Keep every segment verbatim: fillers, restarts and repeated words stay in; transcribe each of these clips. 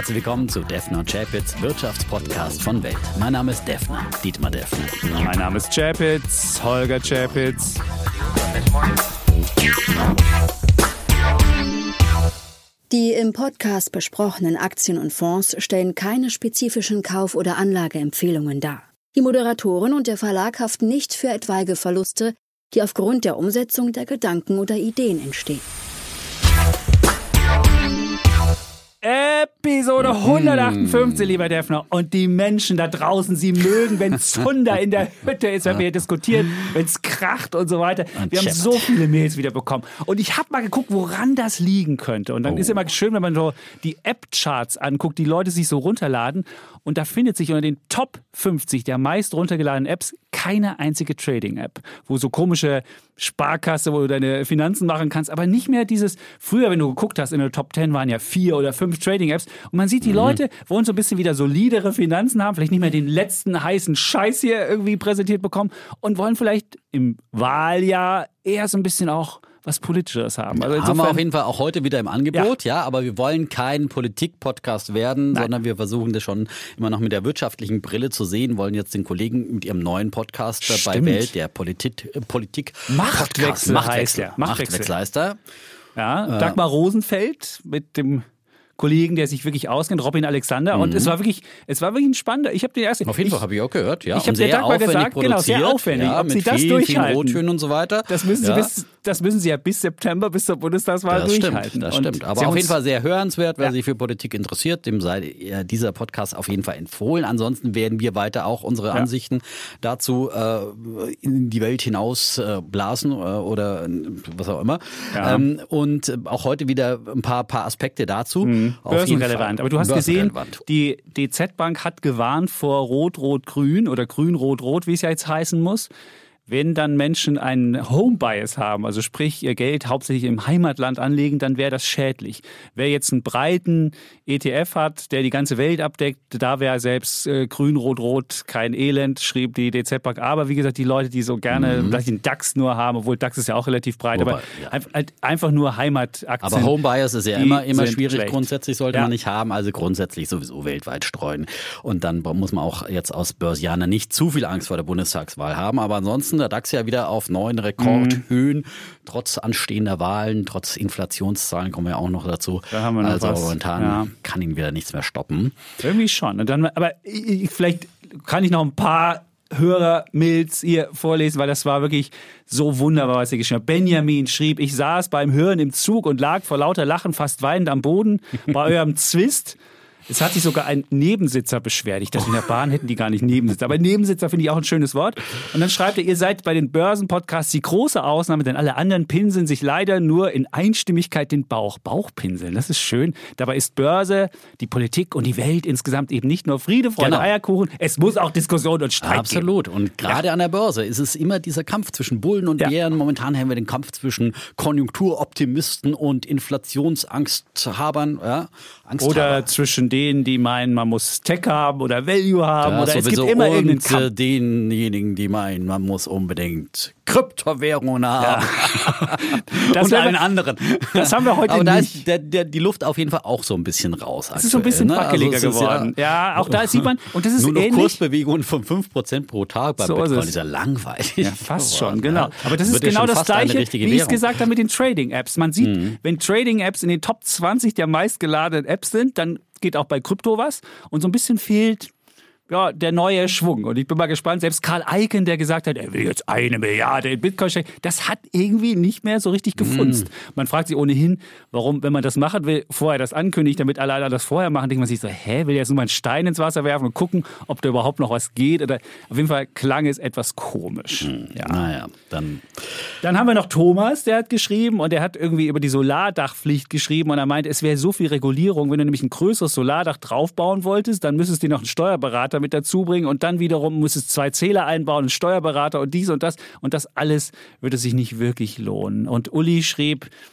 Herzlich willkommen zu Defner und Chapitz, Wirtschaftspodcast von Welt. Mein Name ist Defner, Dietmar Defner. Mein Name ist Chapitz, Holger Chapitz. Die im Podcast besprochenen Aktien und Fonds stellen keine spezifischen Kauf- oder Anlageempfehlungen dar. Die Moderatoren und der Verlag haften nicht für etwaige Verluste, die aufgrund der Umsetzung der Gedanken oder Ideen entstehen. Episode hundertachtundfünfzig, lieber Defner. Und die Menschen da draußen, sie mögen, wenn Zunder in der Hütte ist, wenn wir hier diskutieren, wenn es kracht und so weiter. Wir haben so viele Mails wieder bekommen. Und ich habe mal geguckt, woran das liegen könnte. Und dann oh. ist immer schön, wenn man so die App-Charts anguckt, die Leute sich so runterladen. Und da findet sich unter den Top fünfzig der meist runtergeladenen Apps keine einzige Trading-App, wo so komische Sparkasse, wo du deine Finanzen machen kannst, aber nicht mehr dieses, früher, wenn du geguckt hast, in der Top zehn waren ja vier oder fünf Trading-Apps und man sieht, die mhm. Leute wollen so ein bisschen wieder solidere Finanzen haben, vielleicht nicht mehr den letzten heißen Scheiß hier irgendwie präsentiert bekommen und wollen vielleicht im Wahljahr eher so ein bisschen auch was Politisches haben. Also insofern haben wir auf jeden Fall auch heute wieder im Angebot, ja, ja aber wir wollen kein Politik-Podcast werden, Nein. sondern wir versuchen das schon immer noch mit der wirtschaftlichen Brille zu sehen, wollen jetzt den Kollegen mit ihrem neuen Podcast Stimmt. bei Welt, der Politik, äh, Politik Machtwechsel, Machtwechsel heißt der. Machtwechsel. Machtwechsel. Ja, Dagmar Rosenfeld mit dem Kollegen, der sich wirklich auskennt, Robin Alexander. Und mhm. es war wirklich, es war wirklich ein spannender. Ich habe den ersten. Auf jeden Fall habe ich auch gehört, ja. Ich habe der Dagmar gesagt, genau, sehr aufwendig. Ja, ob mit sie das viel, durchhalten. Viel Rottönen und so weiter. Das müssen sie ja. bis, das müssen sie ja bis September, bis zur Bundestagswahl das durchhalten. Stimmt, das und stimmt. Aber auf jeden Fall sehr hörenswert, wer ja. sich für Politik interessiert, dem sei dieser Podcast auf jeden Fall empfohlen. Ansonsten werden wir weiter auch unsere ja. Ansichten dazu äh, in die Welt hinaus äh, blasen äh, oder was auch immer. Ja. Ähm, und auch heute wieder ein paar, paar Aspekte dazu. Mhm. Auf jeden Fall. Aber du hast gesehen, die D Z-Bank hat gewarnt vor Rot-Rot-Grün oder Grün-Rot-Rot, wie es ja jetzt heißen muss. Wenn dann Menschen einen Home-Bias haben, also sprich ihr Geld hauptsächlich im Heimatland anlegen, dann wäre das schädlich. Wer jetzt einen breiten E T F hat, der die ganze Welt abdeckt, da wäre selbst äh, Grün, Rot, Rot kein Elend, schrieb die D Z-Bank. Aber wie gesagt, die Leute, die so gerne mhm. vielleicht den DAX nur haben, obwohl DAX ist ja auch relativ breit, Wobei, aber ja. halt einfach nur Heimataktien. Aber Home-Bias ist ja immer, immer schwierig. Schlecht. Grundsätzlich sollte ja. man nicht haben, also grundsätzlich sowieso weltweit streuen. Und dann muss man auch jetzt aus Börsianer nicht zu viel Angst vor der Bundestagswahl haben. Aber ansonsten der DAX ja wieder auf neuen Rekordhöhen, mhm. trotz anstehender Wahlen, trotz Inflationszahlen kommen wir auch noch dazu. Da haben wir noch also was. momentan ja. kann ihn wieder nichts mehr stoppen. Irgendwie schon. Und dann, aber ich, vielleicht kann ich noch ein paar Hörer-Mails hier vorlesen, weil das war wirklich so wunderbar, was ihr geschrieben habt. Benjamin schrieb, ich saß beim Hören im Zug und lag vor lauter Lachen fast weinend am Boden bei eurem Zwist. Es hat sich sogar ein Nebensitzer beschwert. Ich dachte, in der Bahn hätten die gar nicht Nebensitzer. Aber Nebensitzer finde ich auch ein schönes Wort. Und dann schreibt er, ihr seid bei den Börsenpodcasts die große Ausnahme, denn alle anderen pinseln sich leider nur in Einstimmigkeit den Bauch. Bauchpinseln, das ist schön. Dabei ist Börse, die Politik und die Welt insgesamt eben nicht nur Friede, Freude, genau. Eierkuchen. Es muss auch Diskussion und Streit Absolut. geben. Und gerade ja. an der Börse ist es immer dieser Kampf zwischen Bullen und ja. Bären. Momentan haben wir den Kampf zwischen Konjunkturoptimisten und Inflationsangsthabern. Ja, Angsthaber. Oder zwischen denen, die meinen, man muss Tech haben oder Value haben. Ja, oder es gibt immer irgendeinen und Kampf. denjenigen, die meinen, man muss unbedingt Kryptowährungen haben. Ja. Das und allen anderen. Das haben wir heute Aber nicht. da ist der, der, die Luft auf jeden Fall auch so ein bisschen raus. Es ist so ein bisschen ne? wackeliger also geworden. Ja, ja, auch da sieht man, und das ist nur noch ähnlich. Kursbewegungen von fünf Prozent pro Tag bei so Bitcoin. ist ist ja langweilig. Ja, fast schon, genau. Aber das das ist genau das Gleiche, wie ich es Währung. gesagt habe mit den Trading-Apps. Man sieht, mhm. wenn Trading-Apps in den Top zwanzig der meistgeladenen Apps sind, dann geht auch bei Krypto was. Und so ein bisschen fehlt ja, der neue Schwung. Und ich bin mal gespannt, selbst Karl Icahn, der gesagt hat, er will jetzt eine Milliarde in Bitcoin stecken, das hat irgendwie nicht mehr so richtig gefunzt. Mm. Man fragt sich ohnehin, warum, wenn man das machen will, vorher das ankündigt, damit alle anderen das vorher machen, denkt man sich so, hä, will er jetzt nur mal einen Stein ins Wasser werfen und gucken, ob da überhaupt noch was geht? Oder auf jeden Fall klang es etwas komisch. Mm. Ja. Naja, dann... Dann haben wir noch Thomas, der hat geschrieben und der hat irgendwie über die Solardachpflicht geschrieben und er meint, es wäre so viel Regulierung, wenn du nämlich ein größeres Solardach draufbauen wolltest, dann müsstest du dir noch einen Steuerberater mit dazu bringen und dann wiederum müsstest du zwei Zähler einbauen, einen Steuerberater und dies und das und das alles würde sich nicht wirklich lohnen. Und Uli schrieb,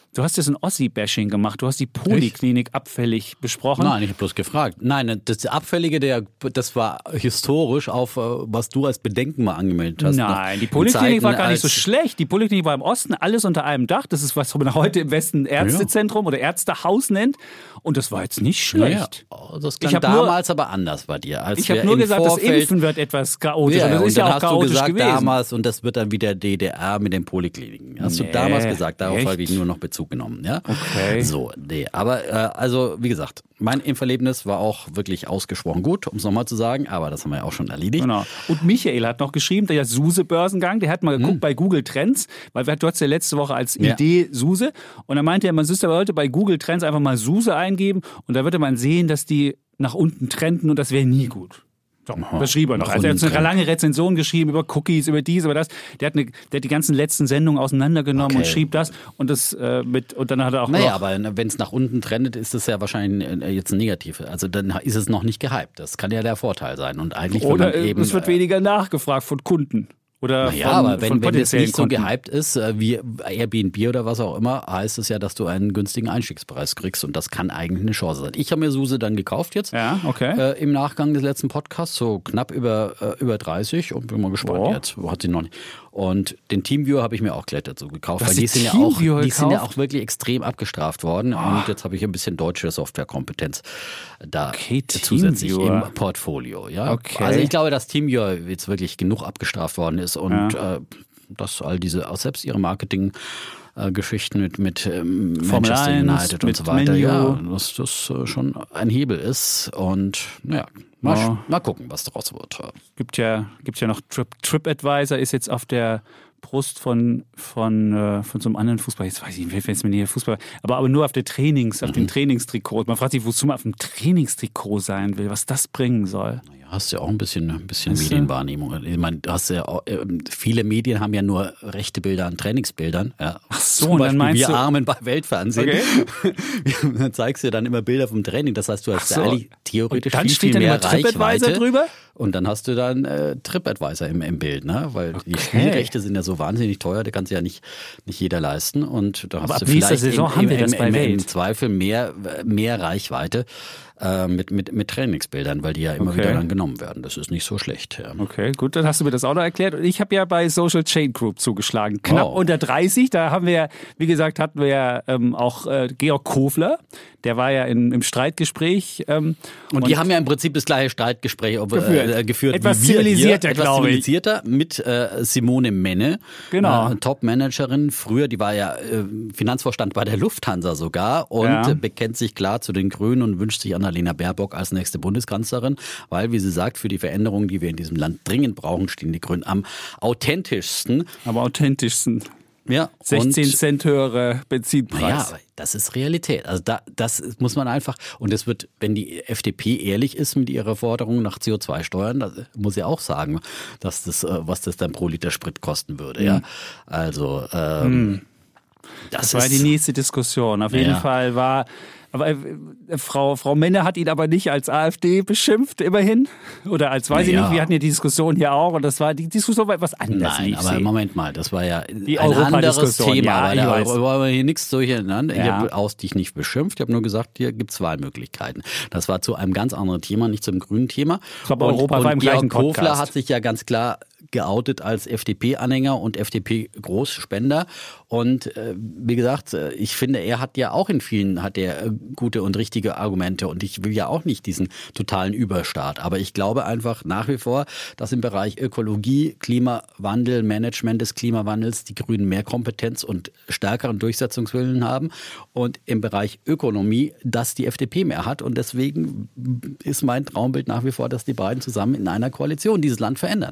Du hast jetzt ein Ossi-Bashing gemacht. Du hast die Poliklinik abfällig besprochen. Nein, ich habe bloß gefragt. Nein, das Abfällige, der, das war historisch auf, was du als Bedenken mal angemeldet hast. Nein, die Poliklinik war gar nicht so schlecht. Die Poliklinik war im Osten, alles unter einem Dach. Das ist, was man heute im Westen Ärztezentrum ja. oder Ärztehaus nennt. Und das war jetzt nicht schlecht. Naja, das klang damals nur, aber anders bei dir. Als ich habe nur gesagt, Vorfeld, das Impfen wird etwas chaotisch. Ja, und das und ist ja auch chaotisch gesagt, gewesen. Damals, und das wird dann wieder D D R mit den Polikliniken. Hast nee, du damals gesagt, darauf habe ich nur noch Bezug genommen. Ja? Okay. So, nee, aber äh, also wie gesagt, mein Impferlebnis war auch wirklich ausgesprochen gut, um es nochmal zu sagen, aber das haben wir ja auch schon erledigt. Genau. Und Michael hat noch geschrieben, der Suse-Börsengang, der hat mal geguckt hm. bei Google Trends, weil du hattest ja letzte Woche als Idee ja. Suse und dann meinte er, man müsste heute bei Google Trends einfach mal Suse eingeben und da würde man sehen, dass die nach unten trenden und das wäre nie gut. So, das schrieb er noch. Also er hat eine lange Rezension geschrieben über Cookies, über dies, über das. Der hat, eine, der hat die ganzen letzten Sendungen auseinandergenommen okay. und schrieb das. Und das äh, mit und dann hat er auch Naja, noch, aber wenn es nach unten trendet, ist das ja wahrscheinlich jetzt negativ. Also dann ist es noch nicht gehypt. Das kann ja der Vorteil sein. Und eigentlich oder eben, es wird weniger nachgefragt von Kunden. Oder naja, von, aber wenn, von wenn das nicht so Kunden. gehypt ist, wie Airbnb oder was auch immer, heißt es ja, dass du einen günstigen Einstiegspreis kriegst und das kann eigentlich eine Chance sein. Ich habe mir Suse dann gekauft jetzt ja, okay. äh, im Nachgang des letzten Podcasts, so knapp über, äh, über dreißig und bin mal gespannt oh. jetzt, hat sie noch nicht. Und den Teamviewer habe ich mir auch gleich dazu gekauft, weil die sind, ja auch, die sind ja auch wirklich extrem abgestraft worden oh. und jetzt habe ich ein bisschen deutsche Softwarekompetenz da okay, zusätzlich im Portfolio. Ja? Okay. Also ich glaube, dass Teamviewer jetzt wirklich genug abgestraft worden ist und ja. äh, dass all diese, auch selbst ihre Marketing äh, Geschichten mit, mit ähm, Manchester United und so weiter, Menu. ja, dass das äh, schon ein Hebel ist und naja, mal, ja. mal gucken, was daraus wird. Gibt ja, gibt ja noch Trip, TripAdvisor ist jetzt auf der Brust von, von, äh, von so einem anderen Fußball, jetzt weiß ich nicht, wer ist mir nicht Fußball, aber, aber nur auf der Trainings, auf mhm. den Trainingstrikot. Man fragt sich, wozu man auf dem Trainingstrikot sein will, was das bringen soll. Naja, hast ja auch ein bisschen, ein bisschen Medienwahrnehmung. Ich meine, du hast ja auch, äh, viele Medien haben ja nur rechte Bilder an Trainingsbildern. Ja. Ach so, Zum Beispiel dann meinst wir du... Armen bei Weltfernsehen. Okay. Dann zeigst du dir dann immer Bilder vom Training. Das heißt, du hast so. eigentlich theoretisch viel, viel, viel mehr Reichweite. Drüber? Und dann hast du dann äh, TripAdvisor im, im Bild, ne? Weil okay. die Spielrechte sind ja so wahnsinnig teuer, die kann sich ja nicht, nicht jeder leisten. Und da hast Aber du ab vielleicht Saison im, haben im, wir das im, bei im, Welt. im Zweifel mehr, mehr Reichweite äh, mit, mit, mit Trainingsbildern, weil die ja immer okay. wieder dann genommen werden. Das ist nicht so schlecht. Ja. Okay, gut, dann hast du mir das auch noch erklärt. Und ich habe ja bei Social Chain Group zugeschlagen. Knapp oh. unter dreißig. Da haben wir ja, wie gesagt, hatten wir ja ähm, auch äh, Georg Kofler. Der war ja in, im Streitgespräch. Ähm, und, und die haben ja im Prinzip das gleiche Streitgespräch ob, geführt. Äh, geführt etwas wie wir zivilisierter, hier. glaube ich. Etwas zivilisierter mit äh, Simone Menne. Genau. Äh, Top-Managerin. Früher, die war ja äh, Finanzvorstand bei der Lufthansa sogar und ja. äh, bekennt sich klar zu den Grünen und wünscht sich Annalena Baerbock als nächste Bundeskanzlerin, weil, wie sie sagt, für die Veränderungen, die wir in diesem Land dringend brauchen, stehen die Grünen am authentischsten. Am authentischsten. Ja, sechzehn Cent höhere Benzinpreis. Ja, aber das ist Realität. Also da, das muss man einfach, und es wird, wenn die F D P ehrlich ist mit ihrer Forderung nach C O zwei Steuern, das muss ich auch sagen, dass das, was das dann pro Liter Sprit kosten würde. Mhm. Ja, also ähm, mhm. das, das war die nächste Diskussion. Auf jeden ja. Fall war. Aber äh, Frau, Frau Menne hat ihn aber nicht als AfD beschimpft, immerhin. Oder als, weiß ja. ich nicht, wir hatten ja die Diskussion hier auch und das war, die Diskussion war etwas anders. Nein, aber sehen. Moment mal, das war ja die ein anderes Thema. Ja, da wollen wir hier nichts durcheinander. Ja. Ich habe aus dich nicht beschimpft, ich habe nur gesagt, hier gibt es Wahlmöglichkeiten. Das war zu einem ganz anderen Thema, nicht zum grünen Thema. Ich glaube, Europa und, war im und gleichen Georg Podcast. Kofler hat sich ja ganz klar geoutet als F D P-Anhänger und F D P-Großspender. Und äh, wie gesagt, ich finde, er hat ja auch in vielen hat er äh, gute und richtige Argumente. Und ich will ja auch nicht diesen totalen Überstaat. Aber ich glaube einfach nach wie vor, dass im Bereich Ökologie, Klimawandel, Management des Klimawandels die Grünen mehr Kompetenz und stärkeren Durchsetzungswillen haben. Und im Bereich Ökonomie, dass die F D P mehr hat. Und deswegen ist mein Traumbild nach wie vor, dass die beiden zusammen in einer Koalition dieses Land verändern.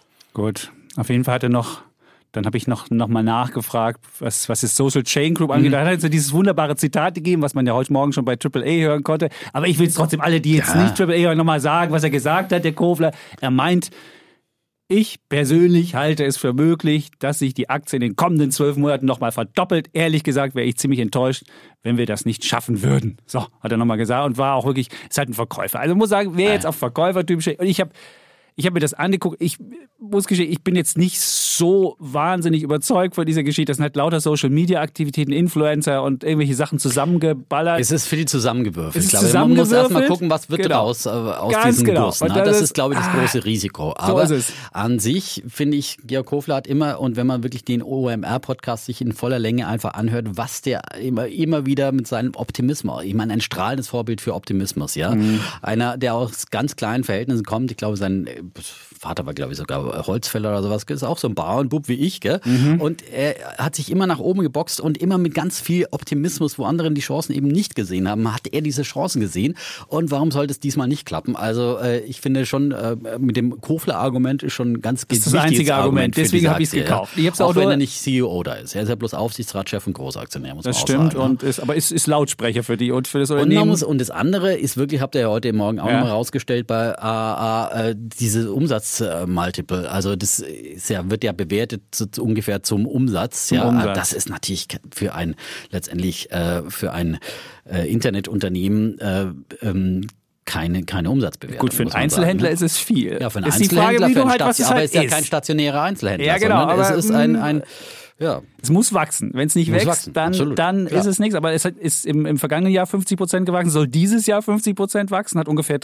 Gut, auf jeden Fall hat er noch, dann habe ich noch, noch mal nachgefragt, was, was das Social Chain Group angeht. Mhm. Da hat er so dieses wunderbare Zitat gegeben, was man ja heute Morgen schon bei Triple A hören konnte. Aber ich will es trotzdem alle, die jetzt ja. nicht Triple A hören, nochmal sagen, was er gesagt hat, der Kofler. Er meint, ich persönlich halte es für möglich, dass sich die Aktie in den kommenden zwölf Monaten nochmal verdoppelt. Ehrlich gesagt wäre ich ziemlich enttäuscht, wenn wir das nicht schaffen würden. So, hat er nochmal gesagt und war auch wirklich, ist halt ein Verkäufer. Also muss sagen, wer jetzt auf Verkäufertyp steht, und ich habe Ich habe mir das angeguckt. Ich muss gestehen, ich bin jetzt nicht so wahnsinnig überzeugt von dieser Geschichte. Das sind halt lauter Social-Media-Aktivitäten, Influencer und irgendwelche Sachen zusammengeballert. Es ist für die zusammengewürfelt. Es ist ich glaube, man muss zusammengewürfelt. erstmal gucken, was wird Genau. raus äh, aus Ganz diesem genau. Guss. Und Ne? das Das ist- ist, glaube ich, das ah, große Risiko. so Aber ist es. an sich finde ich, Georg Kofler hat immer, und wenn man wirklich den O M R-Podcast sich in voller Länge einfach anhört, was der immer, immer wieder mit seinem Optimismus, ich meine, ein strahlendes Vorbild für Optimismus, ja. Mhm. Einer, der aus ganz kleinen Verhältnissen kommt, ich glaube, sein Vater war, glaube ich, sogar Holzfäller oder sowas, ist auch so ein Bauernbub wie ich, gell? Mhm. Und er hat sich immer nach oben geboxt und immer mit ganz viel Optimismus, wo andere die Chancen eben nicht gesehen haben, hat er diese Chancen gesehen. Und warum sollte es diesmal nicht klappen? Also äh, ich finde schon, äh, mit dem Kofler-Argument ist schon ein ganz Das ist das wichtiges einzige Argument, für deswegen diese habe ich es Aktie, gekauft. Ja. Ich hab's auch auch wenn nur- er nicht C E O da ist. Er ist ja bloß Aufsichtsratschef und Großaktionär, muss Das man auch stimmt, sagen. und ist, aber ist, ist Lautsprecher für die und für das Und, man Unternehmen. muss, und das andere ist wirklich, habt ihr ja heute Morgen auch Ja. nochmal rausgestellt, bei A A, äh, diese Umsatzmultiple. Also das ist ja, wird ja bewertet zu, zu ungefähr zum Umsatz. Zum ja, Umsatz. Das ist natürlich für ein, letztendlich äh, für ein äh, Internetunternehmen äh, ähm, keine, keine Umsatzbewertung. Gut, für einen muss man Einzelhändler sagen, ne? ist es viel. Ja, für einen ist die Einzelhändler, Frage, wie für du einen halt, was Station, es aber halt es ist ja ist. kein stationärer Einzelhändler, Ja, genau, sondern es aber, ist ein, mh, ein ja. Es muss wachsen. Wenn es nicht Muss wächst, wachsen, dann, absolut. dann Klar. ist es nichts. Aber es hat- ist im, im vergangenen Jahr fünfzig Prozent gewachsen, soll dieses Jahr fünfzig Prozent wachsen, hat ungefähr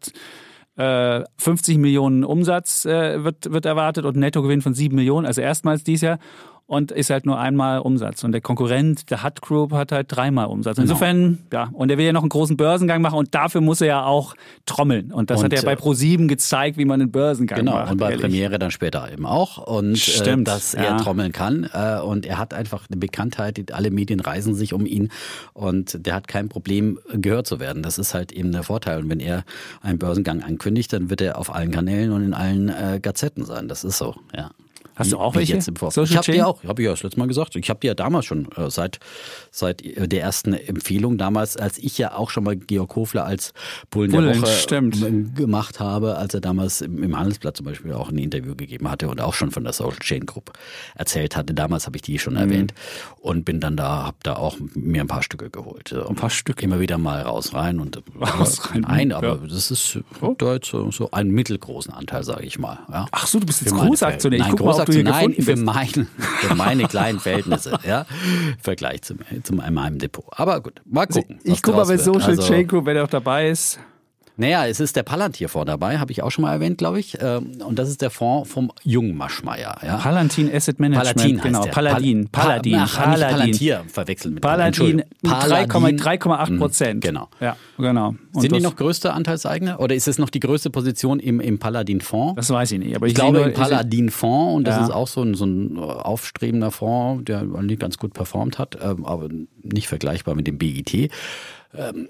dreihundertfünfzig Millionen Umsatz äh, wird, wird erwartet und ein Nettogewinn von sieben Millionen, also erstmals dieses Jahr. Und ist halt nur einmal Umsatz. Und der Konkurrent, der Hut Group, hat halt dreimal Umsatz. Genau. Insofern, ja, und er will ja noch einen großen Börsengang machen und dafür muss er ja auch trommeln. Und das Und, hat er bei äh, ProSieben gezeigt, wie man einen Börsengang Genau, macht. und bei ehrlich. Premiere dann später eben auch. Und äh, Stimmt, dass ja. er trommeln kann. Äh, und er hat einfach eine Bekanntheit, die- alle Medien reisen sich um ihn. Und der hat kein Problem, gehört zu werden. Das ist halt eben der Vorteil. Und wenn er einen Börsengang ankündigt, dann wird er auf allen Kanälen und in allen äh, Gazetten sein. Das ist so, ja. Hast du auch Wie welche? Jetzt im Vorfeld. Social Ich habe Chain? die auch, habe ich ja das letzte Mal gesagt. Ich habe die ja damals schon äh, seit seit äh, der ersten Empfehlung damals, als ich ja auch schon mal Georg Kofler als Bullen, Bullen, der Woche stimmt. äh, gemacht habe, als er damals im, im Handelsblatt zum Beispiel auch ein Interview gegeben hatte und auch schon von der Social Chain Group erzählt hatte. Damals habe ich die schon erwähnt und bin dann da, habe da auch mir ein paar Stücke geholt. Ein paar Stücke? Immer wieder mal raus rein und Raus, rein. Nein, aber Ja. das ist da jetzt so, so einen mittelgroßen Anteil, sage ich mal. Ja. Ach so, du bist jetzt Für meine Großaktionär. Ich Nein, guck mal, ob du hier Großaktionär, nein, gefunden für bist. meine, für meine kleinen Verhältnisse, ja, im Vergleich zu, zu meinem Depot. Aber gut, mal gucken. Ich was guck mal draus bei wird. Social Also, Chain Group, wer da auch dabei ist. Naja, es ist der Palantir-Fonds dabei, habe ich auch schon mal erwähnt, glaube ich. Ähm, Und das ist der Fonds vom jungen Maschmeyer. Ja. Palantin Asset Management. Paladin heißt genau, der. Paladin. Pal- Paladin. Ach, nicht Paladin. Palantir verwechseln mit Paladin, Entschuldigung. drei Komma acht Prozent. Genau. Ja, genau. Und Sind die das- noch größte Anteilseigner? Oder ist es noch die größte Position im, im Paladin-Fonds? Das weiß ich nicht. Aber ich, Ich glaube sehe nur- im Paladin-Fonds, und das Ja. ist auch so ein, so ein aufstrebender Fonds, der eigentlich ganz gut performt hat, ähm, aber nicht vergleichbar mit dem B I T. Ähm,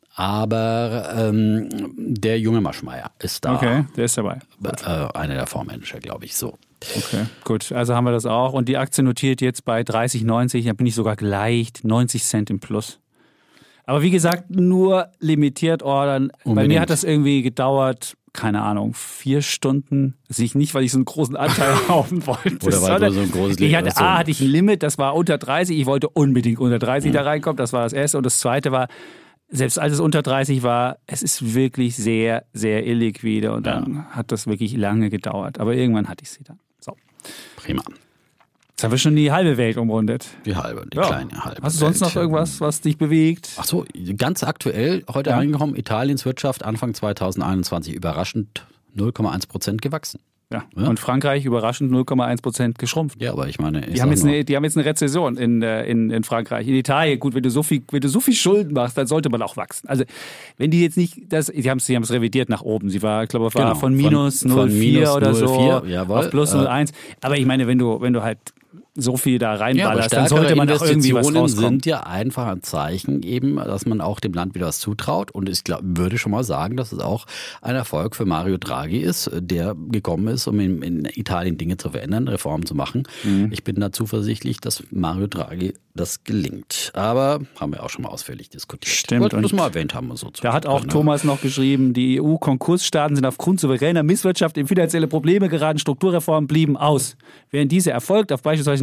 aber ähm, der junge Maschmeyer ist da Okay, der ist dabei. äh, einer der Fondsmanager, glaube ich, so. Okay, gut. Also haben wir das auch. Und die Aktie notiert jetzt bei dreißig neunzig. Da bin ich sogar gleich neunzig Cent im Plus. Aber wie gesagt, nur limitiert ordern. Bei Unbedingt. mir hat das irgendwie gedauert, keine Ahnung, vier Stunden. Das ist nicht, weil ich so einen großen Anteil haben wollte. Oder weil sondern du so ein großes ich hatte, Limit- so- A, hatte ich ein Limit, das war unter dreißig. Ich wollte unbedingt unter dreißig Mhm. da reinkommen. Das war das Erste. Und das Zweite war, selbst als es unter dreißig war, es ist wirklich sehr, sehr illiquide. Und dann hat das wirklich lange gedauert. Aber irgendwann hatte ich sie dann. So. Prima. Jetzt haben wir schon die halbe Welt umrundet. Die halbe, die Ja. kleine halbe. Hast du sonst Welt. noch irgendwas, was dich bewegt? Ach so, ganz aktuell heute Ja. reingekommen, Italiens Wirtschaft Anfang zwanzig einundzwanzig überraschend null Komma eins Prozent gewachsen. Ja. Ja. Und Frankreich überraschend null Komma eins Prozent geschrumpft. Ja, aber ich meine, ich Die haben, sag jetzt nur, eine, die haben jetzt eine Rezession in, äh, in, in Frankreich. In Italien, gut, wenn du so viel, wenn du so viel Schulden machst, dann sollte man auch wachsen. Also, wenn die jetzt nicht, das, die haben es die haben's revidiert nach oben. Sie war, ich glaube, war Genau, von minus von- null Komma von vier minus oder so null Komma vier, jawohl. auf plus Äh, null Komma eins. Aber ich meine, wenn du, wenn du halt so viel da ja, aber reinballerst, dann stärkere sollte man auch irgendwie was Investitionen rauskommen. sind ja einfach ein Zeichen eben, dass man auch dem Land wieder was zutraut. Und ich glaub, würde schon mal sagen, dass es auch ein Erfolg für Mario Draghi ist, der gekommen ist, um in, in Italien Dinge zu verändern, Reformen zu machen. Mhm. Ich bin da zuversichtlich, dass Mario Draghi das gelingt. Aber haben wir auch schon mal ausführlich diskutiert. Stimmt, Wollten wir das und mal erwähnt haben. Und so Da hat auch ne? Thomas noch geschrieben, die E U-Konkursstaaten sind aufgrund souveräner Misswirtschaft in finanzielle Probleme geraten, Strukturreformen blieben aus. Während diese erfolgt auf beispielsweise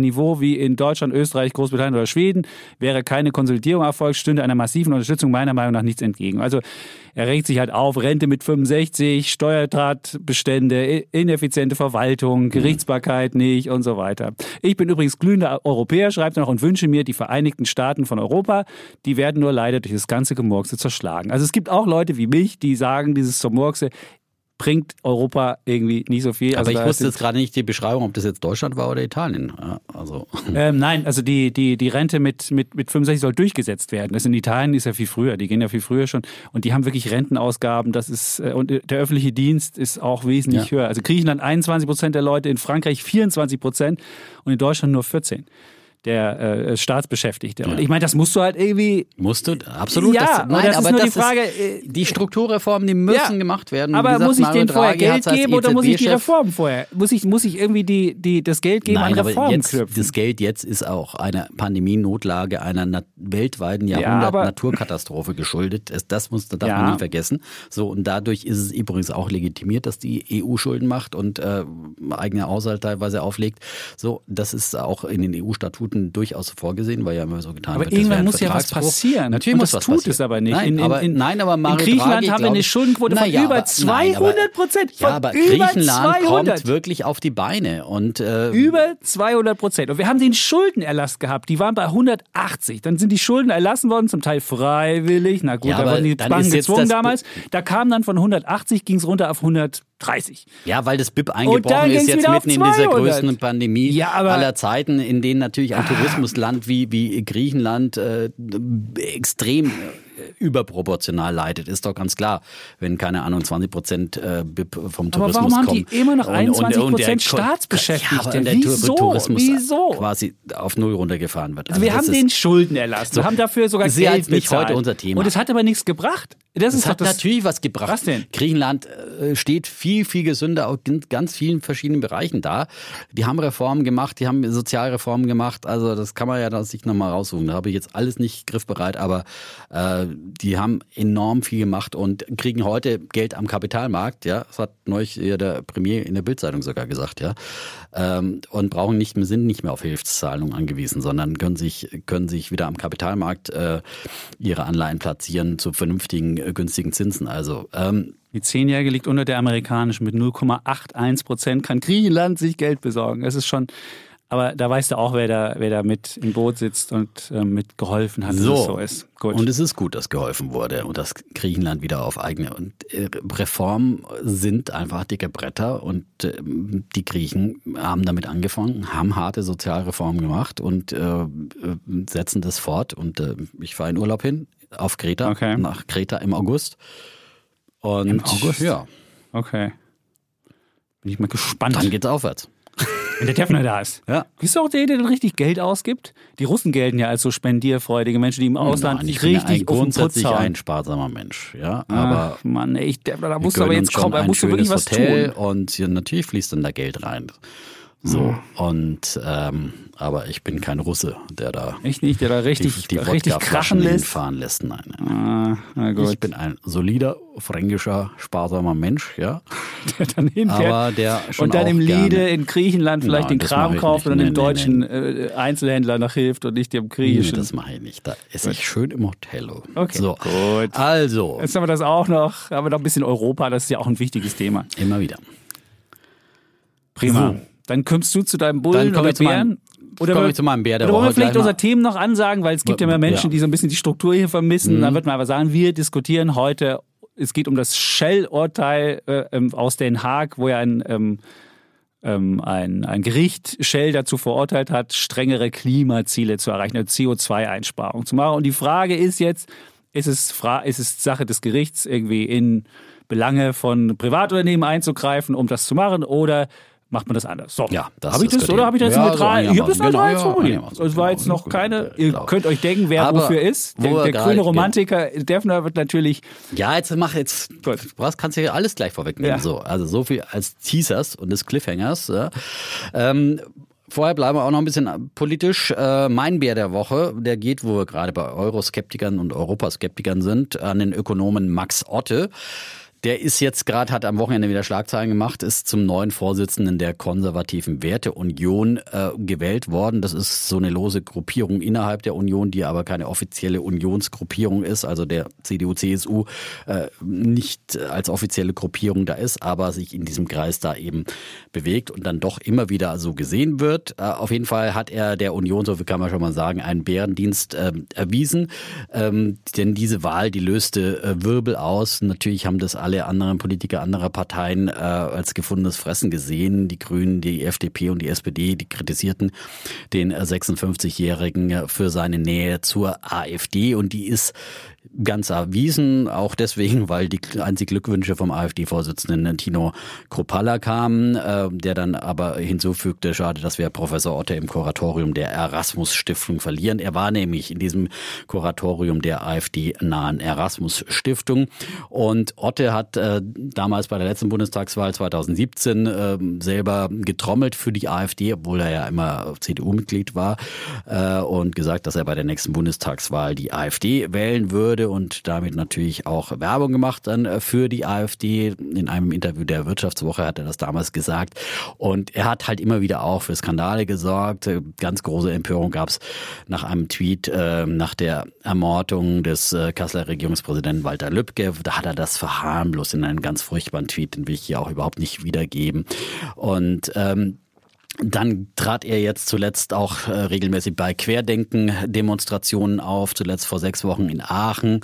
Niveau wie in Deutschland, Österreich, Großbritannien oder Schweden. Wäre keine Konsolidierung erfolgt, stünde einer massiven Unterstützung meiner Meinung nach nichts entgegen. Also er regt sich halt auf, Rente mit fünfundsechzig, Steuertatbestände, ineffiziente Verwaltung, Gerichtsbarkeit nicht und so weiter. Ich bin übrigens glühender Europäer, schreibt er noch, und wünsche mir die Vereinigten Staaten von Europa. Die werden nur leider durch das ganze Gemurkse zerschlagen. Also es gibt auch Leute wie mich, die sagen, dieses Gemurkse bringt Europa irgendwie nicht so viel. Aber also ich wusste jetzt gerade nicht die Beschreibung, ob das jetzt Deutschland war oder Italien. Ja, also. Ähm, nein, also die, die, die Rente mit, mit, mit fünfundsechzig soll durchgesetzt werden. Das in Italien ist ja viel früher, die gehen ja viel früher schon und die haben wirklich Rentenausgaben, das ist, und der öffentliche Dienst ist auch wesentlich ja. höher. Also Griechenland einundzwanzig Prozent der Leute, in Frankreich vierundzwanzig Prozent und in Deutschland nur vierzehn. Der äh, Staatsbeschäftigte. Ja. Und ich meine, das musst du halt irgendwie... Musst du, absolut. Ja, das, nein, das aber ist nur das die Frage... Ist, die Strukturreformen, die müssen ja, gemacht werden. Aber gesagt, muss ich Mario denen vorher Draghi Geld geben oder muss ich die E Z B-Chef Reformen vorher? Muss ich, muss ich irgendwie die, die, das Geld geben Nein, an Reformen jetzt, knüpfen? Das Geld jetzt ist auch einer Pandemienotlage, einer na- weltweiten Jahrhundert-Naturkatastrophe ja, geschuldet. Das muss, das darf ja. man nicht vergessen. So, und dadurch ist es übrigens auch legitimiert, dass die E U Schulden macht und äh, eigene Haushalt teilweise auflegt. So, das ist auch in den E U-Statuten durchaus vorgesehen. Gesehen, weil ja immer so getan aber wird. Aber irgendwann muss ja was passieren. Natürlich und muss das was tut passieren. es aber nicht. Nein, in, in, aber, in, nein, aber Mario in Griechenland Draghi, haben wir eine Schuldenquote von ja, über aber, zweihundert Prozent. Ja, aber Griechenland kommt wirklich auf die Beine. Und, äh, über zweihundert Prozent. Und wir haben den Schuldenerlass gehabt. Die waren bei hundertachtzig. Dann sind die Schulden erlassen worden, zum Teil freiwillig. Na gut, ja, da wurden die Banken gezwungen damals. Da kam dann von hundertachtzig, ging es runter auf hundertdreißig. Ja, weil das B I P eingebrochen ist jetzt mitten in dieser größten Pandemie ja, aller Zeiten, in denen natürlich ein Tourismusland wie, wie Griechenland äh, extrem äh, überproportional leidet, ist doch ganz klar, wenn keine Ahnung zwanzig Prozent äh, B I P vom Tourismus kommen. Aber warum haben kommen. die immer noch einundzwanzig Prozent Staatsbeschäftigte? Ja, der Wieso? Tourismus Wieso? quasi auf Null runtergefahren wird. Also wir haben den Schulden erlassen. So, wir haben dafür sogar Geld bezahlt. Nicht heute unser Thema. Und es hat aber nichts gebracht. Das, das ist hat das natürlich was gebracht. Was denn? Griechenland äh, steht viel, viel gesünder auf ganz vielen verschiedenen Bereichen da. Die haben Reformen gemacht, die haben Sozialreformen gemacht. Also das kann man ja da sich nochmal raussuchen. Da habe ich jetzt alles nicht griffbereit, aber äh, die haben enorm viel gemacht und kriegen heute Geld am Kapitalmarkt. Ja, das hat neulich der Premier in der Bild-Zeitung sogar gesagt. Ja, ähm, und brauchen nicht mehr, sind nicht mehr auf Hilfszahlungen angewiesen, sondern können sich können sich wieder am Kapitalmarkt äh, ihre Anleihen platzieren zu vernünftigen günstigen Zinsen. Also ähm, die Zehnjährige liegt unter der amerikanischen mit null Komma einundachtzig Prozent. Kann Griechenland sich Geld besorgen? Es ist schon, aber da weißt du auch, wer da, wer da mit im Boot sitzt und äh, mit geholfen hat, so. dass es so ist. Gut. Und es ist gut, dass geholfen wurde und dass Griechenland wieder auf eigene und äh, Reformen sind einfach dicke Bretter und äh, die Griechen haben damit angefangen, haben harte Sozialreformen gemacht und äh, setzen das fort und äh, ich fahre in Urlaub hin auf Kreta, okay. nach Kreta im August. Und Im August? Ja. Okay. Bin ich mal gespannt. Dann geht's aufwärts. Wenn der Defner da ist. Ja. Bist du auch der, der dann richtig Geld ausgibt? Die Russen gelten ja als so spendierfreudige Menschen, die im Ausland Nein, ich richtig bin ja ein auf den Putz grundsätzlich hauen. ein sparsamer Mensch. Ja, aber Ach, Mann, ey, ich, Defner, da musst du aber jetzt kommen, da musst du wirklich was Hotel tun. Und ja, natürlich fließt dann da Geld rein. So, mhm. und ähm, aber ich bin kein Russe, der da Echt nicht, der da richtig, die, die richtig krachen lässt. fahren lässt. Nein, nein. Ah, na gut. Ich bin ein solider, fränkischer, sparsamer Mensch, ja. Der dann hinfährt aber der schon und dann auch im Liede gerne. in Griechenland vielleicht Nein, den Kram kauft und dann nee, dem nee, deutschen nee. Äh, Einzelhändler noch hilft und nicht dem griechischen. Nee, das mache ich nicht. Da esse ich schön im Hotel. Okay, so. gut. Also. Jetzt haben wir das auch noch, haben wir noch ein bisschen Europa, das ist ja auch ein wichtiges Thema. Immer wieder. Prima. So. Dann kommst du zu deinem Bullen oder Bären. Oder komme ich zu meinem Bär der Oder wollen wir Woche vielleicht unser Themen noch ansagen, weil es gibt ja mehr Menschen, ja. die so ein bisschen die Struktur hier vermissen. Mhm. Dann wird man aber sagen, wir diskutieren heute, es geht um das Shell-Urteil äh, aus Den Haag, wo ja ein, ähm, ähm, ein, ein Gericht Shell dazu verurteilt hat, strengere Klimaziele zu erreichen, eine C O zwei Einsparung zu machen. Und die Frage ist jetzt, ist es, Fra- ist es Sache des Gerichts, irgendwie in Belange von Privatunternehmen einzugreifen, um das zu machen, oder macht man das anders? So, ja, das habe ich das, das oder habe ich das ja, neutral? So ich habe das neutral genau, formuliert. Ja, es war genau, jetzt noch gut, keine. Ihr Ihr könnt euch denken, wer aber wofür ist. Der, der grüne Romantiker Defner wird natürlich. Ja, jetzt mach jetzt. Du kannst ja alles gleich vorwegnehmen. Ja. So, also so viel als Teasers und des Cliffhangers. Ja. Ähm, Vorher bleiben wir auch noch ein bisschen politisch. Äh, mein Bär der Woche, der geht, wo wir gerade bei Euroskeptikern und Europaskeptikern sind, an den Ökonomen Max Otte. der ist jetzt gerade, hat am Wochenende wieder Schlagzeilen gemacht, ist zum neuen Vorsitzenden der konservativen Werteunion äh, gewählt worden. Das ist so eine lose Gruppierung innerhalb der Union, die aber keine offizielle Unionsgruppierung ist, also der C D U C S U äh, nicht als offizielle Gruppierung da ist, aber sich in diesem Kreis da eben bewegt und dann doch immer wieder so gesehen wird. Äh, auf jeden Fall hat er der Union, so viel kann man schon mal sagen, einen Bärendienst äh, erwiesen, ähm, denn diese Wahl, die löste äh, Wirbel aus. Natürlich haben das alle anderen Politiker anderer Parteien äh, als gefundenes Fressen gesehen. Die Grünen, die F D P und die S P D, die kritisierten den äh, sechsundfünfzigjährigen für seine Nähe zur AfD und die ist ganz erwiesen, auch deswegen, weil die einzig Glückwünsche vom AfD-Vorsitzenden Tino Kruppalla kamen, äh, der dann aber hinzufügte, schade, dass wir Professor Otte im Kuratorium der Erasmus-Stiftung verlieren. Er war nämlich in diesem Kuratorium der AfD-nahen Erasmus-Stiftung und Otte hat äh, damals bei der letzten Bundestagswahl zweitausendsiebzehn äh, selber getrommelt für die AfD, obwohl er ja immer C D U-Mitglied war äh, und gesagt, dass er bei der nächsten Bundestagswahl die AfD wählen würde und damit natürlich auch Werbung gemacht dann für die AfD. In einem Interview der Wirtschaftswoche hat er das damals gesagt. Und er hat halt immer wieder auch für Skandale gesorgt. Ganz große Empörung gab es nach einem Tweet äh, nach der Ermordung des äh, Kasseler Regierungspräsidenten Walter Lübcke. Da hat er das verharmlost in einem ganz furchtbaren Tweet, den will ich hier auch überhaupt nicht wiedergeben. Und ähm, Dann trat er jetzt zuletzt auch äh, regelmäßig bei Querdenken-Demonstrationen auf, zuletzt vor sechs Wochen in Aachen.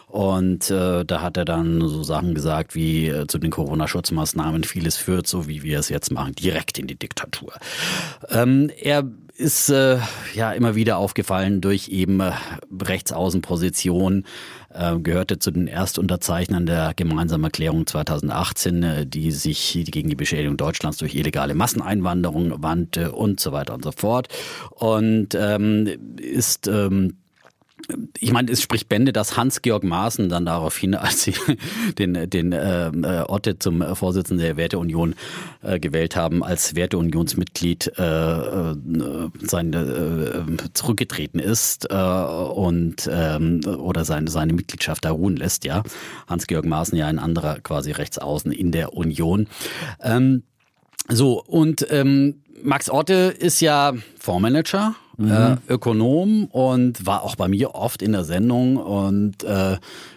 Und äh, da hat er dann so Sachen gesagt wie äh, zu den Corona-Schutzmaßnahmen, vieles führt, so wie wir es jetzt machen, direkt in die Diktatur. Ähm, er ist äh, ja immer wieder aufgefallen durch eben äh, Rechtsaußenposition, äh, gehörte zu den Erstunterzeichnern der gemeinsamen Erklärung zweitausendachtzehn, äh, die sich gegen die Beschädigung Deutschlands durch illegale Masseneinwanderung wandte und so weiter und so fort. Und ähm, ist ähm, Ich meine, es spricht Bände, dass Hans-Georg Maaßen dann daraufhin, als sie den, den äh, Otte zum Vorsitzenden der Werteunion äh, gewählt haben, als Werteunionsmitglied äh, äh, sein, äh, zurückgetreten ist äh, und ähm, oder seine, seine Mitgliedschaft da ruhen lässt. Ja, Hans-Georg Maaßen ja ein anderer quasi Rechtsaußen in der Union. Ähm, so, und ähm, Max Otte ist ja Fondsmanager, mhm. äh, Ökonom und war auch bei mir oft in der Sendung und äh,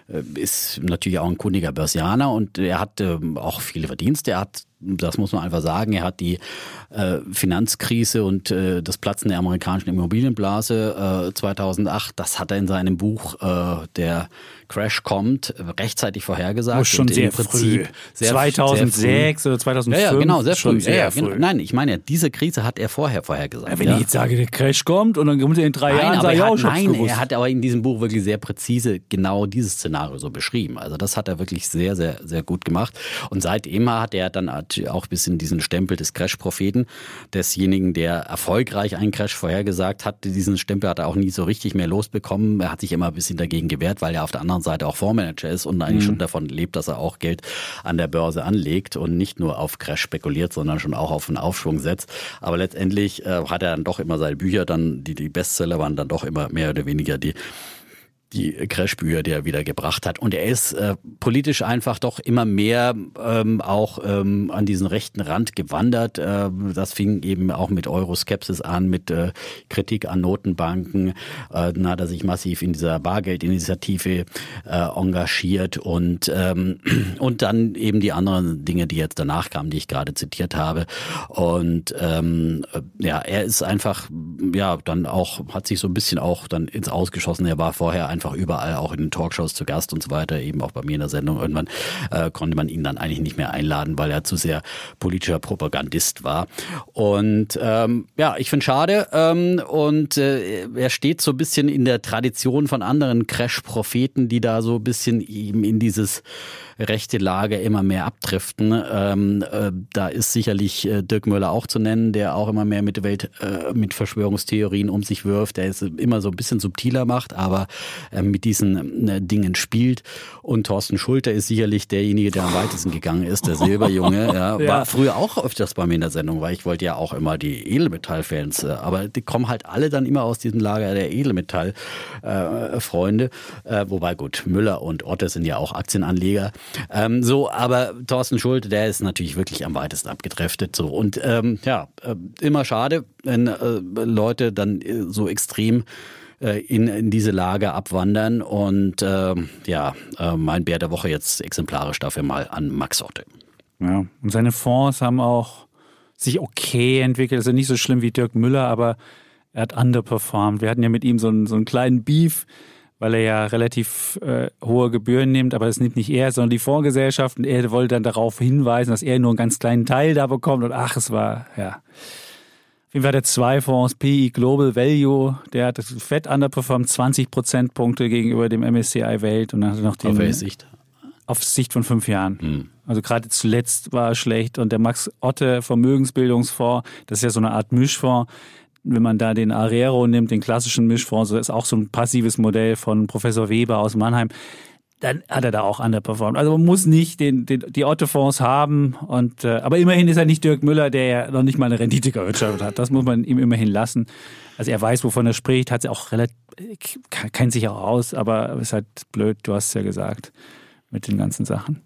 ist natürlich auch ein kundiger Börsianer und er hat äh, auch viele Verdienste. Er hat, das muss man einfach sagen, er hat die äh, Finanzkrise und äh, das Platzen der amerikanischen Immobilienblase äh, zweitausendacht, das hat er in seinem Buch äh, Der Crash kommt, rechtzeitig vorhergesagt. Oh, schon und sehr im Prinzip früh. Sehr, zweitausendsechs sehr oder zweitausendfünf. Ja, ja, genau, sehr schon früh. Sehr ja, ja, früh. genau. Nein, ich meine, diese Krise hat er vorher vorhergesagt. Ja, wenn ja. ich jetzt sage, der Crash kommt und dann kommt er in drei Nein, Jahren, aber sage ich er auch hat, schon nein, gewusst. er hat aber in diesem Buch wirklich sehr präzise genau dieses Szenario so beschrieben. Also das hat er wirklich sehr, sehr, sehr gut gemacht. Und seitdem hat er dann auch ein bisschen diesen Stempel des Crash-Propheten, desjenigen, der erfolgreich einen Crash vorhergesagt hat. Diesen Stempel hat er auch nie so richtig mehr losbekommen. Er hat sich immer ein bisschen dagegen gewehrt, weil er auf der anderen Seite auch Fondsmanager ist und eigentlich mhm. schon davon lebt, dass er auch Geld an der Börse anlegt und nicht nur auf Crash spekuliert, sondern schon auch auf einen Aufschwung setzt. Aber letztendlich äh, hat er dann doch immer seine Bücher, dann die, die Bestseller waren dann doch immer mehr oder weniger die die Crashbücher, die er wieder gebracht hat. Und er ist äh, politisch einfach doch immer mehr ähm, auch ähm, an diesen rechten Rand gewandert. Äh, das fing eben auch mit Euroskepsis an, mit äh, Kritik an Notenbanken. Äh, dann hat er sich massiv in dieser Bargeldinitiative äh, engagiert und ähm, und dann eben die anderen Dinge, die jetzt danach kamen, die ich gerade zitiert habe. Und ähm, ja, er ist einfach, ja, dann auch, hat sich so ein bisschen auch dann ins Ausgeschossen. Er war vorher einfach überall auch in den Talkshows zu Gast und so weiter, eben auch bei mir in der Sendung. Irgendwann äh, konnte man ihn dann eigentlich nicht mehr einladen, weil er zu sehr politischer Propagandist war. Und ähm, ja, ich finde schade. Ähm, und äh, er steht so ein bisschen in der Tradition von anderen Crash-Propheten, die da so ein bisschen eben in dieses rechte Lager immer mehr abdriften. Ähm, äh, da ist sicherlich äh, Dirk Müller auch zu nennen, der auch immer mehr mit Welt, äh, mit Verschwörungstheorien um sich wirft, der es immer so ein bisschen subtiler macht, aber äh, mit diesen äh, Dingen spielt. Und Thorsten Schulte ist sicherlich derjenige, der am weitesten gegangen ist, der Silberjunge. Ja, Ja. War früher auch öfters bei mir in der Sendung, weil ich wollte ja auch immer die Edelmetall-Fans, äh, aber die kommen halt alle dann immer aus diesem Lager der Edelmetall-Freunde. Äh, äh, wobei gut, Müller und Otte sind ja auch Aktienanleger. Ähm, so, aber Thorsten Schulte, der ist natürlich wirklich am weitesten abgedriftet. So. Und ähm, ja, äh, immer schade, wenn äh, Leute dann äh, so extrem äh, in, in diese Lage abwandern. Und äh, ja, äh, mein Bär der Woche jetzt exemplarisch dafür mal an Max Otte. Ja, und seine Fonds haben auch sich okay entwickelt. Also nicht so schlimm wie Dirk Müller, aber er hat underperformed. Wir hatten ja mit ihm so einen, so einen kleinen Beef, weil er ja relativ äh, hohe Gebühren nimmt, aber das nimmt nicht er, sondern die Fondsgesellschaft. Und er wollte dann darauf hinweisen, dass er nur einen ganz kleinen Teil da bekommt. Und ach, es war, ja. Auf jeden Fall hat er zwei Fonds, P E Global Value, der hat das fett underperformed, zwanzig Prozentpunkte gegenüber dem M S C I Welt. Und dann hat er noch den, Auf welche Sicht? Auf Sicht von fünf Jahren. Hm. Also gerade zuletzt war er schlecht. Und der Max Otte Vermögensbildungsfonds, das ist ja so eine Art Mischfonds. Wenn man da den Arero nimmt, den klassischen Mischfonds, das ist auch so ein passives Modell von Professor Weber aus Mannheim, dann hat er da auch underperformed. Also man muss nicht den, den, die Otte-Fonds haben. Und, äh, aber immerhin ist er nicht Dirk Müller, der ja noch nicht mal eine Rendite erwirtschaftet hat. Das muss man ihm immerhin lassen. Also er weiß, wovon er spricht, hat es auch relativ, kennt sich auch aus, aber ist halt blöd, du hast es ja gesagt, mit den ganzen Sachen.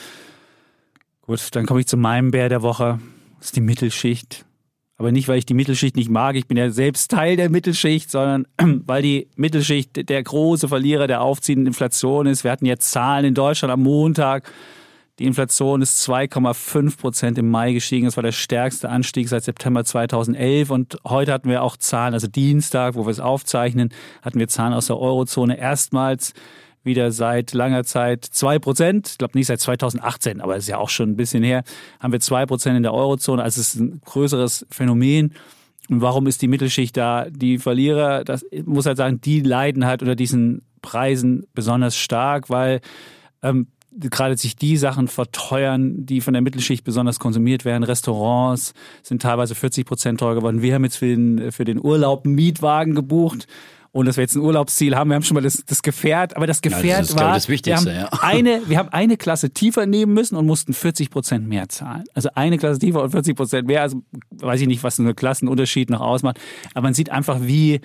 Gut, dann komme ich zu meinem Bär der Woche. Das ist die Mittelschicht. Aber nicht, weil ich die Mittelschicht nicht mag, ich bin ja selbst Teil der Mittelschicht, sondern weil die Mittelschicht der große Verlierer der aufziehenden Inflation ist. Wir hatten jetzt Zahlen in Deutschland am Montag. Die Inflation ist zwei Komma fünf Prozent im Mai gestiegen. Das war der stärkste Anstieg seit September zweitausendelf. Und heute hatten wir auch Zahlen, also Dienstag, wo wir es aufzeichnen, hatten wir Zahlen aus der Eurozone erstmals wieder seit langer Zeit zwei Prozent. Ich glaube nicht seit zweitausendachtzehn, aber das ist ja auch schon ein bisschen her, haben wir zwei Prozent in der Eurozone. Also es ist ein größeres Phänomen. Und warum ist die Mittelschicht da die Verlierer? Das muss halt sagen, die leiden halt unter diesen Preisen besonders stark, weil ähm, gerade sich die Sachen verteuern, die von der Mittelschicht besonders konsumiert werden. Restaurants sind teilweise vierzig Prozent teurer geworden. Wir haben jetzt für den, für den Urlaub einen Mietwagen gebucht. Und dass wir jetzt ein Urlaubsziel haben, wir haben schon mal das, das Gefährt, aber das Gefährt ja, das ist, war, das Wichtigste, wir, haben ja. eine, wir haben eine Klasse tiefer nehmen müssen und mussten vierzig Prozent mehr zahlen. Also eine Klasse tiefer und vierzig Prozent mehr, also weiß ich nicht, was so ein Klassenunterschied noch ausmacht, aber man sieht einfach, wie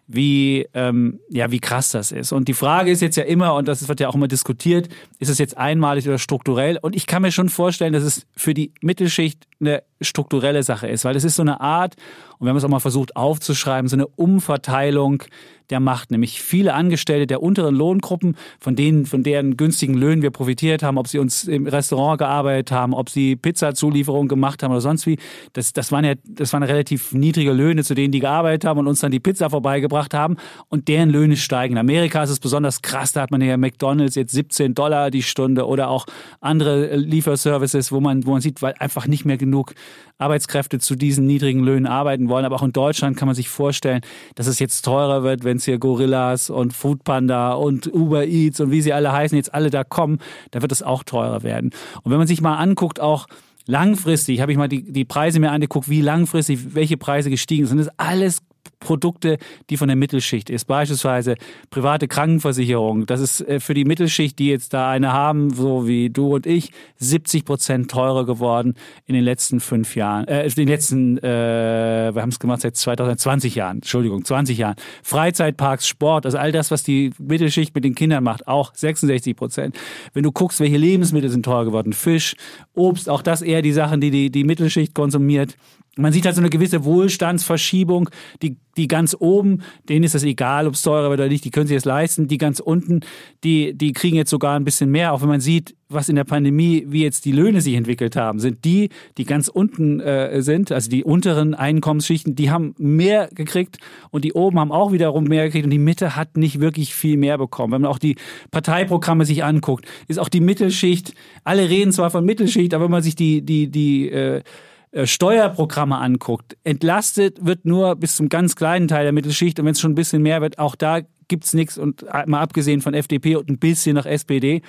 wie ähm, ja wie krass das ist. Und die Frage ist jetzt ja immer, und das wird ja auch immer diskutiert, ist es jetzt einmalig oder strukturell? Und ich kann mir schon vorstellen, dass es für die Mittelschicht eine strukturelle Sache ist, weil es ist so eine Art, und wir haben es auch mal versucht aufzuschreiben, so eine Umverteilung der Macht, nämlich viele Angestellte der unteren Lohngruppen, von denen, von deren günstigen Löhnen wir profitiert haben, ob sie uns im Restaurant gearbeitet haben, ob sie Pizzazulieferung gemacht haben oder sonst wie, das, das waren ja, das waren relativ niedrige Löhne, zu denen die gearbeitet haben und uns dann die Pizza vorbeigebracht haben, und deren Löhne steigen. In Amerika ist es besonders krass, da hat man ja McDonald's jetzt siebzehn Dollar die Stunde oder auch andere Lieferservices, wo man, wo man sieht, weil einfach nicht mehr genug Arbeitskräfte zu diesen niedrigen Löhnen arbeiten wollen. Aber auch in Deutschland kann man sich vorstellen, dass es jetzt teurer wird, wenn es hier Gorillas und Foodpanda und Uber Eats und wie sie alle heißen, jetzt alle da kommen, da wird es auch teurer werden. Und wenn man sich mal anguckt, auch langfristig, habe ich mal die, die Preise mir angeguckt, wie langfristig, welche Preise gestiegen sind. Das ist alles Produkte, die von der Mittelschicht ist. Beispielsweise private Krankenversicherung. Das ist für die Mittelschicht, die jetzt da eine haben, so wie du und ich, siebzig Prozent teurer geworden in den letzten fünf Jahren. Äh, in den letzten, äh, wir haben es gemacht seit zweitausendzwanzig Jahren. Entschuldigung, zwanzig Jahren. Freizeitparks, Sport, also all das, was die Mittelschicht mit den Kindern macht, auch sechsundsechzig Prozent. Wenn du guckst, welche Lebensmittel sind teurer geworden, Fisch, Obst, auch das eher die Sachen, die die, die Mittelschicht konsumiert. Man sieht halt so eine gewisse Wohlstandsverschiebung, die, die ganz oben, denen ist es egal, ob es teurer wird oder nicht, die können sich das leisten. Die ganz unten, die, die kriegen jetzt sogar ein bisschen mehr, auch wenn man sieht, was in der Pandemie, wie jetzt die Löhne sich entwickelt haben, sind die, die ganz unten äh, sind, also die unteren Einkommensschichten, die haben mehr gekriegt und die oben haben auch wiederum mehr gekriegt und die Mitte hat nicht wirklich viel mehr bekommen. Wenn man auch die Parteiprogramme sich anguckt, ist auch die Mittelschicht, alle reden zwar von Mittelschicht, aber wenn man sich die, die, die, äh, Steuerprogramme anguckt, entlastet wird nur bis zum ganz kleinen Teil der Mittelschicht und wenn es schon ein bisschen mehr wird, auch da gibt's nichts und mal abgesehen von F D P und ein bisschen nach S P D.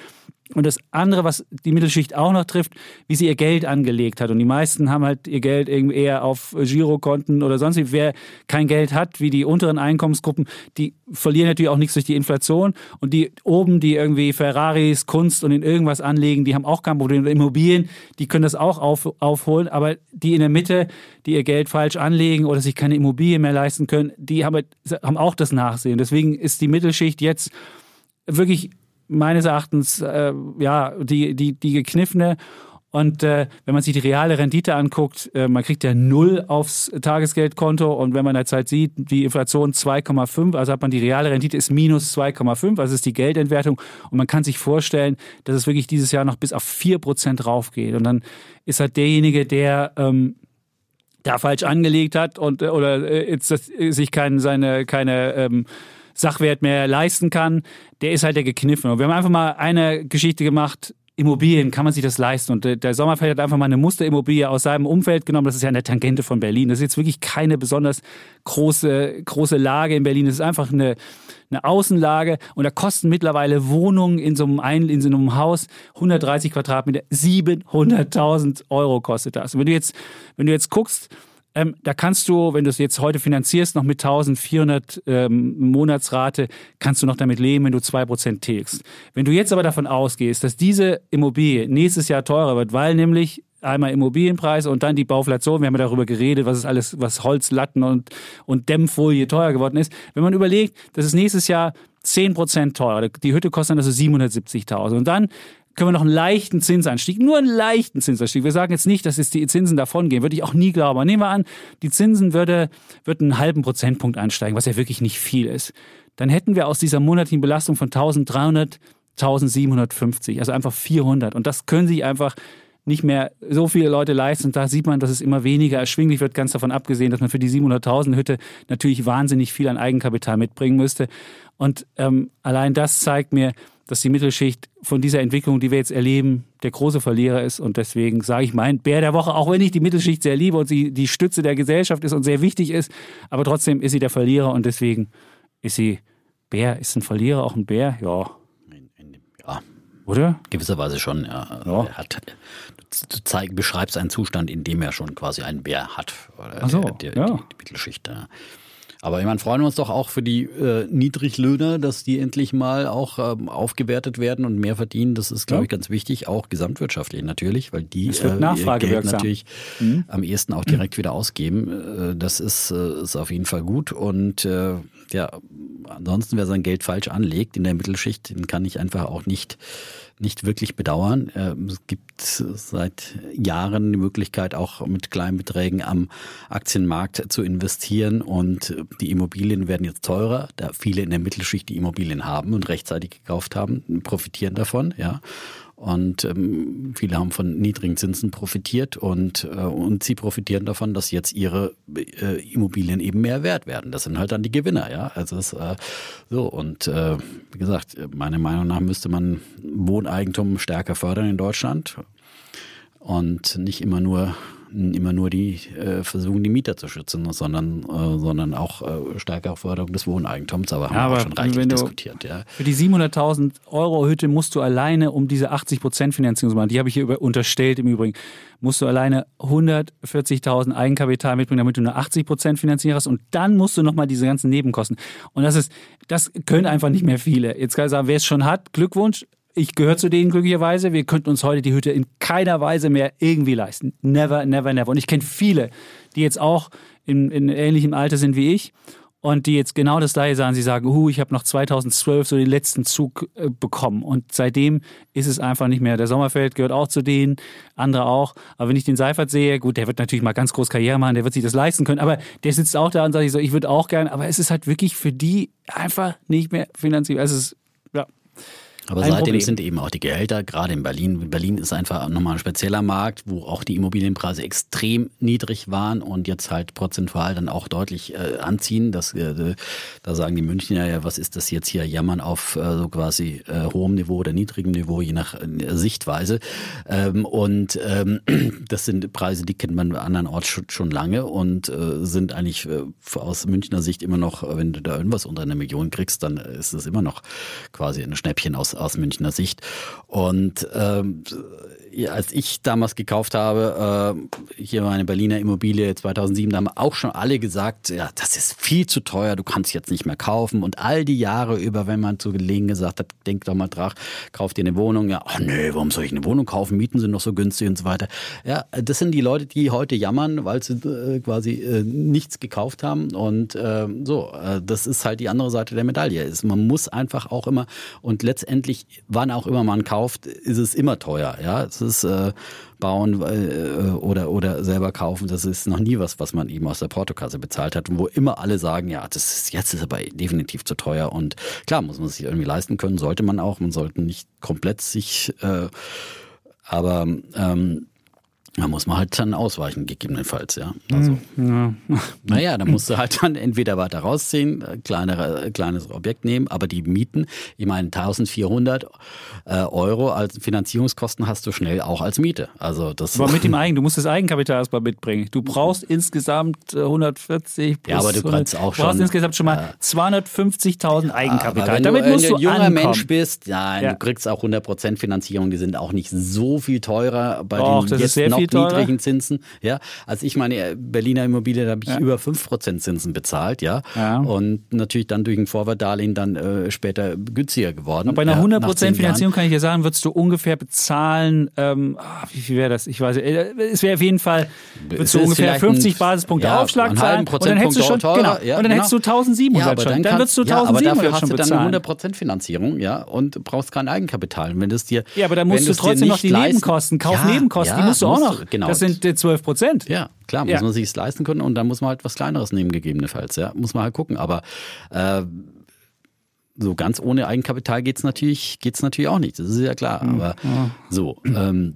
Und das andere, was die Mittelschicht auch noch trifft, wie sie ihr Geld angelegt hat. Und die meisten haben halt ihr Geld irgendwie eher auf Girokonten oder sonst wie. Wer kein Geld hat, wie die unteren Einkommensgruppen, die verlieren natürlich auch nichts durch die Inflation. Und die oben, die irgendwie Ferraris, Kunst und in irgendwas anlegen, die haben auch kein Problem. Immobilien, die können das auch auf, aufholen. Aber die in der Mitte, die ihr Geld falsch anlegen oder sich keine Immobilie mehr leisten können, die haben, haben auch das Nachsehen. Deswegen ist die Mittelschicht jetzt wirklich meines Erachtens äh, ja die, die, die gekniffene. Und äh, wenn man sich die reale Rendite anguckt, äh, man kriegt ja null aufs Tagesgeldkonto und wenn man jetzt halt sieht, die Inflation zwei Komma fünf, also hat man die reale Rendite ist minus zwei Komma fünf, also ist die Geldentwertung und man kann sich vorstellen, dass es wirklich dieses Jahr noch bis auf vier Prozent raufgeht und dann ist halt derjenige, der ähm, da falsch angelegt hat und oder äh, jetzt das, sich kein, seine keine ähm, Sachwert mehr leisten kann, der ist halt der gekniffen. Und wir haben einfach mal eine Geschichte gemacht, Immobilien, kann man sich das leisten? Und der Sommerfeld hat einfach mal eine Musterimmobilie aus seinem Umfeld genommen, das ist ja an der Tangente von Berlin. Das ist jetzt wirklich keine besonders große, große Lage in Berlin, das ist einfach eine, eine Außenlage und da kosten mittlerweile Wohnungen in so einem, Ein- in so einem Haus hundertdreißig Quadratmeter, siebenhunderttausend Euro kostet das. Und wenn du jetzt, wenn du jetzt guckst, Ähm, da kannst du, wenn du es jetzt heute finanzierst, noch mit eintausendvierhundert ähm, Monatsrate, kannst du noch damit leben, wenn du zwei Prozent tilgst. Wenn du jetzt aber davon ausgehst, dass diese Immobilie nächstes Jahr teurer wird, weil nämlich einmal Immobilienpreise und dann die Bauflation, wir haben ja darüber geredet, was ist alles, was Holz, Latten und, und Dämmfolie teuer geworden ist. Wenn man überlegt, dass es nächstes Jahr zehn Prozent teurer, die Hütte kostet also siebenhundertsiebzigtausend und dann können wir noch einen leichten Zinsanstieg, nur einen leichten Zinsanstieg. Wir sagen jetzt nicht, dass jetzt die Zinsen davon gehen, würde ich auch nie glauben. Aber nehmen wir an, die Zinsen würde, würden einen halben Prozentpunkt ansteigen, was ja wirklich nicht viel ist. Dann hätten wir aus dieser monatlichen Belastung von eintausenddreihundert, eintausendsiebenhundertfünfzig, also einfach vierhundert. Und das können sich einfach nicht mehr so viele Leute leisten. Und da sieht man, dass es immer weniger erschwinglich wird, ganz davon abgesehen, dass man für die siebenhunderttausend Hütte natürlich wahnsinnig viel an Eigenkapital mitbringen müsste. Und ähm, allein das zeigt mir, dass die Mittelschicht von dieser Entwicklung, die wir jetzt erleben, der große Verlierer ist. Und deswegen sage ich mein Bär der Woche, auch wenn ich die Mittelschicht sehr liebe und sie die Stütze der Gesellschaft ist und sehr wichtig ist, aber trotzdem ist sie der Verlierer und deswegen ist sie Bär. Ist ein Verlierer auch ein Bär? Ja. Ja. Oder? Gewisserweise schon, ja. ja. Er hat, du zeig, beschreibst einen Zustand, in dem er schon quasi einen Bär hat. Ach so, der, der, ja. die, die Mittelschicht, ja. Aber ich meine, freuen wir uns doch auch für die äh, Niedriglöhner, dass die endlich mal auch ähm, aufgewertet werden und mehr verdienen. Das ist, glaube ja. ich, ganz wichtig, auch gesamtwirtschaftlich natürlich, weil die es wird äh, Nachfrage ihr Geld wirksam. natürlich mhm. am ehesten auch direkt wieder ausgeben. Äh, das ist, äh, ist auf jeden Fall gut. Und äh, ja, ansonsten, wer sein Geld falsch anlegt in der Mittelschicht, den kann ich einfach auch nicht nicht wirklich bedauern. Es gibt seit Jahren die Möglichkeit, auch mit kleinen Beträgen am Aktienmarkt zu investieren und die Immobilien werden jetzt teurer, da viele in der Mittelschicht die Immobilien haben und rechtzeitig gekauft haben, profitieren davon, ja. Und ähm, viele haben von niedrigen Zinsen profitiert und, äh, und sie profitieren davon, dass jetzt ihre äh, Immobilien eben mehr wert werden. Das sind halt dann die Gewinner, ja. Also das, äh, so und äh, wie gesagt, meiner Meinung nach müsste man Wohneigentum stärker fördern in Deutschland und nicht immer nur immer nur die äh, versuchen, die Mieter zu schützen, sondern, äh, sondern auch äh, stärkere Förderung des Wohneigentums. Aber haben ja, wir auch schon reichlich diskutiert. Ja. Für die siebenhunderttausend Euro Hütte musst du alleine, um diese achtzig Prozent Finanzierung zu machen, die habe ich hier über, unterstellt im Übrigen, musst du alleine hundertvierzigtausend Eigenkapital mitbringen, damit du nur achtzig Prozent finanzieren hast und dann musst du nochmal diese ganzen Nebenkosten. Und das ist, das können einfach nicht mehr viele. Jetzt kann ich sagen, wer es schon hat, Glückwunsch. Ich gehöre zu denen glücklicherweise. Wir könnten uns heute die Hütte in keiner Weise mehr irgendwie leisten. Never, never, never. Und ich kenne viele, die jetzt auch in, in ähnlichem Alter sind wie ich und die jetzt genau das gleiche sagen. Sie sagen, uh, ich habe noch zweitausendzwölf so den letzten Zug äh, bekommen. Und seitdem ist es einfach nicht mehr. Der Sommerfeld gehört auch zu denen, andere auch. Aber wenn ich den Seifert sehe, gut, der wird natürlich mal ganz groß Karriere machen, der wird sich das leisten können. Aber der sitzt auch da und sagt, ich, so, ich würde auch gerne. Aber es ist halt wirklich für die einfach nicht mehr finanziell. Es ist, ja. Aber Ein seitdem Problem. sind eben auch die Gehälter, gerade in Berlin. Berlin ist einfach nochmal ein spezieller Markt, wo auch die Immobilienpreise extrem niedrig waren und jetzt halt prozentual dann auch deutlich äh, anziehen. Das, äh, da sagen die Münchner ja, was ist das jetzt hier, jammern auf äh, so quasi äh, hohem Niveau oder niedrigem Niveau, je nach äh, Sichtweise. Ähm, und ähm, das sind Preise, die kennt man andernorts schon, schon lange und äh, sind eigentlich äh, aus Münchner Sicht immer noch, wenn du da irgendwas unter einer Million kriegst, dann ist es immer noch quasi ein Schnäppchen aus aus Münchner Sicht. Und ähm, ja, als ich damals gekauft habe, äh, hier meine Berliner Immobilie zweitausendsieben, da haben auch schon alle gesagt, ja, das ist viel zu teuer, du kannst jetzt nicht mehr kaufen. Und all die Jahre über, wenn man zu Gelegen gesagt hat, denk doch mal dran, kauf dir eine Wohnung. Ja, ach nee, warum soll ich eine Wohnung kaufen? Mieten sind noch so günstig und so weiter. Ja, das sind die Leute, die heute jammern, weil sie äh, quasi äh, nichts gekauft haben. Und äh, so, äh, das ist halt die andere Seite der Medaille. Ist, man muss einfach auch immer, und letztendlich, wann auch immer man kauft, ist es immer teuer. Ja, es ist äh, bauen äh, oder, oder selber kaufen, das ist noch nie was, was man eben aus der Portokasse bezahlt hat und wo immer alle sagen, ja, das ist jetzt ist aber definitiv zu teuer und klar, muss man sich irgendwie leisten können, sollte man auch, man sollte nicht komplett sich, äh, aber ähm, da muss man halt dann ausweichen, gegebenenfalls, ja. Also, ja. Naja, da musst du halt dann entweder weiter rausziehen, kleinere, kleines Objekt nehmen, aber die Mieten, ich meine, eintausendvierhundert äh, Euro als Finanzierungskosten hast du schnell auch als Miete. Also das aber mit dem Eigen, du musst das Eigenkapital erstmal mitbringen. Du brauchst insgesamt hundertvierzig plus, ja, aber du kannst auch schon. Du brauchst insgesamt schon mal äh, zweihundertfünfzigtausend Eigenkapital. Aber wenn Damit du musst ein du junger ankommen. Mensch bist, nein, ja. Du kriegst auch hundert Prozent Finanzierung, die sind auch nicht so viel teurer bei Och, den jetzt noch teurer. niedrigen Zinsen. Ja, als ich meine Berliner Immobilie, da habe ich ja. über fünf Prozent Zinsen bezahlt, ja? ja. Und natürlich dann durch ein Vorwartdarlehen dann äh, später günstiger geworden. Aber bei einer ja, hundert Prozent Finanzierung kann ich dir sagen, würdest du ungefähr bezahlen, ähm, wie viel wäre das? Ich weiß nicht, es wäre auf jeden Fall, würdest du ungefähr fünfzig Basispunkte ja, Aufschlag zahlen und dann hättest du schon, teurer, genau, ja, und dann genau. hättest du eintausendsiebenhundert ja, schon. Dann, dann kannst, würdest du eintausendsiebenhundert ja, aber dafür hast schon du dann bezahlen. eine hundert Prozent Finanzierung, ja, und brauchst kein Eigenkapital. Wenn das dir, ja, aber dann musst du trotzdem noch die Nebenkosten, Kaufnebenkosten, ja, die musst du auch noch. Genau. Das sind zwölf Prozent. Ja, klar, muss ja. man sich es leisten können und dann muss man halt was Kleineres nehmen, gegebenenfalls. Ja, muss man halt gucken. Aber äh, so ganz ohne Eigenkapital geht's natürlich, geht's natürlich auch nicht. Das ist ja klar. Aber ja. so. Ähm,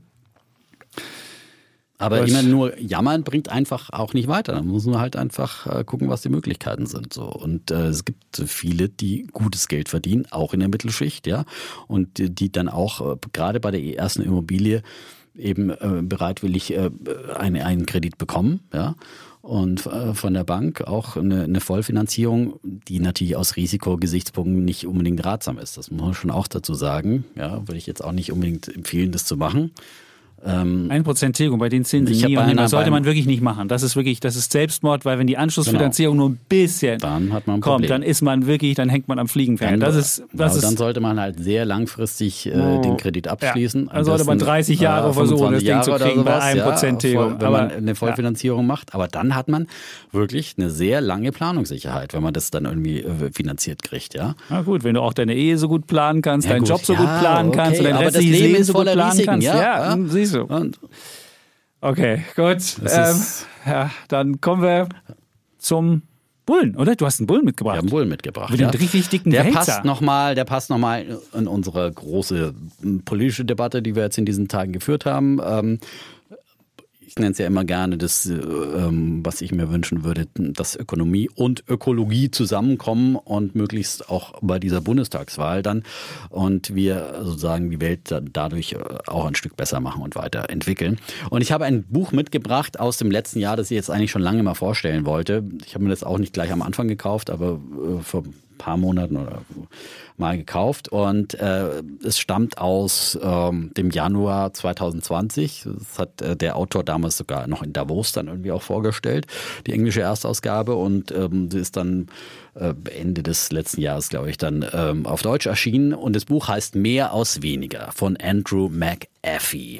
aber was? Immer nur jammern bringt einfach auch nicht weiter. Da muss man halt einfach äh, gucken, was die Möglichkeiten sind. So. Und äh, es gibt viele, die gutes Geld verdienen, auch in der Mittelschicht, ja. Und die, die dann auch äh, gerade bei der ersten Immobilie eben äh, bereitwillig äh, einen, einen Kredit bekommen, ja. Und äh, von der Bank auch eine, eine Vollfinanzierung, die natürlich aus Risikogesichtspunkten nicht unbedingt ratsam ist. Das muss man schon auch dazu sagen. Ja, würde ich jetzt auch nicht unbedingt empfehlen, das zu machen. ein Prozent Tilgung bei den Zinsen nie und das sollte man wirklich nicht machen. Das ist wirklich, das ist Selbstmord, weil wenn die Anschlussfinanzierung genau. nur ein bisschen dann hat man ein kommt, dann ist man wirklich, dann hängt man am Fliegenfänger. Das ist, das also ist, dann sollte man halt sehr langfristig äh, oh. den Kredit abschließen. Ja. Dann sollte man dreißig Jahre äh, versuchen, das Ding zu kriegen sowas, bei einem Prozent Tilgung. Ja, wenn man eine Vollfinanzierung ja. macht. Aber dann hat man wirklich eine sehr lange Planungssicherheit, wenn man das dann irgendwie äh, finanziert kriegt. Ja? Na gut, wenn du auch deine Ehe so gut planen kannst, ja, deinen gut. Job so ja, gut planen okay. kannst und dein aber restliches das Leben Leben ist so gut planen Risiken, kannst. Ja, ja, ja. siehst du. Und okay, gut. Ähm, ja, dann kommen wir zum Bullen, oder? Du hast einen Bullen mitgebracht. Ich habe einen Bullen mitgebracht. Mit ja. dem richtig dicken der Wälzer. passt noch mal, der passt nochmal in unsere große politische Debatte, die wir jetzt in diesen Tagen geführt haben. Ähm, Ich nenne es ja immer gerne das, ähm, was ich mir wünschen würde, dass Ökonomie und Ökologie zusammenkommen und möglichst auch bei dieser Bundestagswahl dann und wir sozusagen die Welt dadurch auch ein Stück besser machen und weiterentwickeln. Und ich habe ein Buch mitgebracht aus dem letzten Jahr, das ich jetzt eigentlich schon lange mal vorstellen wollte. Ich habe mir das auch nicht gleich am Anfang gekauft, aber äh, vor paar Monaten oder mal gekauft und äh, es stammt aus ähm, dem Januar zwanzig zwanzig. Das hat äh, der Autor damals sogar noch in Davos dann irgendwie auch vorgestellt, die englische Erstausgabe und ähm, sie ist dann äh, Ende des letzten Jahres, glaube ich, dann ähm, auf Deutsch erschienen und das Buch heißt Mehr aus Weniger von Andrew McAfee.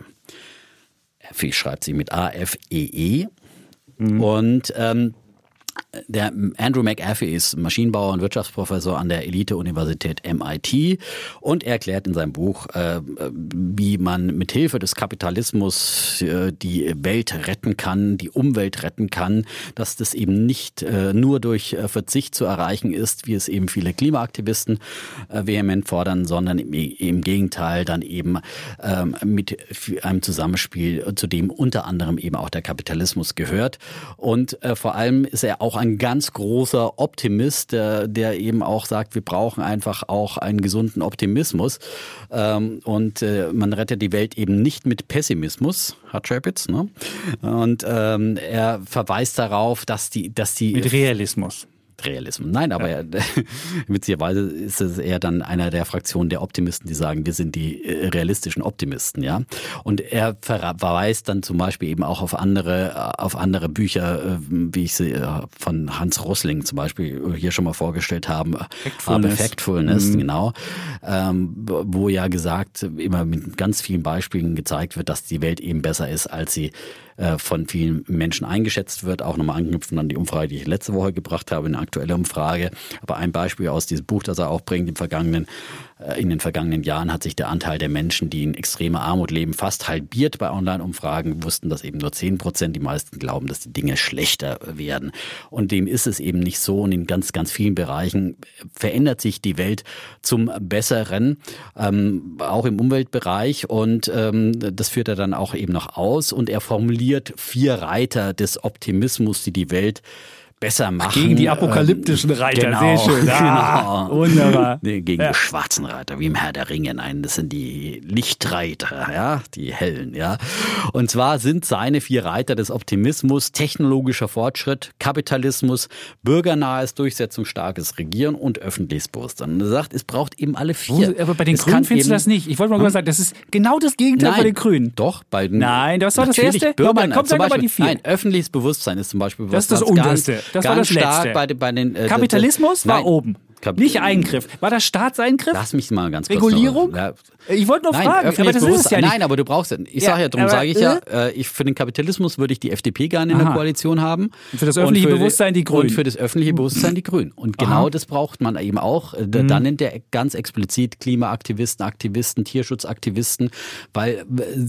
Affee schreibt sie mit A F E E mhm. und ähm, der Andrew McAfee ist Maschinenbauer und Wirtschaftsprofessor an der Elite-Universität M I T und er erklärt in seinem Buch, äh, wie man mit Hilfe des Kapitalismus äh, die Welt retten kann, die Umwelt retten kann, dass das eben nicht äh, nur durch äh, Verzicht zu erreichen ist, wie es eben viele Klimaaktivisten äh, vehement fordern, sondern im, im Gegenteil dann eben ähm, mit einem Zusammenspiel, zu dem unter anderem eben auch der Kapitalismus gehört und äh, vor allem ist er auch ein ganz großer Optimist, der, der eben auch sagt, wir brauchen einfach auch einen gesunden Optimismus. Ähm, und äh, man rettet die Welt eben nicht mit Pessimismus, hat Chapitz, ne? Und ähm, er verweist darauf, dass die, dass die mit Realismus. Realismus. Nein, aber ja. er, witzigerweise ist es eher dann einer der Fraktionen der Optimisten, die sagen, wir sind die realistischen Optimisten, ja. Und er verweist dann zum Beispiel eben auch auf andere, auf andere Bücher, wie ich sie von Hans Rosling zum Beispiel hier schon mal vorgestellt habe. Factfulness. Factfulness, mhm. genau. Ähm, wo ja gesagt, immer mit ganz vielen Beispielen gezeigt wird, dass die Welt eben besser ist, als sie von vielen Menschen eingeschätzt wird. Auch nochmal anknüpfen an die Umfrage, die ich letzte Woche gebracht habe, eine aktuelle Umfrage. Aber ein Beispiel aus diesem Buch, das er auch bringt, im vergangenen, in den vergangenen Jahren hat sich der Anteil der Menschen, die in extremer Armut leben, fast halbiert. Bei Online-Umfragen wussten das eben nur zehn Prozent. Die meisten glauben, dass die Dinge schlechter werden. Und dem ist es eben nicht so. Und in ganz, ganz vielen Bereichen verändert sich die Welt zum Besseren, ähm, auch im Umweltbereich. Und ähm, das führt er dann auch eben noch aus. Und er formuliert vier Reiter des Optimismus, die die Welt besser machen. Gegen die apokalyptischen Reiter, genau, sehr schön. Ah, genau. Wunderbar. Nee, gegen ja. die schwarzen Reiter, wie im Herr der Ringe. Nein, das sind die Lichtreiter, ja, die hellen, ja. Und zwar sind seine vier Reiter des Optimismus technologischer Fortschritt, Kapitalismus, bürgernahes, durchsetzungsstarkes Regieren und öffentliches Bewusstsein. Und er sagt, es braucht eben alle vier. Aber bei den es Grünen findest du das nicht. Ich wollte mal hm? sagen, das ist genau das Gegenteil Nein, von den Grünen. Doch, bei den Nein, das war das natürlich Erste. Bürgern, Nochmal, komm, sag mal die vier. Nein, öffentliches Bewusstsein ist zum Beispiel was das ist das ganz, Unterste. Das ganz war das stark Letzte. bei den, bei den äh, Kapitalismus das, war nein, oben. Kap- Nicht Eingriff. War das Staatseingriff? Lass mich mal ganz kurz. Regulierung? Noch, ja. Ich wollte nur Nein, fragen, aber das ist es ja nicht. Nein, aber du brauchst ja, ich Ja, sage ja, darum aber, sage ich ja, äh? äh, ich, für den Kapitalismus würde ich die F D P gerne in Aha. der Koalition haben. Und für das öffentliche für Bewusstsein die Grünen. Und für das öffentliche Bewusstsein die Grünen. Und genau Aha. das braucht man eben auch. Mhm. Dann nennt er ganz explizit Klimaaktivisten, Aktivisten, Tierschutzaktivisten, weil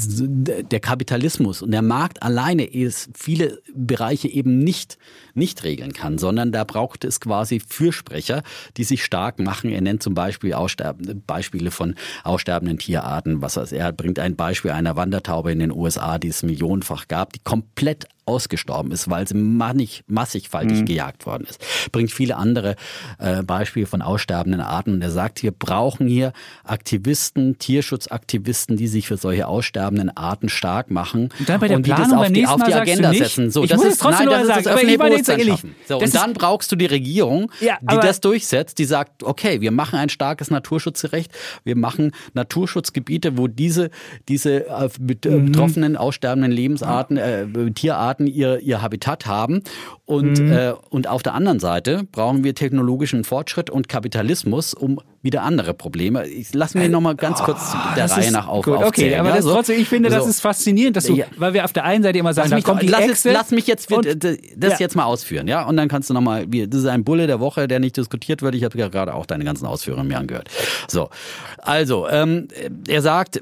der Kapitalismus und der Markt alleine ist viele Bereiche eben nicht, nicht regeln kann, sondern da braucht es quasi Fürsprecher, die sich stark machen. Er nennt zum Beispiel Aussterben, Beispiele von aussterbenden Tierarten. Was weiß er, bringt ein Beispiel einer Wandertaube in den U S A, die es millionenfach gab, die komplett ausgestorben ist, weil sie massig, massigfaltig mhm. gejagt worden ist. Bringt viele andere äh, Beispiele von aussterbenden Arten. Und er sagt, wir brauchen hier Aktivisten, Tierschutzaktivisten, die sich für solche aussterbenden Arten stark machen. Und dann bei der und die Planung das auf beim die, nächsten auf die Mal Agenda sagst du setzen. So, ich das muss ist, es trotzdem nein, noch das sagen, ist das aber öffentliche ich meine jetzt Bewusstsein ehrlich, schaffen. So, das und dann brauchst du die Regierung, Ja, die aber- das durchsetzt, die sagt, okay, wir machen ein starkes Naturschutzrecht, wir machen Naturschutzgebiete, wo diese, diese äh, bet- Mhm. betroffenen, aussterbenden Lebensarten, äh, Tierarten ihr, ihr Habitat haben. Und, Mhm. äh, und auf der anderen Seite brauchen wir technologischen Fortschritt und Kapitalismus, um wieder andere Probleme. Ich lass mir noch mal ganz kurz der Das Reihe ist nach auf, gut, aufzählen. Okay, aber ja, das so. trotzdem, ich finde, das So. ist faszinierend, dass du, Ja. weil wir auf der einen Seite immer sagen, Lass da mich, kommt die lass, Echse. jetzt, lass mich jetzt und- das ja. jetzt mal ausführen, ja? Und dann kannst du nochmal, das ist ein Bulle der Woche, der nicht diskutiert wird. Ich habe ja gerade auch deine ganzen Ausführungen mir angehört. So, also, ähm, er sagt,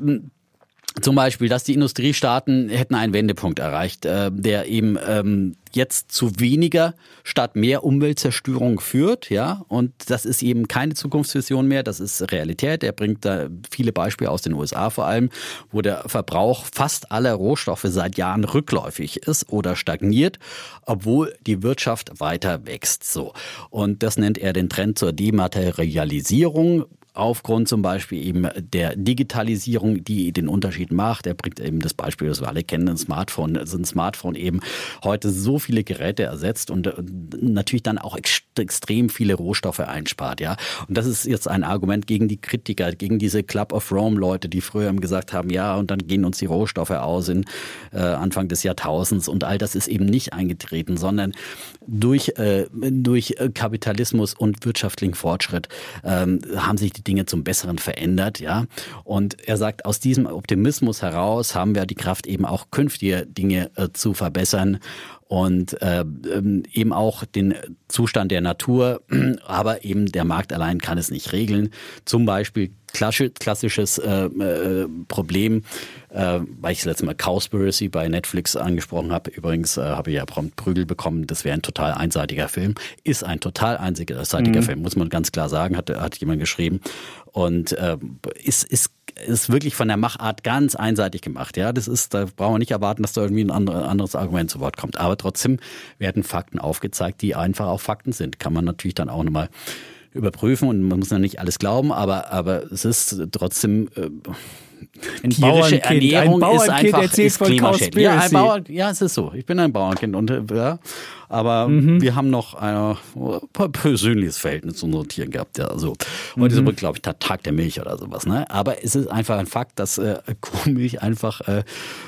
zum Beispiel, dass die Industriestaaten hätten einen Wendepunkt erreicht, äh, der eben ähm, jetzt zu weniger statt mehr Umweltzerstörung führt, ja. Und das ist eben keine Zukunftsvision mehr, das ist Realität. Er bringt da viele Beispiele aus den U S A vor allem, wo der Verbrauch fast aller Rohstoffe seit Jahren rückläufig ist oder stagniert, obwohl die Wirtschaft weiter wächst. So. Und das nennt er den Trend zur Dematerialisierung. Aufgrund zum Beispiel eben der Digitalisierung, die den Unterschied macht. Er bringt eben das Beispiel, das wir alle kennen, ein Smartphone, also ein Smartphone eben heute so viele Geräte ersetzt und natürlich dann auch ex- extrem viele Rohstoffe einspart, ja. Und das ist jetzt ein Argument gegen die Kritiker, gegen diese Club of Rome Leute, die früher gesagt haben, ja, und dann gehen uns die Rohstoffe aus in äh, Anfang des Jahrtausends und all das ist eben nicht eingetreten, sondern durch, äh, durch Kapitalismus und wirtschaftlichen Fortschritt ähm, haben sich die Dinge zum Besseren verändert, ja. Und er sagt, aus diesem Optimismus heraus haben wir die Kraft, eben auch künftige Dinge äh, zu verbessern und äh, eben auch den Zustand der Natur, aber eben der Markt allein kann es nicht regeln. Zum Beispiel klassisches äh, äh, Problem, äh, weil ich das letzte Mal Cowspiracy bei Netflix angesprochen habe. Übrigens äh, habe ich ja prompt Prügel bekommen, das wäre ein total einseitiger Film. Ist ein total einseitiger mhm. Film, muss man ganz klar sagen, hat, hat jemand geschrieben. Und äh, ist, ist ist wirklich von der Machart ganz einseitig gemacht. Ja, das ist, da brauchen wir nicht erwarten, dass da irgendwie ein anderes Argument zu Wort kommt. Aber trotzdem werden Fakten aufgezeigt, die einfach auch Fakten sind. Kann man natürlich dann auch nochmal überprüfen und man muss ja nicht alles glauben, aber, aber es ist trotzdem äh, ein tierische Bauernkind, Ernährung ein ist einfach erzählt ist von klimaschädlich. Ja, ein Cowspiracy. Bauer, ja, es ist so. Ich bin ein Bauernkind und ja, aber mhm. wir haben noch ein persönliches Verhältnis zu unseren Tieren gehabt. Ja, so. Heute mhm. ist, glaube ich, der Tag der Milch oder sowas. Ne? Aber es ist einfach ein Fakt, dass äh, Kuhmilch einfach äh,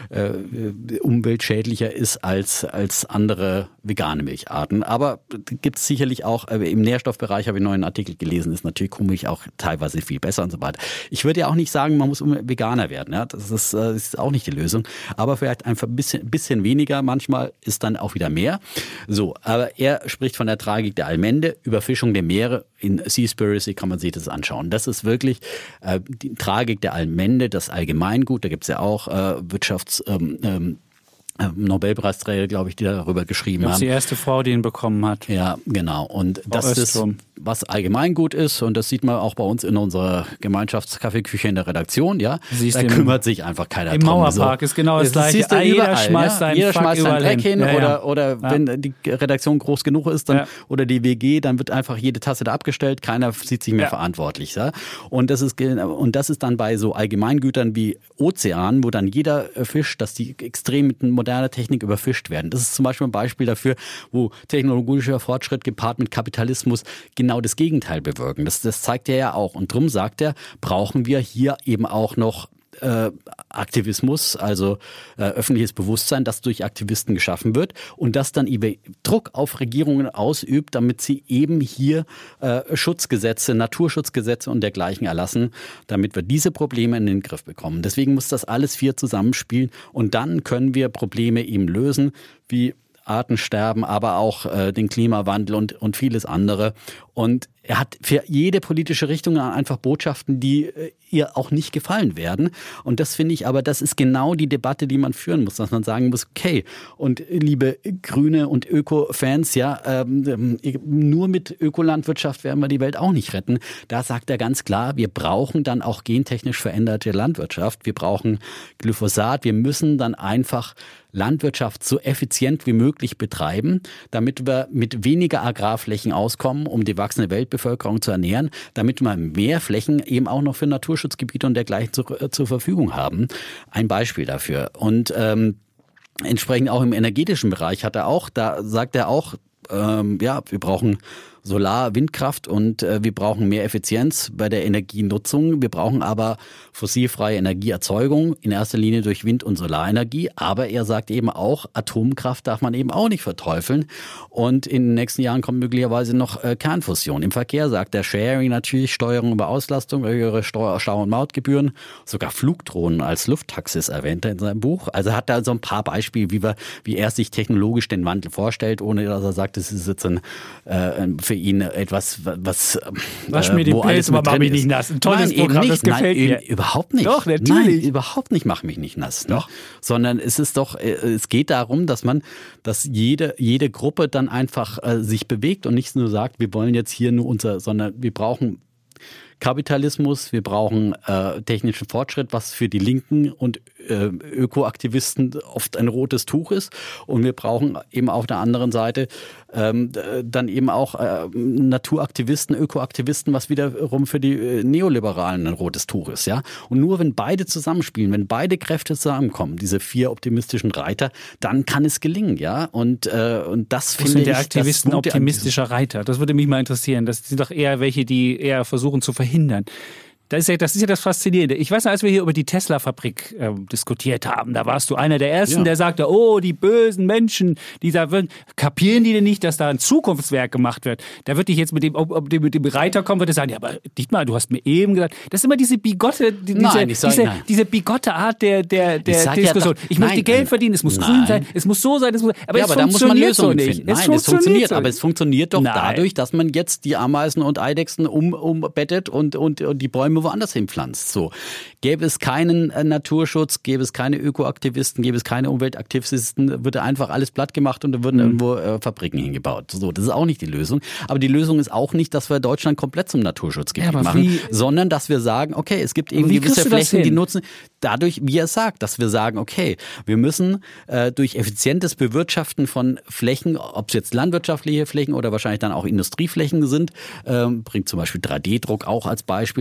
äh, umweltschädlicher ist als, als andere vegane Milcharten. Aber gibt es sicherlich auch, äh, im Nährstoffbereich habe ich noch einen Artikel gelesen, ist natürlich Kuhmilch auch teilweise viel besser und so weiter. Ich würde ja auch nicht sagen, man muss Veganer werden. Ja? Das ist, äh, das ist auch nicht die Lösung. Aber vielleicht einfach ein bisschen, bisschen weniger manchmal ist dann auch wieder mehr. So, aber er spricht von der Tragik der Allmende, Überfischung der Meere. In Seaspiracy kann man sich das anschauen. Das ist wirklich äh, die Tragik der Allmende, das Allgemeingut. Da gibt es ja auch äh, Wirtschafts... Ähm, ähm, Nobelpreisträger, glaube ich, die darüber geschrieben das haben. Das ist die erste Frau, die ihn bekommen hat. Ja, genau. Und Frau das Östrom. ist, was Allgemeingut ist, und das sieht man auch bei uns in unserer Gemeinschaftskaffeeküche in der Redaktion, ja. Siehst da im, kümmert sich einfach keiner im drum. Im Mauerpark so. Ist genau das, das Gleiche. Ah, jeder überall, schmeißt ja? seinen Jeder Fuck schmeißt seinen Dreck hin, ja, oder, ja. oder ja. wenn die Redaktion groß genug ist, dann, ja. oder die W G, dann wird einfach jede Tasse da abgestellt, keiner sieht sich mehr ja. verantwortlich. Ja? Und, das ist, und das ist dann bei so Allgemeingütern wie Ozeanen, wo dann jeder Fisch, dass die extrem mit moderner Technik überfischt werden. Das ist zum Beispiel ein Beispiel dafür, wo technologischer Fortschritt gepaart mit Kapitalismus genau das Gegenteil bewirken. Das, das zeigt er ja auch. Und drum sagt er, brauchen wir hier eben auch noch Äh, Aktivismus, also äh, öffentliches Bewusstsein, das durch Aktivisten geschaffen wird und das dann eben Druck auf Regierungen ausübt, damit sie eben hier äh, Schutzgesetze, Naturschutzgesetze und dergleichen erlassen, damit wir diese Probleme in den Griff bekommen. Deswegen muss das alles vier zusammenspielen und dann können wir Probleme eben lösen, wie Artensterben, aber auch äh, den Klimawandel und, und vieles andere. Und er hat für jede politische Richtung einfach Botschaften, die äh, ihr auch nicht gefallen werden. Und das finde ich aber, das ist genau die Debatte, die man führen muss, dass man sagen muss, okay, und liebe Grüne und Öko-Fans, ja, ähm, nur mit Ökolandwirtschaft werden wir die Welt auch nicht retten. Da sagt er ganz klar, wir brauchen dann auch gentechnisch veränderte Landwirtschaft. Wir brauchen Glyphosat. Wir müssen dann einfach Landwirtschaft so effizient wie möglich betreiben, damit wir mit weniger Agrarflächen auskommen, um die wachsende Weltbevölkerung zu ernähren, damit wir mehr Flächen eben auch noch für Naturschutzgebiete und dergleichen zu, äh, zur Verfügung haben. Ein Beispiel dafür. Und ähm, entsprechend auch im energetischen Bereich hat er auch, da sagt er auch, ähm, ja, wir brauchen Solar-, Windkraft und äh, wir brauchen mehr Effizienz bei der Energienutzung. Wir brauchen aber fossilfreie Energieerzeugung, in erster Linie durch Wind- und Solarenergie. Aber er sagt eben auch, Atomkraft darf man eben auch nicht verteufeln. Und in den nächsten Jahren kommt möglicherweise noch äh, Kernfusion. Im Verkehr sagt er Sharing natürlich, Steuerung über Auslastung, höhere Steu- Stau- und Mautgebühren. Sogar Flugdrohnen als Lufttaxis erwähnt er in seinem Buch. Also hat er so ein paar Beispiele, wie, wir, wie er sich technologisch den Wandel vorstellt, ohne dass er sagt, das ist jetzt ein, äh, für ihn etwas, was Wasch mir die Pelz, aber mach mich nicht nass. Ein tolles Nein, Programm, nicht. das gefällt Nein, mir. Überhaupt nicht. Doch, natürlich. Nein, überhaupt nicht, mach mich nicht nass. Doch. Ne? Sondern es ist doch, es geht darum, dass man, dass jede, jede Gruppe dann einfach äh, sich bewegt und nicht nur sagt, wir wollen jetzt hier nur unser, sondern wir brauchen Kapitalismus, wir brauchen äh, technischen Fortschritt, was für die Linken und äh, Ökoaktivisten oft ein rotes Tuch ist. Und wir brauchen eben auf der anderen Seite ähm, dann eben auch äh, Naturaktivisten, Ökoaktivisten, was wiederum für die äh, Neoliberalen ein rotes Tuch ist. Ja? Und nur wenn beide zusammenspielen, wenn beide Kräfte zusammenkommen, diese vier optimistischen Reiter, dann kann es gelingen. Ja? Und, äh, und das Wo finde sind ich... der Aktivisten das optimistischer Reiter? Das würde mich mal interessieren. Das sind doch eher welche, die eher versuchen zu verhindern. Das ist, ja, das ist ja das Faszinierende. Ich weiß noch, als wir hier über die Tesla-Fabrik äh, diskutiert haben, da warst du einer der Ersten, ja. der sagte, oh, die bösen Menschen, die da würden, kapieren die denn nicht, dass da ein Zukunftswerk gemacht wird? Da würde ich jetzt mit dem, ob, ob die mit dem Reiter kommen, würde sagen, ja, aber Dietmar, du hast mir eben gesagt, das ist immer diese bigotte, die, nein, diese, ich sag, diese, nein. diese bigotte Art der, der, der ich Diskussion. Ja, ich nein, möchte Geld verdienen, es muss nein. grün sein, es muss so sein, es muss, aber ja, es aber da muss man funktioniert Lösungen so nicht. finden. Es Nein, funktioniert es funktioniert, so aber es funktioniert doch nein. dadurch, dass man jetzt die Ameisen und Eidechsen um, umbettet und, und, und die Bäume woanders hinpflanzt. So. Gäbe es keinen äh, Naturschutz, gäbe es keine Ökoaktivisten, gäbe es keine Umweltaktivisten, würde einfach alles platt gemacht und da würden mhm. irgendwo äh, Fabriken hingebaut. So, das ist auch nicht die Lösung. Aber die Lösung ist auch nicht, dass wir Deutschland komplett zum Naturschutzgebiet ja, machen, wie, sondern dass wir sagen, okay, es gibt eben gewisse Flächen, die nutzen, dadurch, wie er sagt, dass wir sagen, okay, wir müssen äh, durch effizientes Bewirtschaften von Flächen, ob es jetzt landwirtschaftliche Flächen oder wahrscheinlich dann auch Industrieflächen sind, ähm, bringt zum Beispiel drei D Druck auch als Beispiel dafür,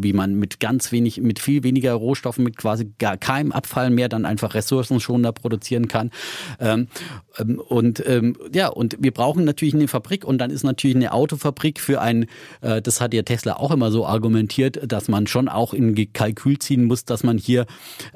wie man mit ganz wenig, mit viel weniger Rohstoffen, mit quasi gar keinem Abfall mehr dann einfach ressourcenschonender produzieren kann. Ähm, und ähm, ja, und wir brauchen natürlich eine Fabrik und dann ist natürlich eine Autofabrik für ein, äh, das hat ja Tesla auch immer so argumentiert, dass man schon auch in Kalkül ziehen muss, dass man hier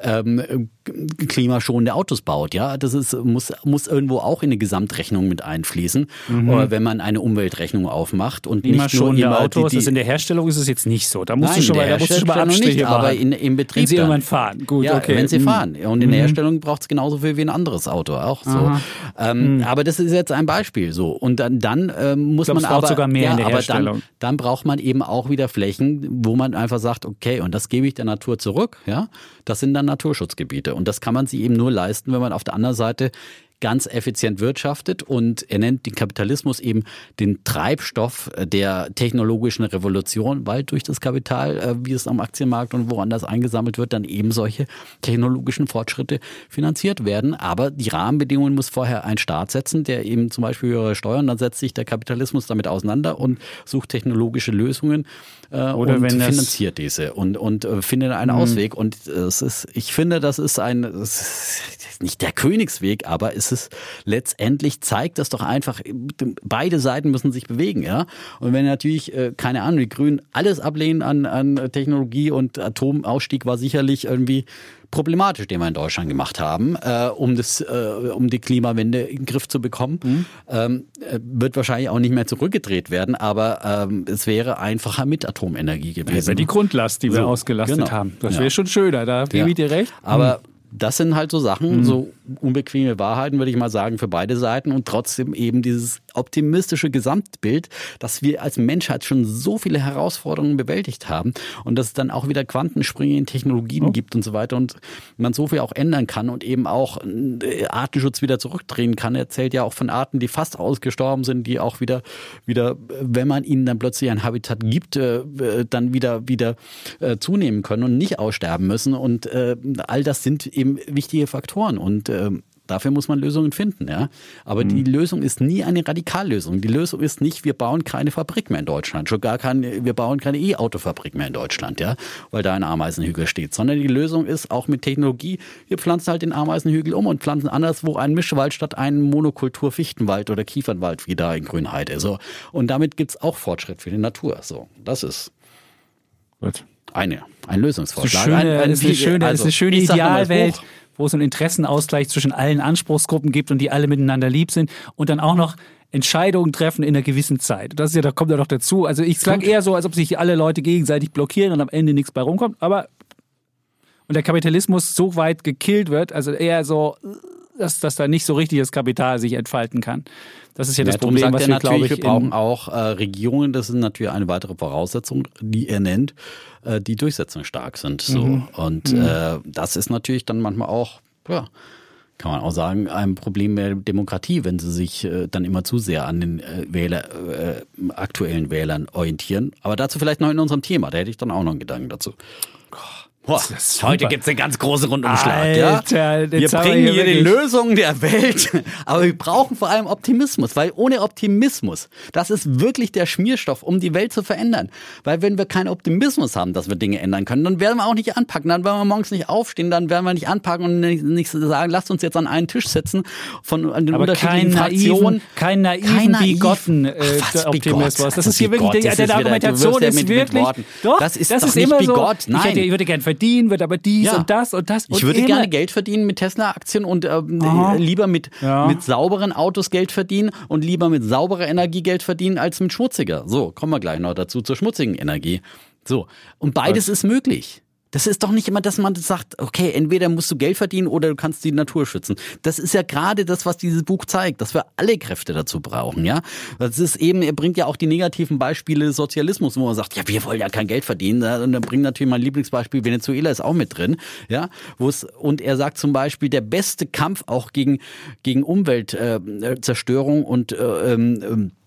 ähm, klimaschonende Autos baut. Ja, das ist, muss, muss irgendwo auch in eine Gesamtrechnung mit einfließen, mhm. oder wenn man eine Umweltrechnung aufmacht und nicht nur immer Autos, die, die, das in der Herstellung ist es jetzt nicht so. Da musst nein, du schon mal, da musst du schon mal Abstriche machen. Aber in, im Betrieb wenn sie dann. irgendwann fahren. Gut, ja, okay. wenn sie mhm. fahren. Und in mhm. der Herstellung braucht es genauso viel wie ein anderes Auto auch. So. Ähm, mhm. Aber das ist jetzt ein Beispiel so. Und dann, dann ähm, muss ich glaub, man es braucht aber sogar mehr ja, in der aber Herstellung. Dann, dann braucht man eben auch wieder Flächen, wo man einfach sagt, okay, und das gebe ich der Natur zurück. Ja, das sind dann Naturschutzgebiete. Und das kann man sich eben nur leisten, wenn man auf der anderen Seite ganz effizient wirtschaftet, und er nennt den Kapitalismus eben den Treibstoff der technologischen Revolution, weil durch das Kapital, wie es am Aktienmarkt und woanders eingesammelt wird, dann eben solche technologischen Fortschritte finanziert werden. Aber die Rahmenbedingungen muss vorher ein Staat setzen, der eben zum Beispiel höhere Steuern, dann setzt sich der Kapitalismus damit auseinander und sucht technologische Lösungen äh, Oder und wenn finanziert diese und, und äh, findet einen mhm. Ausweg. Und es ist, ich finde, das ist ein, es ist nicht der Königsweg, aber es ist letztendlich, zeigt das doch einfach, beide Seiten müssen sich bewegen, ja. Und wenn natürlich, äh, keine Ahnung, die Grünen alles ablehnen an, an Technologie, und Atomausstieg war sicherlich irgendwie problematisch, den wir in Deutschland gemacht haben, äh, um das, äh, um die Klimawende in den Griff zu bekommen, mhm. ähm, wird wahrscheinlich auch nicht mehr zurückgedreht werden, aber ähm, es wäre einfacher mit Atomenergie gewesen. Das wäre die Grundlast, die wir so, ausgelastet genau. haben. Das wäre ja. schon schöner, da gebe ja. ich dir recht. Aber mhm. das sind halt so Sachen, mhm. so unbequeme Wahrheiten, würde ich mal sagen, für beide Seiten, und trotzdem eben dieses optimistische Gesamtbild, dass wir als Menschheit schon so viele Herausforderungen bewältigt haben und dass es dann auch wieder Quantensprünge in Technologien oh. gibt und so weiter und man so viel auch ändern kann und eben auch Artenschutz wieder zurückdrehen kann. Er erzählt ja auch von Arten, die fast ausgestorben sind, die auch wieder, wieder, wenn man ihnen dann plötzlich ein Habitat gibt, dann wieder, wieder zunehmen können und nicht aussterben müssen, und all das sind eben wichtige Faktoren, und äh, dafür muss man Lösungen finden, ja. Aber mhm. die Lösung ist nie eine Radikallösung. Die Lösung ist nicht, wir bauen keine Fabrik mehr in Deutschland, schon gar keine, wir bauen keine E-Auto-Fabrik mehr in Deutschland, ja, weil da ein Ameisenhügel steht, sondern die Lösung ist auch mit Technologie, wir pflanzen halt den Ameisenhügel um und pflanzen anderswo einen Mischwald statt einen Monokultur-Fichtenwald oder Kiefernwald wie da in Grünheide, so. Und damit gibt's auch Fortschritt für die Natur, so. Das ist gut. Eine, ein Lösungsvorschlag. Das ist eine schöne, ein, ein, ist eine schöne, also, ist eine schöne Idealwelt, wo es einen Interessenausgleich zwischen allen Anspruchsgruppen gibt und die alle miteinander lieb sind und dann auch noch Entscheidungen treffen in einer gewissen Zeit. Das ist ja, da kommt ja noch dazu. Also ich sage eher so, als ob sich alle Leute gegenseitig blockieren und am Ende nichts bei rumkommt. Aber und der Kapitalismus so weit gekillt wird, also eher so, dass, dass da nicht so richtig das Kapital sich entfalten kann. Das ist ja das ja, Problem, was wir, glaube ich, wir brauchen auch äh, Regierungen, das ist natürlich eine weitere Voraussetzung, die er nennt, äh, die durchsetzungsstark sind. So. Mhm. Und mhm. äh, das ist natürlich dann manchmal auch, ja, kann man auch sagen, ein Problem der Demokratie, wenn sie sich äh, dann immer zu sehr an den äh, Wähler, äh, aktuellen Wählern orientieren. Aber dazu vielleicht noch in unserem Thema, da hätte ich dann auch noch einen Gedanken dazu. Boah, heute gibt's einen ganz großen Rundumschlag. Alter, ja? Wir bringen hier, hier die Lösungen der Welt, aber wir brauchen vor allem Optimismus, weil ohne Optimismus, das ist wirklich der Schmierstoff, um die Welt zu verändern. Weil wenn wir keinen Optimismus haben, dass wir Dinge ändern können, dann werden wir auch nicht anpacken, dann werden wir morgens nicht aufstehen, dann werden wir nicht anpacken und nicht, nicht sagen, lasst uns jetzt an einen Tisch setzen von an den aber unterschiedlichen kein Fraktionen. Kein naiven, kein naiven bigotten äh, Ach, Optimismus. Das also ist hier bigot, wirklich, der, der Argumentation ist wirklich, doch, das ist das doch ist nicht immer bigot, so, nein. Ich, hätte, ich würde gerne verdienen, würde aber dies ja. und das und das. Und ich würde immer. gerne Geld verdienen mit Tesla-Aktien und ähm, lieber mit, ja. mit sauberen Autos Geld verdienen und lieber mit sauberer Energie Geld verdienen als mit schmutziger. So, kommen wir gleich noch dazu, zur schmutzigen Energie. So, und beides Was? ist möglich. Das ist doch nicht immer, dass man sagt, okay, entweder musst du Geld verdienen oder du kannst die Natur schützen. Das ist ja gerade das, was dieses Buch zeigt, dass wir alle Kräfte dazu brauchen, ja. Das ist eben, er bringt ja auch die negativen Beispiele des Sozialismus, wo man sagt, ja, wir wollen ja kein Geld verdienen. Und dann bringt natürlich mein Lieblingsbeispiel Venezuela ist auch mit drin, ja. Wo es, und er sagt zum Beispiel, der beste Kampf auch gegen, gegen Umweltzerstörung äh, und, äh, ähm,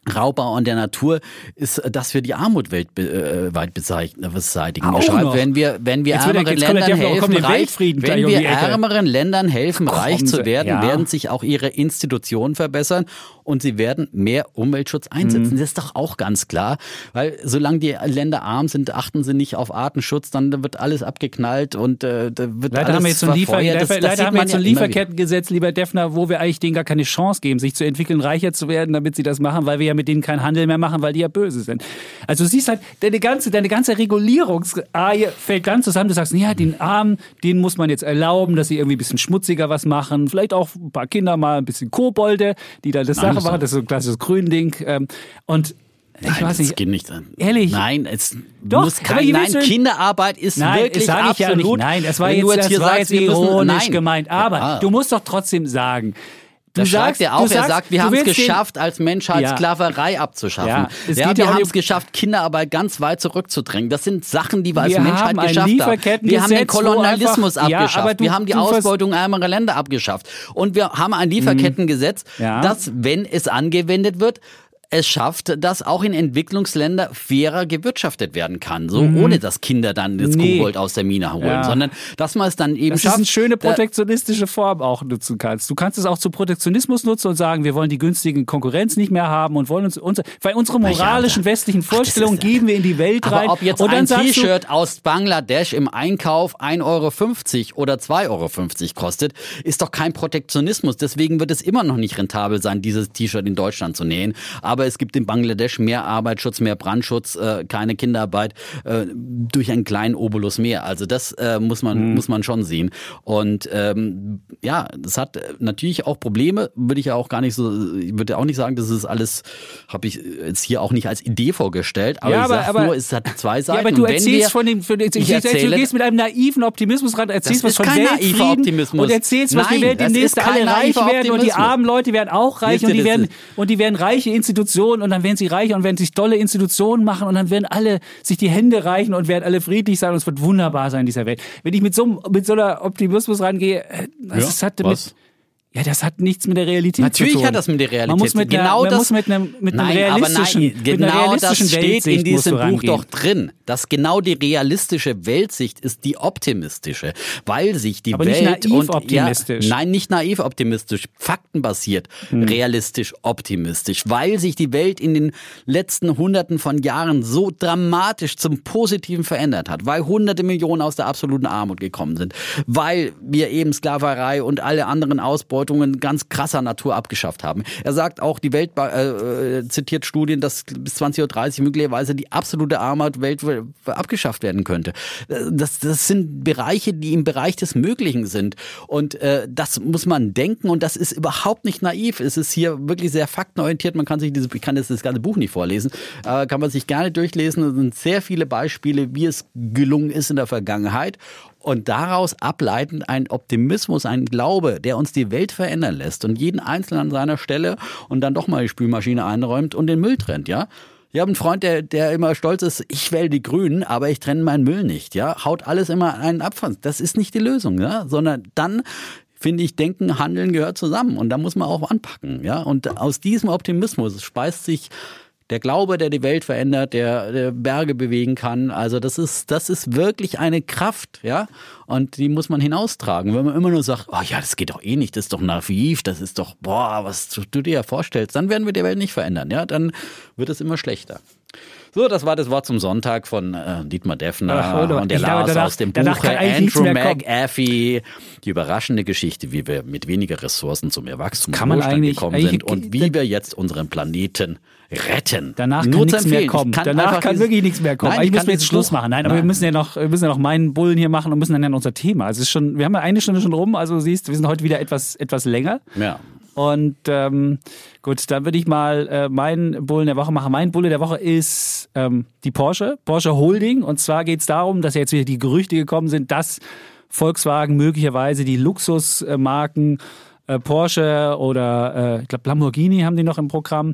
Raubbau an der Natur ist, dass wir die Armut weltweit beseitigen. Auch Schreibt, noch. wenn wir, wenn wir Jetzt wird ärmeren der- jetzt kommt der Ländern Devil, kommt helfen, der reich, Weltfrieden wenn gleich um wir die Ecke. ärmeren Ländern helfen, reich Kommen zu Sie- werden, ja. werden sich auch ihre Institutionen verbessern und sie werden mehr Umweltschutz einsetzen. Mhm. Das ist doch auch ganz klar, weil solange die Länder arm sind, achten sie nicht auf Artenschutz, dann wird alles abgeknallt und äh, da wird Leider alles haben wir jetzt so ein, Liefer verfeuert. Das- das leider sieht haben wir man jetzt so ein ja immer wieder. Lieferkettengesetz, lieber Defner, wo wir eigentlich denen gar keine Chance geben, sich zu entwickeln, reicher zu werden, damit sie das machen, weil wir ja mit denen keinen Handel mehr machen, weil die ja böse sind. Also du siehst halt, deine ganze, deine ganze Regulierungsarie fällt dann zusammen. Du sagst, ja, den Armen, denen muss man jetzt erlauben, dass sie irgendwie ein bisschen schmutziger was machen. Vielleicht auch ein paar Kinder mal ein bisschen Kobolde, die da das Nein, Sache so. machen. Das ist so ein klassisches Gründing. Ähm, Und ich Nein, weiß das nicht. geht nicht an. Ehrlich? Nein, es Doch, muss aber kein, hier nein, willst du- Kinderarbeit ist Nein, wirklich das sage ich ja absolut. nicht. Nein, das war Wenn jetzt, du das hier war sagst, jetzt wir müssen- ironisch nein. gemeint. Aber Ah. du musst doch trotzdem sagen, du Das schreibt sagst, er auch. du Er sagst, sagt, wir du haben es willst den- geschafft, als Menschheit Ja. Sklaverei abzuschaffen. Ja, es Ja, geht wir ja auch haben nicht- es geschafft, Kinderarbeit ganz weit zurückzudrängen. Das sind Sachen, die wir als Wir Menschheit haben ein geschafft haben. Lieferkettengesetz, Wir haben den wo Kolonialismus einfach- ja, abgeschafft. aber du- wir haben die du vers- Ausbeutung ärmerer Länder abgeschafft. Und wir haben ein Lieferkettengesetz, Ja. das, wenn es angewendet wird, es schafft, dass auch in Entwicklungsländern fairer gewirtschaftet werden kann. So, ohne dass Kinder dann das Nee. Kobold aus der Mine holen. Ja. Sondern, dass man es dann eben Das ist schafft. eine schöne da- protektionistische Form auch nutzen kannst. Du kannst es auch zu Protektionismus nutzen und sagen, wir wollen die günstigen Konkurrenz nicht mehr haben und wollen uns, uns weil unsere moralischen ja, westlichen ach, das Vorstellungen ist- geben wir in die Welt rein. Aber ob jetzt und dann ein sagst du, T-Shirt aus Bangladesch im Einkauf ein Euro fünfzig oder zwei Euro fünfzig kostet, ist doch kein Protektionismus. Deswegen wird es immer noch nicht rentabel sein, dieses T-Shirt in Deutschland zu nähen. Aber es gibt in Bangladesch mehr Arbeitsschutz, mehr Brandschutz, äh, keine Kinderarbeit, äh, durch einen kleinen Obolus mehr. Also das äh, muss man, Mhm. muss man schon sehen. Und ähm, ja, das hat natürlich auch Probleme, würde ich ja auch gar nicht so, ich würde auch nicht sagen, das ist alles, habe ich jetzt hier auch nicht als Idee vorgestellt, aber Ja, ich aber- sage aber- nur, es hat zwei Seiten. ja, aber du Und wenn erzählst wir, von dem, von dem ich, ich ich, erzähle- du gehst mit einem naiven Optimismus ran, erzählst Das was ist von kein naiver Weltfrieden Optimismus. und erzählst, was Nein, die Welt das demnächst ist kein alle reich naiver werden und die Optimismus. armen Leute werden auch reich Wisst und ihr, die das werden ist- und die werden reiche Institutionen und dann werden sie reich und werden sich tolle Institutionen machen und dann werden alle sich die Hände reichen und werden alle friedlich sein und es wird wunderbar sein in dieser Welt. Wenn ich mit so einem mit so einer Optimismus rangehe, äh, das Ja, ist- hat was? mit Ja, das hat nichts mit der Realität Natürlich zu tun. hat das mit der Realität Man muss mit, einer, genau man das, muss mit einem, mit einem nein, realistischen, aber nein, mit einer genau realistischen das steht in Weltsicht musst diesem du Buch rangehen. doch drin, dass genau die realistische Weltsicht ist die optimistische, weil sich die Aber nicht Welt naiv und optimistisch. Ja, nein, nicht naiv optimistisch, faktenbasiert, Hm. realistisch optimistisch, weil sich die Welt in den letzten Hunderten von Jahren so dramatisch zum Positiven verändert hat, weil hunderte Millionen aus der absoluten Armut gekommen sind, weil wir eben Sklaverei und alle anderen Ausbeutungen ganz krasser Natur abgeschafft haben. Er sagt auch, die Welt äh, zitiert Studien, dass bis zwanzig dreißig möglicherweise die absolute Armut weltweit abgeschafft werden könnte. Das, das sind Bereiche, die im Bereich des Möglichen sind. Und äh, das muss man denken und das ist überhaupt nicht naiv. Es ist hier wirklich sehr faktenorientiert. Man kann sich diese, ich kann jetzt das ganze Buch nicht vorlesen, äh, kann man sich gerne durchlesen. Es sind sehr viele Beispiele, wie es gelungen ist in der Vergangenheit. Und daraus ableitend ein Optimismus, ein Glaube, der uns die Welt verändern lässt und jeden Einzelnen an seiner Stelle und dann doch mal die Spülmaschine einräumt und den Müll trennt, ja. Ich habe einen Freund, der, der immer stolz ist, ich wähle die Grünen, aber ich trenne meinen Müll nicht, ja. Haut alles immer in einen Abfall. Das ist nicht die Lösung, ja. Sondern dann, finde ich, Denken, Handeln gehört zusammen und da muss man auch anpacken, ja. Und aus diesem Optimismus speist sich der Glaube, der die Welt verändert, der, der Berge bewegen kann. Also das ist, das ist wirklich eine Kraft, ja. Und die muss man hinaustragen. Wenn man immer nur sagt, oh ja, das geht doch eh nicht, das ist doch naiv, das ist doch, boah, was du, du dir ja vorstellst, dann werden wir die Welt nicht verändern, ja. Dann wird es immer schlechter. So, das war das Wort zum Sonntag von äh, Dietmar Deffner. Ach, und der ich glaube, las danach- aus dem danach Buch kann eigentlich nichts Andrew mehr kommen. McAfee die überraschende Geschichte, wie wir mit weniger Ressourcen zum Wachstum Kann man und Wohlstand eigentlich- gekommen eigentlich- sind und wie wir jetzt unseren Planeten retten. Danach Nur kann zu nichts mehr empfehlen. kommen. Ich kann Danach einfach kann dieses- wirklich nichts mehr kommen. Nein, Eigentlich ich müssen kann wir jetzt dieses Schluss Buch- machen. Nein, aber Nein. wir müssen ja noch, wir müssen ja noch meinen Bullen hier machen und müssen dann ja unser Thema. Also es ist schon, wir haben ja eine Stunde schon rum, also du siehst, wir sind heute wieder etwas, etwas länger. Ja. Und ähm, gut, dann würde ich mal äh, meinen Bullen der Woche machen. Mein Bulle der Woche ist ähm, die Porsche, Porsche Holding. Und zwar geht es darum, dass jetzt wieder die Gerüchte gekommen sind, dass Volkswagen möglicherweise die Luxusmarken äh, Porsche oder äh, ich glaube Lamborghini haben die noch im Programm,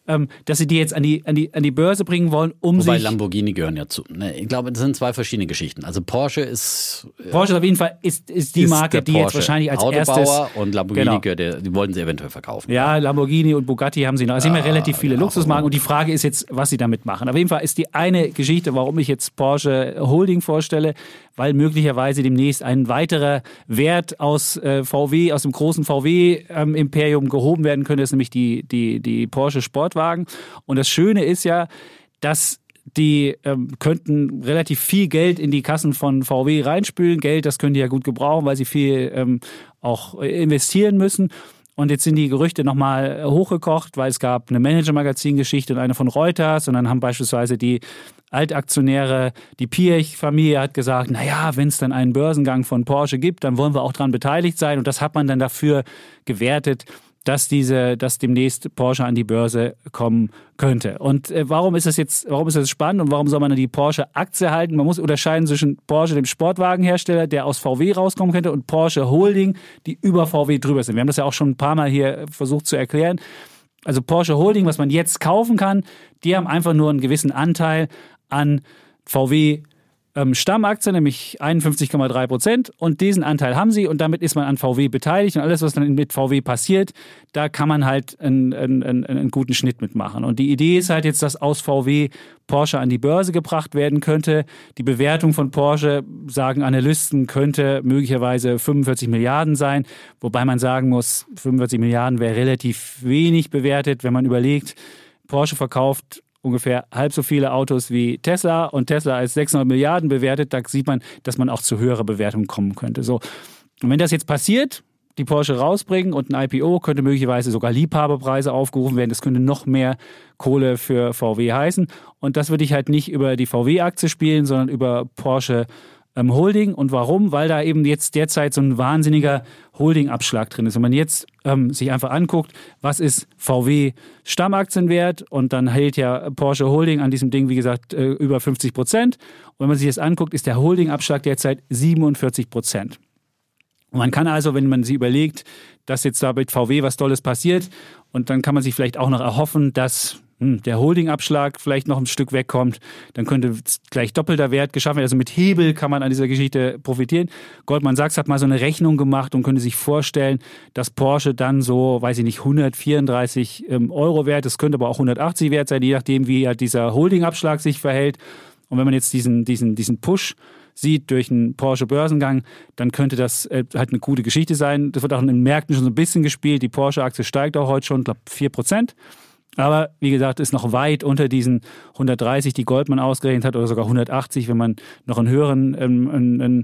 ähm, dass sie die jetzt an die, an die, an die Börse bringen wollen, um Wobei sich... Lamborghini gehören ja zu. Ne, ich glaube, das sind zwei verschiedene Geschichten. Also Porsche ist... Porsche auf jeden Fall ist, ist die ist Marke, die Porsche jetzt wahrscheinlich als Autobauer erstes... und Lamborghini genau. gehört der, die wollten sie eventuell verkaufen. Ja, Lamborghini und Bugatti haben sie noch. Es sind ja Ah, relativ viele ja, Luxusmarken und die Frage ist jetzt, was sie damit machen. Auf jeden Fall ist die eine Geschichte, warum ich jetzt Porsche Holding vorstelle, weil möglicherweise demnächst ein weiterer Wert aus äh, V W, aus dem großen V W-Imperium ähm, gehoben werden könnte, ist nämlich die, die, die Porsche Sportwagen. Und das Schöne ist ja, dass die ähm, könnten relativ viel Geld in die Kassen von V W reinspülen. Geld, das können die ja gut gebrauchen, weil sie viel ähm, auch investieren müssen. Und jetzt sind die Gerüchte nochmal hochgekocht, weil es gab eine Manager-Magazin-Geschichte und eine von Reuters. Und dann haben beispielsweise die Altaktionäre, die Piech-Familie hat gesagt, naja, wenn es dann einen Börsengang von Porsche gibt, dann wollen wir auch daran beteiligt sein. Und das hat man dann dafür gewertet, dass diese, dass demnächst Porsche an die Börse kommen könnte. Und äh, warum ist das jetzt, warum ist das spannend und warum soll man dann die Porsche-Aktie halten? Man muss unterscheiden zwischen Porsche, dem Sportwagenhersteller, der aus V W rauskommen könnte, und Porsche Holding, die über V W drüber sind. Wir haben das ja auch schon ein paar Mal hier versucht zu erklären. Also Porsche Holding, was man jetzt kaufen kann, die haben einfach nur einen gewissen Anteil an V W Ähm, Stammaktie, nämlich einundfünfzig Komma drei Prozent, und diesen Anteil haben sie und damit ist man an V W beteiligt und alles, was dann mit V W passiert, da kann man halt einen, einen, einen, einen guten Schnitt mitmachen. Und die Idee ist halt jetzt, dass aus V W Porsche an die Börse gebracht werden könnte. Die Bewertung von Porsche, sagen Analysten, könnte möglicherweise fünfundvierzig Milliarden sein, wobei man sagen muss, fünfundvierzig Milliarden wäre relativ wenig bewertet, wenn man überlegt, Porsche verkauft ungefähr halb so viele Autos wie Tesla und Tesla als sechshundert Milliarden bewertet, da sieht man, dass man auch zu höherer Bewertung kommen könnte. So. Und wenn das jetzt passiert, die Porsche rausbringen und ein I P O, könnte möglicherweise sogar Liebhaberpreise aufgerufen werden. Das könnte noch mehr Kohle für V W heißen. Und das würde ich halt nicht über die V W-Aktie spielen, sondern über Porsche ähm, Holding. Und warum? Weil da eben jetzt derzeit so ein wahnsinniger Holding-Abschlag drin ist. Wenn man jetzt ähm, sich einfach anguckt, was ist V W Stammaktienwert, und dann hält ja Porsche Holding an diesem Ding, wie gesagt, äh, über fünfzig Prozent. Und wenn man sich das anguckt, ist der Holding-Abschlag derzeit siebenundvierzig Prozent. Und man kann also, wenn man sich überlegt, dass jetzt da mit V W was Tolles passiert, und dann kann man sich vielleicht auch noch erhoffen, dass hm, der Holdingabschlag vielleicht noch ein Stück wegkommt, dann könnte gleich doppelter Wert geschaffen werden. Also mit Hebel kann man an dieser Geschichte profitieren. Goldman Sachs hat mal so eine Rechnung gemacht und könnte sich vorstellen, dass Porsche dann so, weiß ich nicht, hundertvierunddreißig ähm, Euro wert, das könnte aber auch hundertachtzig wert sein, je nachdem, wie halt dieser Holdingabschlag sich verhält. Und wenn man jetzt diesen, diesen, diesen Push sieht durch einen Porsche-Börsengang, dann könnte das äh, halt eine gute Geschichte sein. Das wird auch in den Märkten schon so ein bisschen gespielt. Die Porsche-Aktie steigt auch heute schon, ich glaube, vier Prozent. Aber wie gesagt, ist noch weit unter diesen hundertdreißig, die Goldman ausgerechnet hat, oder sogar hundertachtzig, wenn man noch einen höheren ähm, einen, einen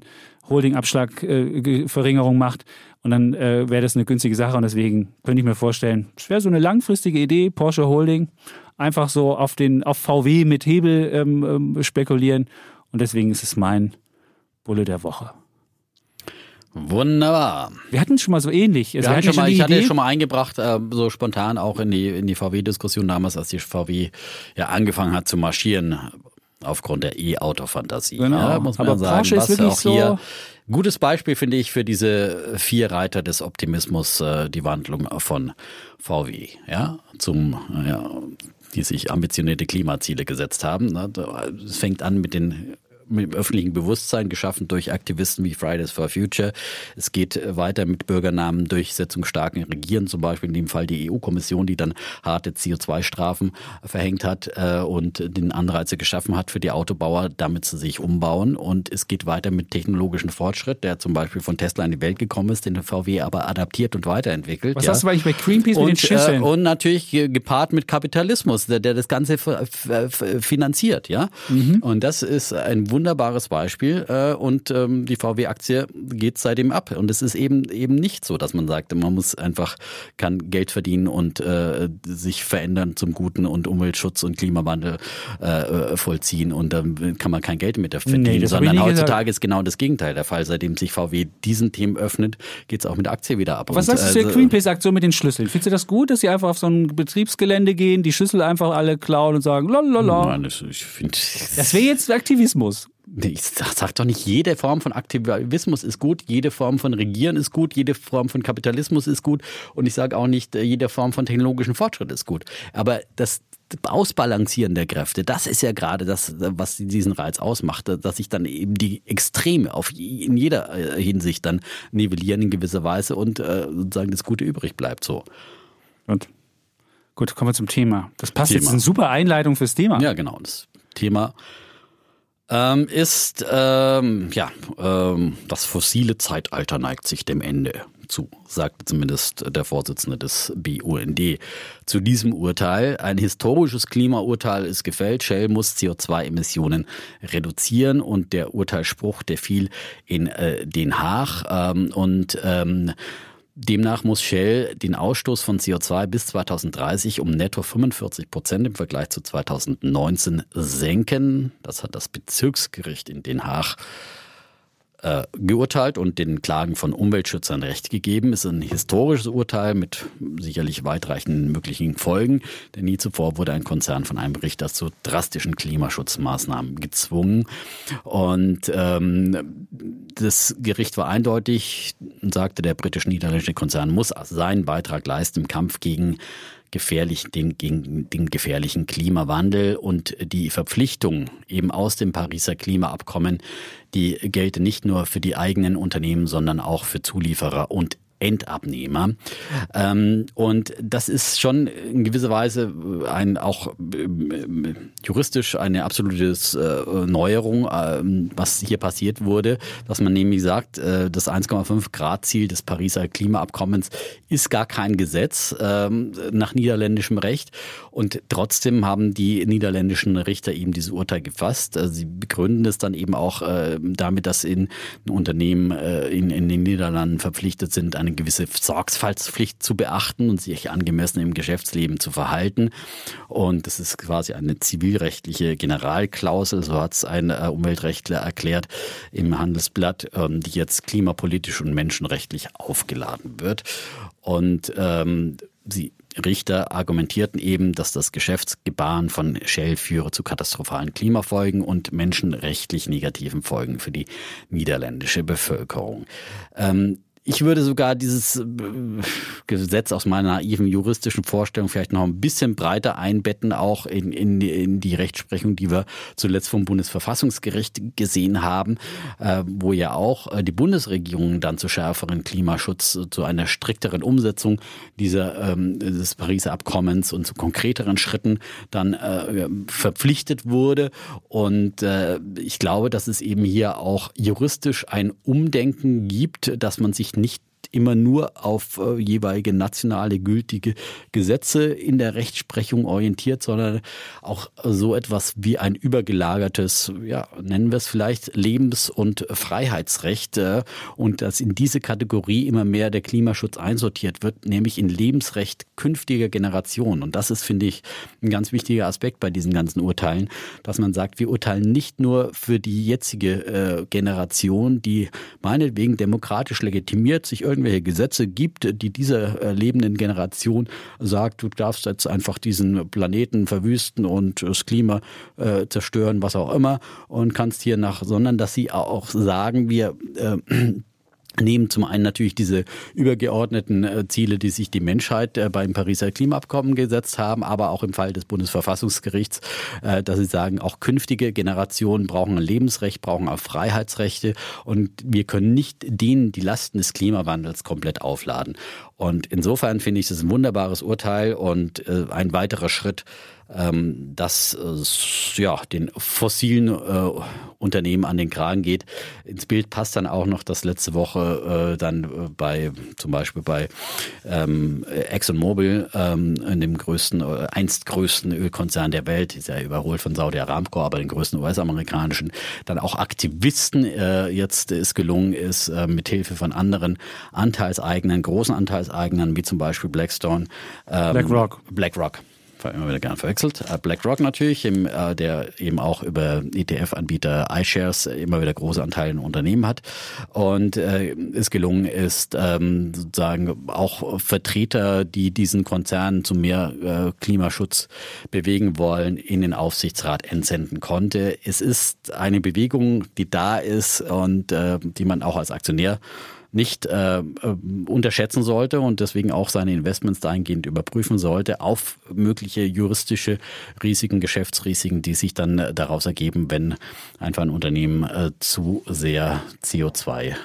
Holding-Abschlag-Verringerung äh, macht. Und dann äh, wäre das eine günstige Sache. Und deswegen könnte ich mir vorstellen, es wäre so eine langfristige Idee, Porsche Holding, einfach so auf, den, auf V W mit Hebel ähm, ähm, spekulieren. Und deswegen ist es mein Bulle der Woche. Wunderbar. Wir hatten es schon mal so ähnlich. Also wir wir schon schon mal, ich Idee. hatte schon mal eingebracht, äh, so spontan auch in die, in die V W-Diskussion damals, als die V W ja angefangen hat zu marschieren, aufgrund der E-Auto-Fantasie. Genau. Ja, muss man Aber sagen. Porsche ist Was wirklich auch hier so. Gutes Beispiel, finde ich, für diese vier Reiter des Optimismus, äh, die Wandlung von V W, ja, zum, ja, die sich ambitionierte Klimaziele gesetzt haben. Es fängt an mit den mit dem öffentlichen Bewusstsein, geschaffen durch Aktivisten wie Fridays for Future. Es geht weiter mit Bürgernamen, durchsetzungsstarken Regieren, zum Beispiel in dem Fall die E U-Kommission, die dann harte C O zwei Strafen verhängt hat äh, und den Anreize geschaffen hat für die Autobauer, damit sie sich umbauen. Und es geht weiter mit technologischen Fortschritt, der zum Beispiel von Tesla in die Welt gekommen ist, den der V W aber adaptiert und weiterentwickelt. Was ja. hast du eigentlich bei Greenpeace und, mit den Schüsseln? Äh, und natürlich gepaart mit Kapitalismus, der, der das Ganze finanziert. Ja? Mhm. Und das ist ein wunderbares Beispiel äh, und ähm, die V W-Aktie geht seitdem ab. Und es ist eben eben nicht so, dass man sagt, man muss einfach, kann Geld verdienen und äh, sich verändern zum Guten und Umweltschutz und Klimawandel äh, vollziehen und dann kann man kein Geld mehr verdienen, nee, sondern heutzutage gesagt. Ist genau das Gegenteil der Fall. Seitdem sich V W diesen Themen öffnet, geht es auch mit der Aktie wieder ab. Was und, sagst du also, zur Greenpeace-Aktion mit den Schlüsseln? Findest du das gut, dass sie einfach auf so ein Betriebsgelände gehen, die Schlüssel einfach alle klauen und sagen, lalalala? Nein, das, ich finde... Das wäre jetzt Aktivismus. Aktivismus? Ich sag, sag doch nicht, jede Form von Aktivismus ist gut, jede Form von Regieren ist gut, jede Form von Kapitalismus ist gut und ich sage auch nicht, jede Form von technologischen Fortschritt ist gut. Aber das Ausbalancieren der Kräfte, das ist ja gerade das, was diesen Reiz ausmacht, dass sich dann eben die Extreme auf in jeder Hinsicht dann nivellieren in gewisser Weise und äh, sozusagen das Gute übrig bleibt so. Und gut, kommen wir zum Thema. Das passt Thema. Jetzt, eine super Einleitung fürs Thema. Ja, genau. Das Thema ähm, ist, ähm, ja, ähm, das fossile Zeitalter neigt sich dem Ende zu, sagte zumindest der Vorsitzende des B U N D zu diesem Urteil. Ein historisches Klimaurteil ist gefällt. Shell muss C O zwei Emissionen reduzieren und der Urteilsspruch, der fiel in äh, Den Haag ähm, und ähm, demnach muss Shell den Ausstoß von C O zwei bis zweitausenddreißig um netto fünfundvierzig Prozent im Vergleich zu zweitausendneunzehn senken. Das hat das Bezirksgericht in Den Haag äh, geurteilt und den Klagen von Umweltschützern Recht gegeben. Es ist ein historisches Urteil mit sicherlich weitreichenden möglichen Folgen, denn nie zuvor wurde ein Konzern von einem Richter zu drastischen Klimaschutzmaßnahmen gezwungen. Und ähm, das Gericht war eindeutig und sagte, der britisch-niederländische Konzern muss seinen Beitrag leisten im Kampf gegen gefährlich, den, gegen den gefährlichen Klimawandel und die Verpflichtung eben aus dem Pariser Klimaabkommen, die gelte nicht nur für die eigenen Unternehmen, sondern auch für Zulieferer und Endabnehmer. Ähm, und das ist schon in gewisser Weise ein auch äh, juristisch eine absolute äh, Neuerung, äh, was hier passiert wurde, dass man nämlich sagt, äh, das eins Komma fünf Grad Ziel des Pariser Klimaabkommens ist gar kein Gesetz äh, nach niederländischem Recht und trotzdem haben die niederländischen Richter eben dieses Urteil gefasst. Also sie begründen es dann eben auch äh, damit, dass in Unternehmen äh, in, in den Niederlanden verpflichtet sind, eine gewisse Sorgfaltspflicht zu beachten und sich angemessen im Geschäftsleben zu verhalten. Und das ist quasi eine zivilrechtliche Generalklausel, so hat es ein äh, Umweltrechtler erklärt im Handelsblatt, ähm, die jetzt klimapolitisch und menschenrechtlich aufgeladen wird. Und ähm, sie Richter argumentierten eben, dass das Geschäftsgebaren von Shell führe zu katastrophalen Klimafolgen und menschenrechtlich negativen Folgen für die niederländische Bevölkerung. Ähm, Ich würde sogar dieses Gesetz aus meiner naiven juristischen Vorstellung vielleicht noch ein bisschen breiter einbetten, auch in, in, in die Rechtsprechung, die wir zuletzt vom Bundesverfassungsgericht gesehen haben, äh, wo ja auch die Bundesregierung dann zu schärferen Klimaschutz, zu einer strikteren Umsetzung dieser, ähm, des Pariser Abkommens und zu konkreteren Schritten dann äh, verpflichtet wurde. Und äh, ich glaube, dass es eben hier auch juristisch ein Umdenken gibt, dass man sich nicht immer nur auf äh, jeweilige nationale gültige Gesetze in der Rechtsprechung orientiert, sondern auch so etwas wie ein übergelagertes, ja, nennen wir es vielleicht Lebens- und Freiheitsrecht äh, und dass in diese Kategorie immer mehr der Klimaschutz einsortiert wird, nämlich in Lebensrecht künftiger Generationen. Und das ist, finde ich, ein ganz wichtiger Aspekt bei diesen ganzen Urteilen, dass man sagt, wir urteilen nicht nur für die jetzige äh, Generation, die meinetwegen demokratisch legitimiert sich irgendwelche Gesetze gibt, die dieser äh, lebenden Generation sagt, du darfst jetzt einfach diesen Planeten verwüsten und das Klima äh, zerstören, was auch immer, und kannst hier nach, sondern dass sie auch sagen, wir äh, nehmen zum einen natürlich diese übergeordneten Ziele, die sich die Menschheit beim Pariser Klimaabkommen gesetzt haben, aber auch im Fall des Bundesverfassungsgerichts, dass sie sagen, auch künftige Generationen brauchen ein Lebensrecht, brauchen auch Freiheitsrechte und wir können nicht denen die Lasten des Klimawandels komplett aufladen. Und insofern finde ich das ein wunderbares Urteil und ein weiterer Schritt, dass ja den fossilen äh, Unternehmen an den Kragen geht. Ins Bild passt dann auch noch, dass letzte Woche äh, dann bei zum Beispiel bei ähm, ExxonMobil, ähm, in dem größten, äh, einst größten Ölkonzern der Welt, ist ja überholt von Saudi Aramco, aber den größten U S-amerikanischen, dann auch Aktivisten äh, jetzt es gelungen ist, äh, mit Hilfe von anderen Anteilseignern, großen Anteilseignern, wie zum Beispiel Blackstone, ähm, BlackRock. BlackRock. immer wieder gerne verwechselt. BlackRock natürlich, der eben auch über E T F-Anbieter iShares immer wieder große Anteile in Unternehmen hat und es gelungen ist, sozusagen auch Vertreter, die diesen Konzern zu mehr Klimaschutz bewegen wollen, in den Aufsichtsrat entsenden konnte. Es ist eine Bewegung, die da ist und die man auch als Aktionär nicht äh, unterschätzen sollte und deswegen auch seine Investments dahingehend überprüfen sollte auf mögliche juristische Risiken, Geschäftsrisiken, die sich dann äh, daraus ergeben, wenn einfach ein Unternehmen äh, zu sehr C O zwei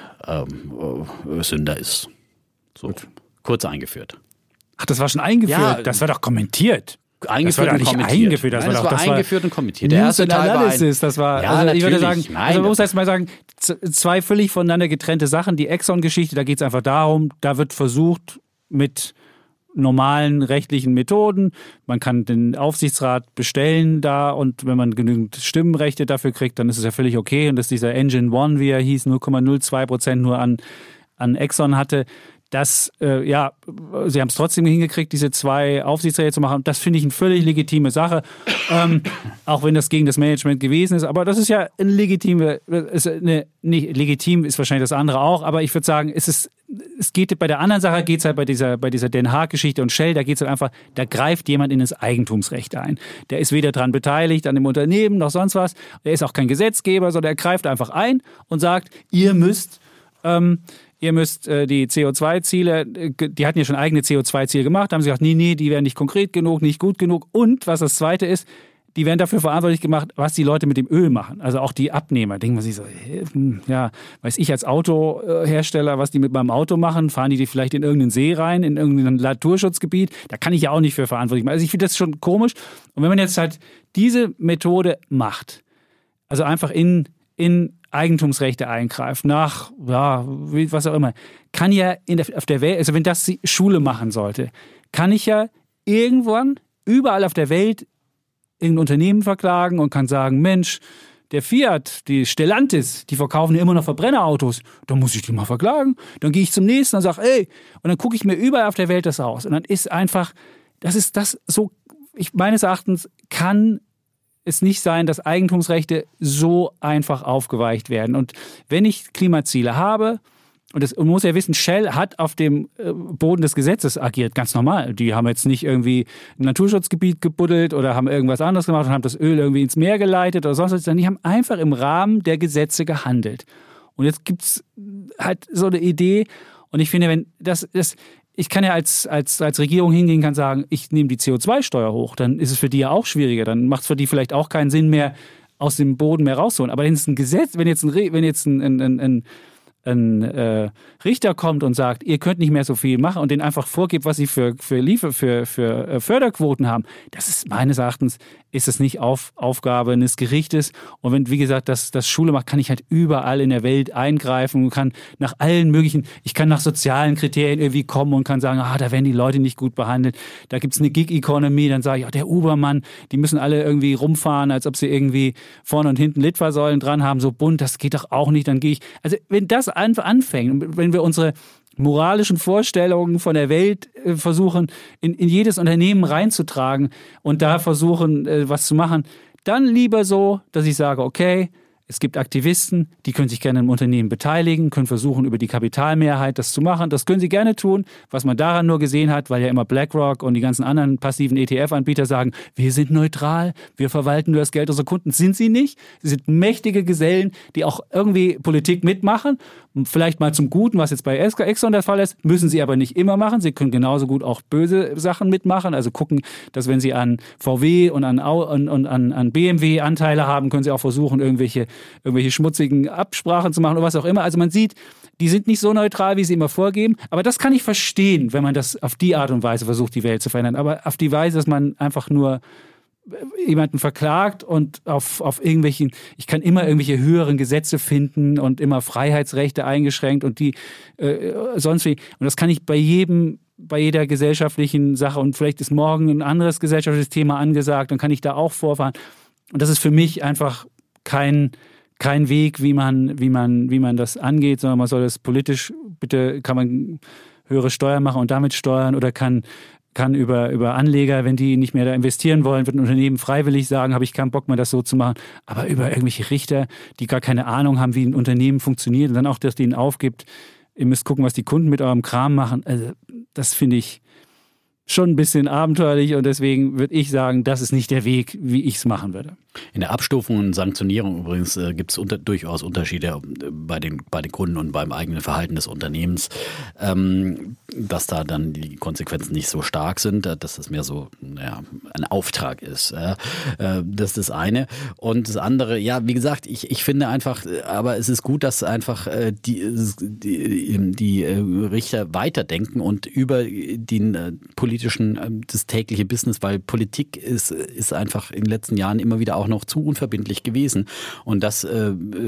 Sünder ist. So, Gut. Kurz eingeführt. Ach, das war schon eingeführt? Ja, das war doch kommentiert. Eingeführt das war und nicht kommentiert. eingeführt, das Nein, war das doch, war das eingeführt war und kommentiert. Der erste Teil war Analysis, das war, ja, also ich würde natürlich. sagen, Nein, also man muss erst mal sagen, zwei völlig voneinander getrennte Sachen. Die Exxon-Geschichte, da geht es einfach darum, da wird versucht mit normalen rechtlichen Methoden, man kann den Aufsichtsrat bestellen da und wenn man genügend Stimmenrechte dafür kriegt, dann ist es ja völlig okay und dass dieser Engine One, wie er hieß, null Komma null zwei Prozent nur an, an Exxon hatte. Das, äh, ja, sie haben es trotzdem hingekriegt, diese zwei Aufsichtsräte zu machen. Das finde ich eine völlig legitime Sache, ähm, auch wenn das gegen das Management gewesen ist. Aber das ist ja eine legitime, ist eine, nicht, legitim ist wahrscheinlich das andere auch. Aber ich würde sagen, es ist, es geht bei der anderen Sache geht es halt bei dieser, bei dieser Den Haag-Geschichte und Shell, da geht es halt einfach, da greift jemand in das Eigentumsrecht ein. Der ist weder daran beteiligt an dem Unternehmen noch sonst was. Der ist auch kein Gesetzgeber, sondern er greift einfach ein und sagt, ihr müsst ähm, Ihr müsst äh, die C O zwei Ziele, die hatten ja schon eigene C O zwei Ziele gemacht, haben sie gesagt, nee, nee, die wären nicht konkret genug, nicht gut genug. Und was das Zweite ist, die werden dafür verantwortlich gemacht, was die Leute mit dem Öl machen. Also auch die Abnehmer. Denken wir sich so, ja, weiß ich als Autohersteller, was die mit meinem Auto machen? Fahren die die vielleicht in irgendeinen See rein, in irgendein Naturschutzgebiet? Da kann ich ja auch nicht für verantwortlich machen. Also ich finde das schon komisch. Und wenn man jetzt halt diese Methode macht, also einfach in, in Eigentumsrechte eingreift, nach, ja, was auch immer, kann ja in der, auf der Welt, also wenn das die Schule machen sollte, kann ich ja irgendwann überall auf der Welt ein Unternehmen verklagen und kann sagen, Mensch, der Fiat, die Stellantis, die verkaufen ja immer noch Verbrennerautos, dann muss ich die mal verklagen. Dann gehe ich zum nächsten und sage, ey, und dann gucke ich mir überall auf der Welt das aus. Und dann ist einfach, das ist das so, ich meines Erachtens kann es nicht sein, dass Eigentumsrechte so einfach aufgeweicht werden. Und wenn ich Klimaziele habe, und das, man muss ja wissen, Shell hat auf dem Boden des Gesetzes agiert, ganz normal. Die haben jetzt nicht irgendwie ein Naturschutzgebiet gebuddelt oder haben irgendwas anderes gemacht und haben das Öl irgendwie ins Meer geleitet oder sonst was, sondern die haben einfach im Rahmen der Gesetze gehandelt. Und jetzt gibt's halt so eine Idee, und ich finde, wenn das, das ich kann ja als, als, als Regierung hingehen, kann sagen, ich nehme die C O zwei Steuer hoch, dann ist es für die ja auch schwieriger, dann macht es für die vielleicht auch keinen Sinn mehr, aus dem Boden mehr rauszuholen. Aber wenn es ein Gesetz, wenn jetzt ein, wenn jetzt ein, ein, ein, ein ein äh, Richter kommt und sagt, ihr könnt nicht mehr so viel machen und denen einfach vorgibt, was sie für, für, Liefer, für, für äh, Förderquoten haben, das ist meines Erachtens, ist es nicht auf, Aufgabe eines Gerichtes. Und wenn, wie gesagt, das, das Schule macht, kann ich halt überall in der Welt eingreifen und kann nach allen möglichen, ich kann nach sozialen Kriterien irgendwie kommen und kann sagen, ah, da werden die Leute nicht gut behandelt. Da gibt es eine Gig-Economy, dann sage ich, oh, der Ubermann, die müssen alle irgendwie rumfahren, als ob sie irgendwie vorne und hinten Litfaßsäulen dran haben, so bunt, das geht doch auch nicht, dann gehe ich, also wenn das anfängt, wenn wir unsere moralischen Vorstellungen von der Welt äh, versuchen, in, in jedes Unternehmen reinzutragen und da versuchen, äh, was zu machen, dann lieber so, dass ich sage, okay, es gibt Aktivisten, die können sich gerne im Unternehmen beteiligen, können versuchen, über die Kapitalmehrheit das zu machen. Das können sie gerne tun. Was man daran nur gesehen hat, weil ja immer BlackRock und die ganzen anderen passiven E T F-Anbieter sagen, wir sind neutral, wir verwalten nur das Geld unserer Kunden. Sind sie nicht. Sie sind mächtige Gesellen, die auch irgendwie Politik mitmachen. Vielleicht mal zum Guten, was jetzt bei Exxon der Fall ist, müssen sie aber nicht immer machen. Sie können genauso gut auch böse Sachen mitmachen. Also gucken, dass wenn sie an V W und an, und, und an, an B M W Anteile haben, können sie auch versuchen, irgendwelche, irgendwelche schmutzigen Absprachen zu machen oder was auch immer. Also man sieht, die sind nicht so neutral, wie sie immer vorgeben. Aber das kann ich verstehen, wenn man das auf die Art und Weise versucht, die Welt zu verändern. Aber auf die Weise, dass man einfach nur jemanden verklagt und auf, auf irgendwelchen, ich kann immer irgendwelche höheren Gesetze finden und immer Freiheitsrechte eingeschränkt und die äh, sonst wie. Und das kann ich bei jedem, bei jeder gesellschaftlichen Sache, und vielleicht ist morgen ein anderes gesellschaftliches Thema angesagt, dann kann ich da auch vorfahren. Und das ist für mich einfach kein, kein Weg, wie man, wie man, wie man das angeht, sondern man soll das politisch, bitte kann man höhere Steuern machen und damit steuern oder kann kann über, über Anleger, wenn die nicht mehr da investieren wollen, wird ein Unternehmen freiwillig sagen, habe ich keinen Bock mehr, das so zu machen. Aber über irgendwelche Richter, die gar keine Ahnung haben, wie ein Unternehmen funktioniert und dann auch, dass denen aufgibt, ihr müsst gucken, was die Kunden mit eurem Kram machen. Also das finde ich schon ein bisschen abenteuerlich und deswegen würde ich sagen, das ist nicht der Weg, wie ich es machen würde. In der Abstufung und Sanktionierung übrigens äh, gibt es unter, durchaus Unterschiede äh, bei den, bei den Kunden und beim eigenen Verhalten des Unternehmens, ähm, dass da dann die Konsequenzen nicht so stark sind, äh, dass das mehr so naja, ein Auftrag ist. Äh, äh, das ist das eine. Und das andere, ja, wie gesagt, ich, ich finde einfach, aber es ist gut, dass einfach äh, die, die, die äh, Richter weiterdenken und über den äh, politischen, äh, das tägliche Business, weil Politik ist, ist einfach in den letzten Jahren immer wieder auch noch zu unverbindlich gewesen. Und dass äh,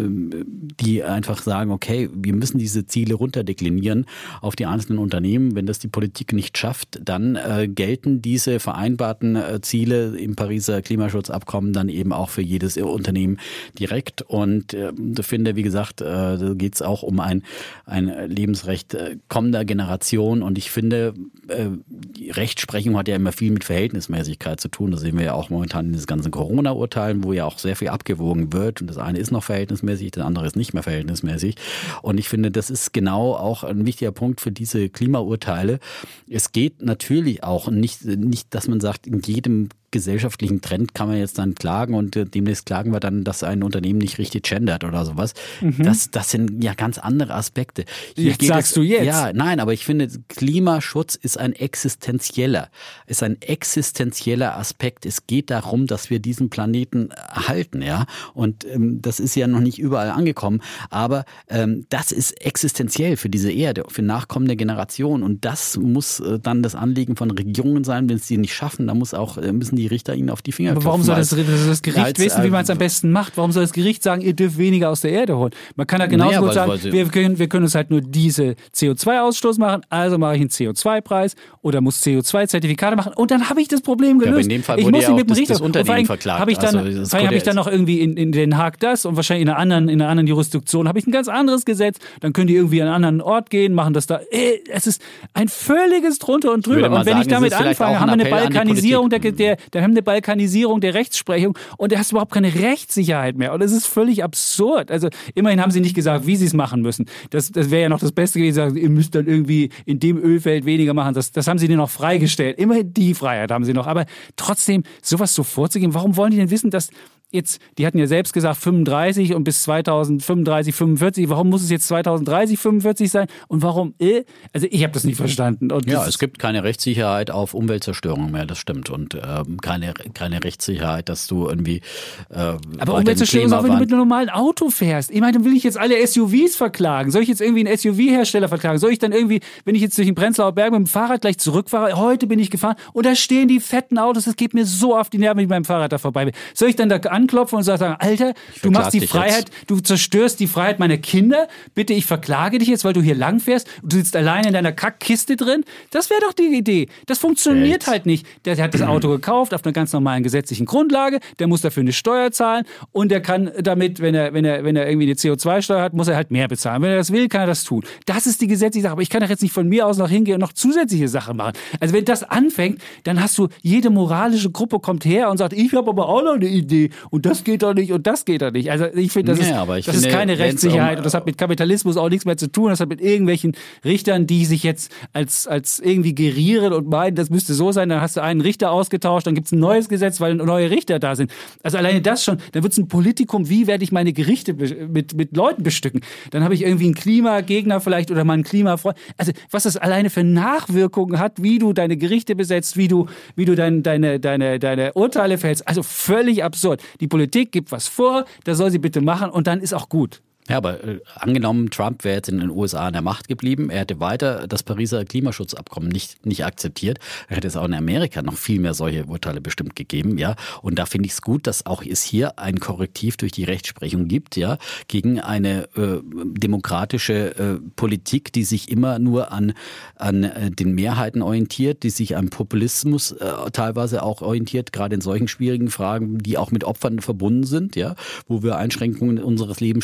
die einfach sagen, okay, wir müssen diese Ziele runterdeklinieren auf die einzelnen Unternehmen. Wenn das die Politik nicht schafft, dann äh, gelten diese vereinbarten äh, Ziele im Pariser Klimaschutzabkommen dann eben auch für jedes Unternehmen direkt. Und äh, ich finde, wie gesagt, äh, da geht es auch um ein, ein Lebensrecht äh, kommender Generation. Und ich finde, äh, die Rechtsprechung hat ja immer viel mit Verhältnismäßigkeit zu tun. Das sehen wir ja auch momentan in diesen ganzen Corona-Urteilen, wo ja auch sehr viel abgewogen wird. Und das eine ist noch verhältnismäßig, das andere ist nicht mehr verhältnismäßig. Und ich finde, das ist genau auch ein wichtiger Punkt für diese Klimaurteile. Es geht natürlich auch nicht, nicht, dass man sagt, in jedem gesellschaftlichen Trend kann man jetzt dann klagen und äh, demnächst klagen wir dann, dass ein Unternehmen nicht richtig gendert oder sowas. Mhm. Das, das sind ja ganz andere Aspekte. Hier jetzt sagst es, du jetzt. Ja, nein, aber ich finde, Klimaschutz ist ein existenzieller, ist ein existenzieller Aspekt. Es geht darum, dass wir diesen Planeten erhalten, ja. Und ähm, das ist ja noch nicht überall angekommen, aber ähm, das ist existenziell für diese Erde, für nachkommende Generationen. Und das muss äh, dann das Anliegen von Regierungen sein, wenn es die nicht schaffen, dann muss auch, äh, müssen die Richter ihnen auf die Finger klopfen. Aber warum soll das, das Gericht als, wissen, wie man es am besten macht? Warum soll das Gericht sagen, ihr dürft weniger aus der Erde holen? Man kann ja genauso naja, gut sagen, wir können, wir können uns halt nur diese C O zwei Ausstoß machen, also mache ich einen C O zwei Preis oder muss C O zwei Zertifikate machen und dann habe ich das Problem gelöst. Ja, aber in dem Fall wurde ich muss ja auch mit dem Richter, das Unternehmen verklagt. Habe ich dann, also, habe ich dann noch irgendwie in, in Den Haag das und wahrscheinlich in einer anderen, in einer anderen Jurisdiktion habe ich ein ganz anderes Gesetz. Dann können die irgendwie an einen anderen Ort gehen, machen das da. Es ist ein völliges drunter und drüber. Und wenn sagen, ich damit anfange, haben wir eine Balkanisierung der, der, der haben eine Balkanisierung der Rechtsprechung und da hast du überhaupt keine Rechtssicherheit mehr. Und das ist völlig absurd. Also immerhin haben sie nicht gesagt, wie sie es machen müssen. Das, das wäre ja noch das Beste gewesen, sagen, ihr müsst dann irgendwie in dem Ölfeld weniger machen. Das, das haben sie denen noch freigestellt. Immerhin die Freiheit haben sie noch. Aber trotzdem, sowas so vorzugeben, warum wollen die denn wissen, dass jetzt, die hatten ja selbst gesagt fünfunddreißig und bis zweitausendfünfunddreißig, fünfundvierzig. Warum muss es jetzt zweitausenddreißig, fünfundvierzig sein? Und warum? Äh? Also ich habe das nicht verstanden. Und ja, es gibt keine Rechtssicherheit auf Umweltzerstörung mehr, das stimmt. Und ähm, keine, keine Rechtssicherheit, dass du irgendwie äh, aber Umweltzerstörung ist auch, wenn du mit einem normalen Auto fährst. Ich meine, dann will ich jetzt alle S U Vs verklagen. Soll ich jetzt irgendwie einen S U V-Hersteller verklagen? Soll ich dann irgendwie, wenn ich jetzt durch den Prenzlauer Berg mit dem Fahrrad gleich zurückfahre, heute bin ich gefahren und da stehen die fetten Autos, das geht mir so auf die Nerven, wenn ich mit meinem Fahrrad da vorbei bin. Soll ich dann da anklopfen und sagen, Alter, du machst die Freiheit, jetzt. Du zerstörst die Freiheit meiner Kinder, bitte, ich verklage dich jetzt, weil du hier lang fährst und du sitzt alleine in deiner Kackkiste drin. Das wäre doch die Idee. Das funktioniert Welt. halt nicht. Der hat das Auto gekauft auf einer ganz normalen gesetzlichen Grundlage, der muss dafür eine Steuer zahlen und der kann damit, wenn er, wenn er, wenn er irgendwie eine C O zwei Steuer hat, muss er halt mehr bezahlen. Wenn er das will, kann er das tun. Das ist die gesetzliche Sache. Aber ich kann doch jetzt nicht von mir aus noch hingehen und noch zusätzliche Sachen machen. Also wenn das anfängt, dann hast du, jede moralische Gruppe kommt her und sagt, ich habe aber auch noch eine Idee und das geht doch nicht und das geht doch nicht. Also ich finde, das, ja, ist, das finde, ist keine Rechtssicherheit um, und das hat mit Kapitalismus auch nichts mehr zu tun. Das hat mit irgendwelchen Richtern, die sich jetzt als, als irgendwie gerieren und meinen, das müsste so sein, dann hast du einen Richter ausgetauscht, dann gibt es ein neues Gesetz, weil neue Richter da sind. Also alleine das schon, dann wird es ein Politikum, wie werde ich meine Gerichte mit, mit Leuten bestücken? Dann habe ich irgendwie einen Klimagegner vielleicht oder mal einen Klimafreund. Also was das alleine für Nachwirkungen hat, wie du deine Gerichte besetzt, wie du, wie du dein, deine, deine, deine Urteile fällst. Also völlig absurd. Die Politik gibt was vor, das soll sie bitte machen und dann ist auch gut. Ja, aber äh, angenommen, Trump wäre jetzt in den U S A an der Macht geblieben, er hätte weiter das Pariser Klimaschutzabkommen nicht, nicht akzeptiert, er hätte es auch in Amerika noch viel mehr solche Urteile bestimmt gegeben, ja. Und da finde ich es gut, dass auch es hier ein Korrektiv durch die Rechtsprechung gibt, ja, gegen eine äh, demokratische äh, Politik, die sich immer nur an, an äh, den Mehrheiten orientiert, die sich am Populismus äh, teilweise auch orientiert, gerade in solchen schwierigen Fragen, die auch mit Opfern verbunden sind, ja, wo wir Einschränkungen unseres Lebensstils möglicherweise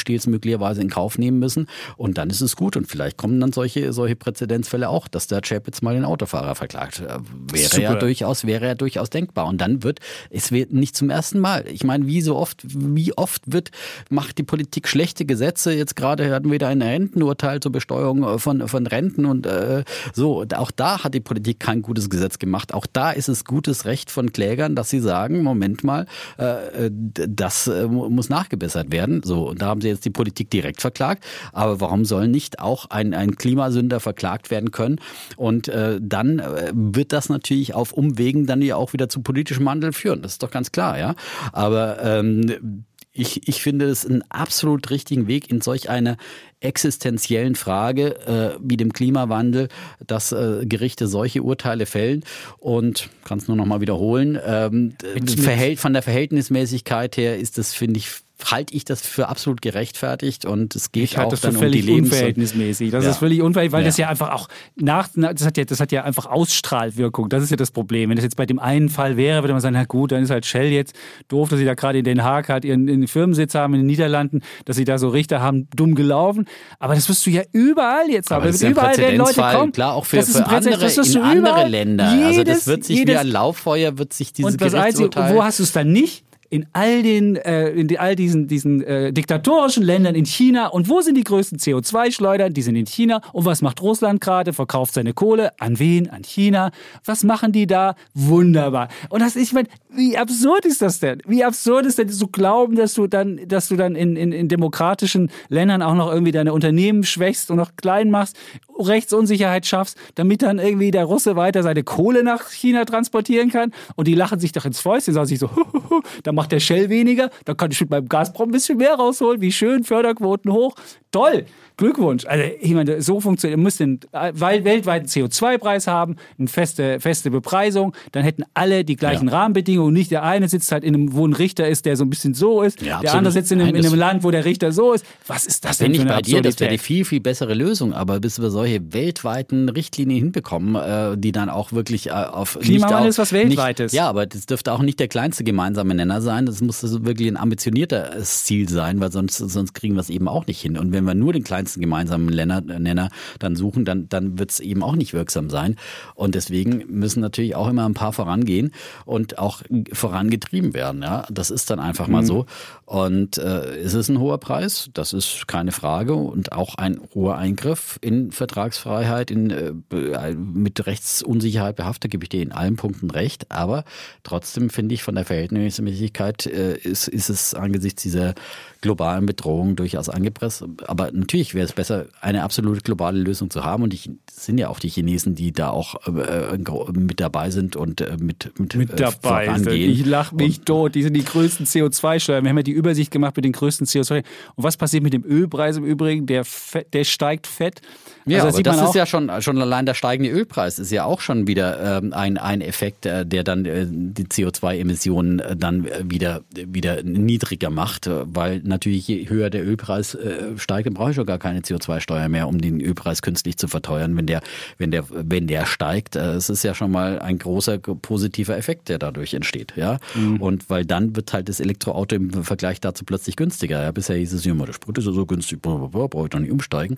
möglicherweise in Kauf nehmen müssen. Und dann ist es gut. Und vielleicht kommen dann solche, solche Präzedenzfälle auch, dass der Chapitz mal den Autofahrer verklagt. Wäre Super. ja durchaus, wäre ja durchaus denkbar. Und dann wird, es wird nicht zum ersten Mal. Ich meine, wie so oft, wie oft wird, macht die Politik schlechte Gesetze. Jetzt gerade hatten wir da ein Rentenurteil zur Besteuerung von, von Renten und äh, so. Auch da hat die Politik kein gutes Gesetz gemacht. Auch da ist es gutes Recht von Klägern, dass sie sagen, Moment mal, äh, das äh, muss nachgebessert werden. So, und da haben sie jetzt die Politik direkt verklagt. Aber warum soll nicht auch ein, ein Klimasünder verklagt werden können? Und äh, dann äh, wird das natürlich auf Umwegen dann ja auch wieder zu politischem Wandel führen. Das ist doch ganz klar, ja. Aber ähm, ich, ich finde es einen absolut richtigen Weg in solch einer existenziellen Frage äh, wie dem Klimawandel, dass äh, Gerichte solche Urteile fällen. Und kann es nur noch mal wiederholen, ähm, Verhält, von der Verhältnismäßigkeit her ist das, finde ich, halte ich das für absolut gerechtfertigt und es geht ich auch das dann für um die Lebens- unverhältnismäßig. Das ja. ist völlig unverhältnismäßig, weil ja. das ja einfach auch nach, das hat ja, das hat ja einfach Ausstrahlwirkung. Das ist ja das Problem. Wenn das jetzt bei dem einen Fall wäre, würde man sagen, na gut, dann ist halt Shell jetzt doof, dass sie da gerade in Den Haag halt ihren, ihren Firmensitz haben in den Niederlanden, dass sie da so Richter haben, dumm gelaufen. Aber das wirst du ja überall jetzt haben. Aber das ist ja überall werden Leute kommen. Klar, auch für, das ist für andere, das ist in andere überall. Länder. Jedes, also das wird sich jedes, wie ein Lauffeuer, wird sich dieses und das Gerichtsurteil... Einzige, wo hast du es dann nicht? In all den, äh, in die, all diesen, diesen äh, diktatorischen Ländern in China. Und wo sind die größten C O zwei Schleudern? Die sind in China. Und was macht Russland gerade? Verkauft seine Kohle. An wen? An China. Was machen die da? Wunderbar. Und das, ich meine, wie absurd ist das denn? Wie absurd ist denn zu glauben, dass du dann, dass du dann in, in, in demokratischen Ländern auch noch irgendwie deine Unternehmen schwächst und noch klein machst, Rechtsunsicherheit schaffst, damit dann irgendwie der Russe weiter seine Kohle nach China transportieren kann. Und die lachen sich doch ins Fäustchen, sagen sich so, da macht der Shell weniger, dann kann ich mit meinem Gazprom ein bisschen mehr rausholen, wie schön, Förderquoten hoch. Toll, Glückwunsch. Also ich meine, so funktioniert, ihr müsst einen weltweiten C O zwei Preis haben, eine feste, feste Bepreisung, dann hätten alle die gleichen ja. Rahmenbedingungen. Nicht der eine sitzt halt in einem, wo ein Richter ist, der so ein bisschen so ist, ja, der andere sitzt in einem, Nein, in einem Land, wo der Richter so ist. Was ist das denn für eine Absurdität? Das wäre die viel, viel bessere Lösung, aber bis wir solche weltweiten Richtlinien hinbekommen, äh, die dann auch wirklich auf... Klimawandel ist was Weltweites. Nicht, ja, aber das dürfte auch nicht der kleinste gemeinsame Nenner sein. Das muss wirklich ein ambitioniertes Ziel sein, weil sonst, sonst kriegen wir es eben auch nicht hin. Und wenn wir nur den kleinsten gemeinsamen Nenner, Nenner dann suchen, dann, dann wird es eben auch nicht wirksam sein. Und deswegen müssen natürlich auch immer ein paar vorangehen und auch vorangetrieben werden. Ja, das ist dann einfach mal mhm. so. Und äh, es ist ein hoher Preis, das ist keine Frage, und auch ein hoher Eingriff in Vertragsfreiheit, in, äh, mit Rechtsunsicherheit behaftet, gebe ich dir in allen Punkten recht. Aber trotzdem finde ich, von der Verhältnismäßigkeit äh, ist, ist es angesichts dieser globalen Bedrohung durchaus angepresst. Aber natürlich wäre es besser, eine absolute globale Lösung zu haben. Und ich sind ja auch die Chinesen, die da auch äh, mit dabei sind und äh, mit, mit, mit dabei äh, vorangehen. Ich lache mich und, tot. Die sind die größten C O zwei Steuern. Wir haben ja die Übersicht gemacht mit den größten C O zwei. Und was passiert mit dem Ölpreis im Übrigen? Der, fett, der steigt fett. Ja, also aber das ist ja schon, schon allein der steigende Ölpreis ist ja auch schon wieder ähm, ein, ein Effekt, äh, der dann äh, die C O zwei Emissionen äh, dann wieder, wieder niedriger macht, äh, weil natürlich je höher der Ölpreis äh, steigt, dann brauche ich schon gar keine C O zwei Steuer mehr, um den Ölpreis künstlich zu verteuern, wenn der, wenn der, wenn der steigt. Äh, es ist ja schon mal ein großer positiver Effekt, der dadurch entsteht, ja. Mhm. Und weil dann wird halt das Elektroauto im Vergleich dazu plötzlich günstiger. Ja? Bisher hieß es immer, der Sprit ist ja so günstig, brauche ich doch nicht umsteigen.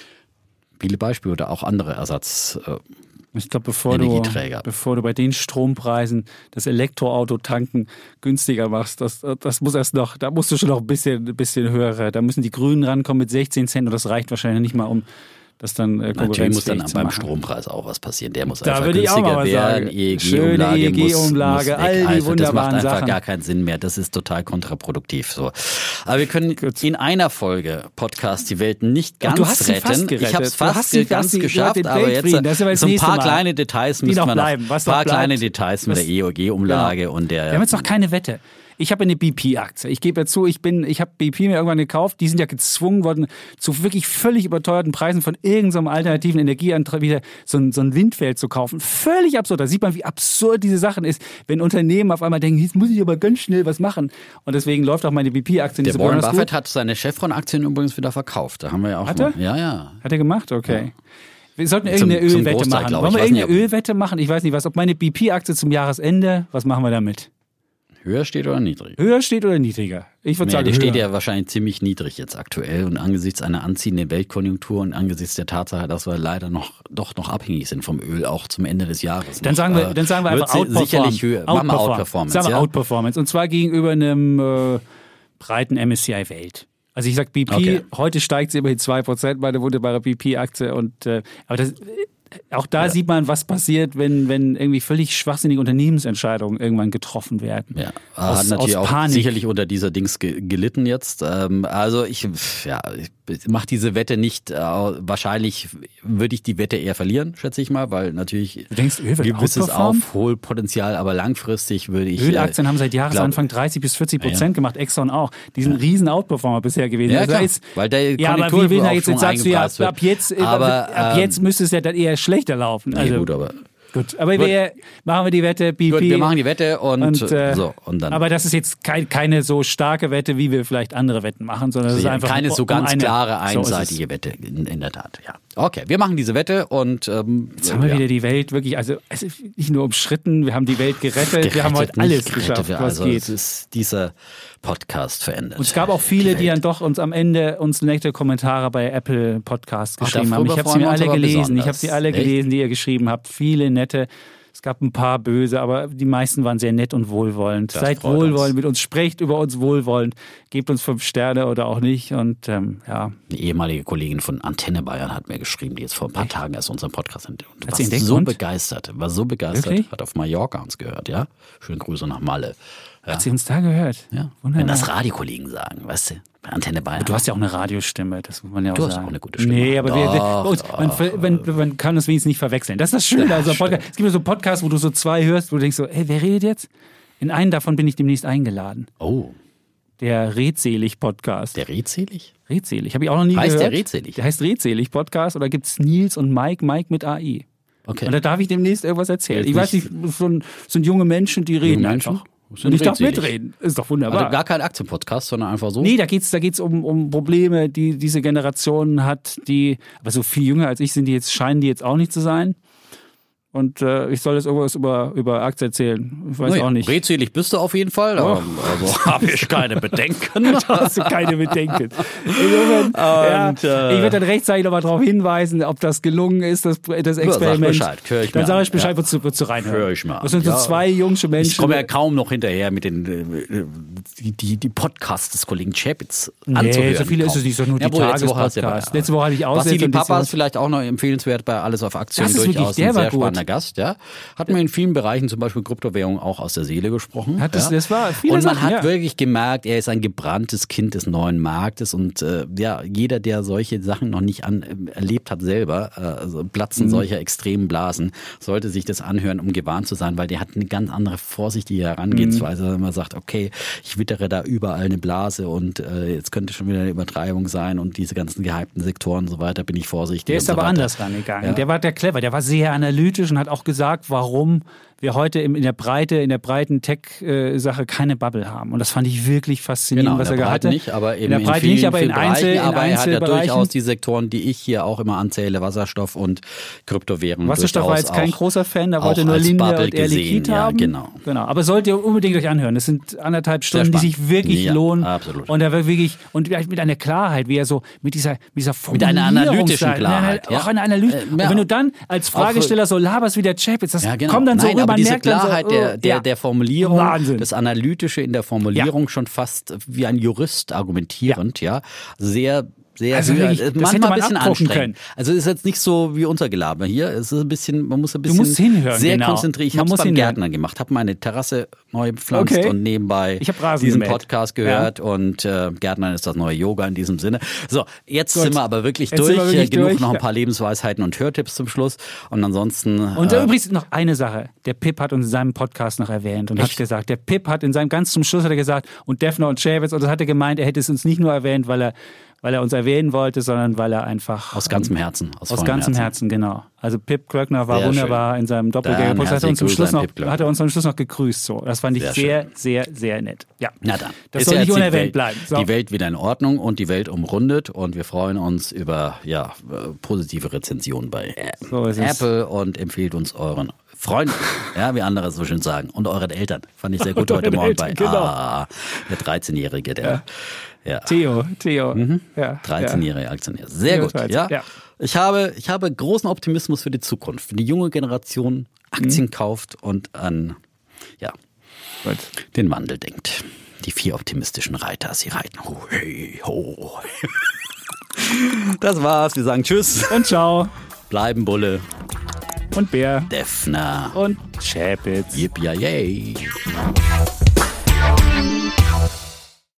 Viele Beispiele oder auch andere Ersatz. Äh, Ich glaube, bevor du, bevor du bei den Strompreisen das Elektroauto tanken günstiger machst, das, das muss erst noch, da musst du schon noch ein bisschen, ein bisschen höher. Da müssen die Grünen rankommen mit sechzehn Cent und das reicht wahrscheinlich nicht mal, um das dann äh, Natürlich muss dann beim Strompreis auch was passieren. Der muss da einfach günstiger werden. E E G-Umlage, E E G-Umlage, all die also, wunderbaren das macht einfach Sachen. gar keinen Sinn mehr. Das ist total kontraproduktiv. So. Aber wir können Gut. in einer Folge Podcast die Welt nicht ganz du hast retten. Fast ich habe es fast sie, ganz sie, geschafft, aber jetzt ja so ein paar kleine Details müssen wir noch. Ein paar kleine Details mit der E E G-Umlage genau. und der. Wir haben jetzt noch keine Wette. Ich habe eine B P-Aktie. Ich gebe ja zu, ich bin, ich habe B P mir irgendwann gekauft. Die sind ja gezwungen worden, zu wirklich völlig überteuerten Preisen von irgendeinem alternativen Energieantrag wieder so ein, so ein Windfeld zu kaufen. Völlig absurd. Da sieht man, wie absurd diese Sachen ist, wenn Unternehmen auf einmal denken, jetzt muss ich aber ganz schnell was machen. Und deswegen läuft auch meine B P-Aktie nicht so gut. Der Warren Buffett hat seine Chevron-Aktien übrigens wieder verkauft. Da haben wir ja auch hat er? Mal. Ja, ja. Hat er gemacht? Okay. Ja. Wir sollten Zum, irgendeine zum Ölwette Großteil, machen. Wollen wir irgendeine Ölwette machen? Ich weiß nicht was. Ob meine B P-Aktie zum Jahresende, was machen wir damit? Höher steht oder niedrig? Höher steht oder niedriger? Ich würde Ja, sagen, der höher. steht ja wahrscheinlich ziemlich niedrig jetzt aktuell und angesichts einer anziehenden Weltkonjunktur und angesichts der Tatsache, dass wir leider noch doch noch abhängig sind vom Öl, auch zum Ende des Jahres. Dann noch, sagen wir, äh, dann sagen wir einfach wird sie sicherlich Outperform. höher. Machen wir Outperformance. Sagen wir ja? Outperformance. Und zwar gegenüber einem äh, breiten M S C I Welt. Also ich sag B P, Okay. heute steigt sie immerhin zwei Prozent, meine wunderbare B P-Aktie. Und äh, aber das, auch da Ja. sieht man, was passiert, wenn, wenn irgendwie völlig schwachsinnige Unternehmensentscheidungen irgendwann getroffen werden. Ja, Aus- hat natürlich aus auch Panik. sicherlich unter dieser Dings ge gelitten jetzt. Ähm, also ich, ja, ich mache diese Wette nicht. Äh, wahrscheinlich würde ich die Wette eher verlieren, schätze ich mal, weil natürlich Du denkst, Öl wird gewisses outperformen? Aufholpotenzial, aber langfristig würde ich. Ölaktien äh, haben seit Jahresanfang glaub- dreißig bis vierzig Prozent Ja. gemacht, Exxon auch. Die sind ein riesen Outperformer bisher gewesen. Ja, Also klar, jetzt, weil der ja, aber wie will er jetzt, jetzt sagst du ja, ab, ab jetzt, äh, aber, ab ähm, jetzt müsste es ja dann eher schlechter laufen. Nee, Also, gut, aber gut. Aber Gut. wir machen wir die Wette, B P. gut, wir machen die Wette und, Und, äh, so und dann. Aber das ist jetzt kein, keine so starke Wette, wie wir vielleicht andere Wetten machen, sondern es ist Ja, einfach keine so um ganz eine, klare, so ist es. einseitige Wette, in, in der Tat, ja. Okay, wir machen diese Wette und ähm, Jetzt haben wir ja. wieder die Welt wirklich, also es ist nicht nur umschritten, wir haben die Welt gerettet, wir haben heute Gerettet, alles nicht geschafft, gerettet, was also geht. es ist dieser Podcast verändert. Und es gab auch viele, die, Welt. dann doch uns am Ende uns nette Kommentare bei Apple Podcasts Ach, geschrieben haben. darüber Ich habe sie freuen mir wir uns alle aber gelesen. Ich besonders. habe sie alle Echt? gelesen, die ihr geschrieben habt. Viele nette. Es gab ein paar böse, aber die meisten waren sehr nett und wohlwollend. Das Seid freut wohlwollend uns. mit uns, sprecht über uns wohlwollend, gebt uns fünf Sterne oder auch nicht. Und ähm, ja, Eine ehemalige Kollegin von Antenne Bayern hat mir geschrieben, die jetzt vor ein paar Tagen erst unseren Podcast entdeckt und Hat war sie entdeckt so und? begeistert, war so begeistert, Wirklich? hat auf Mallorca uns gehört, ja. Schöne Grüße nach Malle. Ja. hat sie uns da gehört? Ja. Wunderbar. Wenn das Radiokollegen sagen, weißt du, bei Antenne Bayern. Du hast ja auch eine Radiostimme, das muss man ja auch Du hast sagen. auch eine gute Stimme. Nee, aber wir, wir, Doch, bei uns, man, doch. man, man kann das wenigstens nicht verwechseln. Das ist das Schöne. Also Podcast, es gibt ja so Podcasts, wo du so zwei hörst, wo du denkst so, hey, wer redet jetzt? In einen davon bin ich demnächst eingeladen. Oh, Der Redselig-Podcast. der redselig? Redselig, habe ich auch noch nie Heißt gehört. der Redselig? Der heißt Redselig-Podcast oder gibt es Nils und Mike, Mike mit A I. Okay. Und da darf ich demnächst irgendwas erzählen. Jetzt Ich weiß nicht- nicht, so ein, sind junge Menschen, die reden Menschen? einfach. Sind Und ich darf redselig. mitreden. Ist doch wunderbar. Also gar kein Aktienpodcast, sondern einfach so? Nee, da geht's, da geht's um, um Probleme, die diese Generation hat, die, aber so viel jünger als ich sind die jetzt, scheinen die jetzt auch nicht zu sein. Und äh, ich soll jetzt irgendwas über, über Aktien erzählen. Ich weiß Naja, auch nicht. Redselig bist du auf jeden Fall, aber also habe ich keine Bedenken. Da hast du keine Bedenken. Insofern, ja, äh, ich werde dann rechtzeitig nochmal darauf hinweisen, ob das gelungen ist, das, das sag Experiment. Bescheid, hör ich dann mir sage an. ich Bescheid, Ja. wozu, wozu reinhören. Hör ich mal an. Das sind so Ja. zwei junge Menschen. Ich komme ja kaum noch hinterher mit den äh, die, die, die Podcasts des Kollegen Chapitz Nee, anzuhören. so viele ist Kaum. es nicht, so nur die Jawohl, letzte Woche hast du ja Tagespodcasts. bei- Letzte Woche hatte ich Aussätze Vassili und das Papa war- ist vielleicht auch noch empfehlenswert bei Alles auf Aktien, Das ist wirklich- durchaus der ein war sehr gut. spannender Gast. Ja. Hat mir in vielen Bereichen, zum Beispiel Kryptowährungen, auch aus der Seele gesprochen. Hat das- ja. das war viele Und man Sachen, hat ja. wirklich gemerkt, er ist ein gebranntes Kind des neuen Marktes und äh, ja, jeder, der solche Sachen noch nicht an, äh, erlebt hat selber, äh, also Platzen Mhm. solcher extremen Blasen, sollte sich das anhören, um gewarnt zu sein, weil der hat eine ganz andere vorsichtige Herangehensweise, Mhm. wenn man sagt, okay, ich wittere da überall eine Blase und äh, jetzt könnte schon wieder eine Übertreibung sein und diese ganzen gehypten Sektoren und so weiter, bin ich vorsichtig. Der und ist so aber weiter. anders rangegangen. Ja. Der war der clever, der war sehr analytisch und hat auch gesagt, warum wir heute im, in der Breite, in der breiten Tech-Sache keine Bubble haben. Und das fand ich wirklich faszinierend, Genau, was in er der hatte. Breite nicht, aber eben in der in Breite vielen, nicht, aber in, vielen Einzel, Bereichen. in Aber er hat ja Einzelbereichen. durchaus die Sektoren, die ich hier auch immer anzähle, Wasserstoff und Kryptowährungen. Wasserstoff war durchaus jetzt kein auch- großer Fan, da auch wollte nur als Linde Bubble und Air gesehen, Liquid ja, haben. genau. genau. Aber sollt ihr unbedingt euch anhören. Das sind anderthalb Stunden, die spannend. sich wirklich Ja, lohnen. absolut. Und da war wirklich, und mit einer Klarheit, wie er so, mit dieser, mit dieser Mit einer analytischen Formulierungsseite- Klarheit, Auch ja. eine Analyse. Äh, Und ja. wenn du dann als Fragesteller so laberst wie der Chapitz, das Ja, genau. kommt dann so Nein, rüber, aber man diese merkt dann so, Klarheit oh, der, der, ja. der Formulierung, Wahnsinn. das Analytische in der Formulierung schon fast wie ein Jurist argumentierend, ja. Sehr, sehr, Also sehr wirklich, das hätte manchmal man ein bisschen abgucken anstrengend. Also es ist jetzt nicht so wie unser Gelaber hier. Es ist ein bisschen, man muss ein bisschen musst hinhören, sehr genau. konzentriert. Ich Man habe es muss beim hinhören. Gärtner gemacht, habe meine Terrasse neu bepflanzt Okay. und nebenbei Ich hab Rasen diesen gemäht. Podcast gehört und äh, Gärtner ist das neue Yoga in diesem Sinne. So, jetzt Gut. sind wir aber wirklich Jetzt durch. sind wir wirklich Äh, Genug durch. noch ein Ja. paar Lebensweisheiten und Hörtipps zum Schluss. Und ansonsten. Und äh, übrigens noch eine Sache. Der Pip hat uns in seinem Podcast noch erwähnt und hat Echt? gesagt, der Pip hat in seinem ganz zum Schluss hat er gesagt, und Defner und Chapitz, und das hat er gemeint, er hätte es uns nicht nur erwähnt, weil er, weil er uns erwähnen wollte, sondern weil er einfach aus ganzem Herzen. Aus, aus vollem ganzem Herzen, genau. Also Pip Klöckner war Sehr wunderbar in seinem Doppelgänger-Post. Hat, er uns zum herzliche Schluss Grüße an noch- Pip Klöckner. hat er uns am Schluss noch gegrüßt. So. Das fand ich Sehr sehr, sehr, sehr nett. Ja. Na dann. Das Ist soll ja nicht jetzt die unerwähnt Welt, bleiben. So. Die Welt wieder in Ordnung und die Welt umrundet und wir freuen uns über ja, äh, positive Rezensionen bei So ist es. Apple und empfehlt uns euren Freunde, ja, wie andere so schön sagen. Und euren Eltern. Fand ich sehr gut heute Morgen Eltern, bei genau. ah, der dreizehnjährige, der. Ja. Ja. Theo, Theo. Mhm. Ja, dreizehnjährige Aktionär. Sehr gut, dreizehn, ja. ja. Ich habe, ich habe großen Optimismus für die Zukunft. Wenn die junge Generation Aktien mhm. kauft und an ja, gut. den Wandel denkt. Die vier optimistischen Reiter, sie reiten ho, hey, ho. Das war's. Wir sagen Tschüss. Und ciao. Bleiben Bulle. Und Bär. Defner. Und Chapitz. Yippie-yay.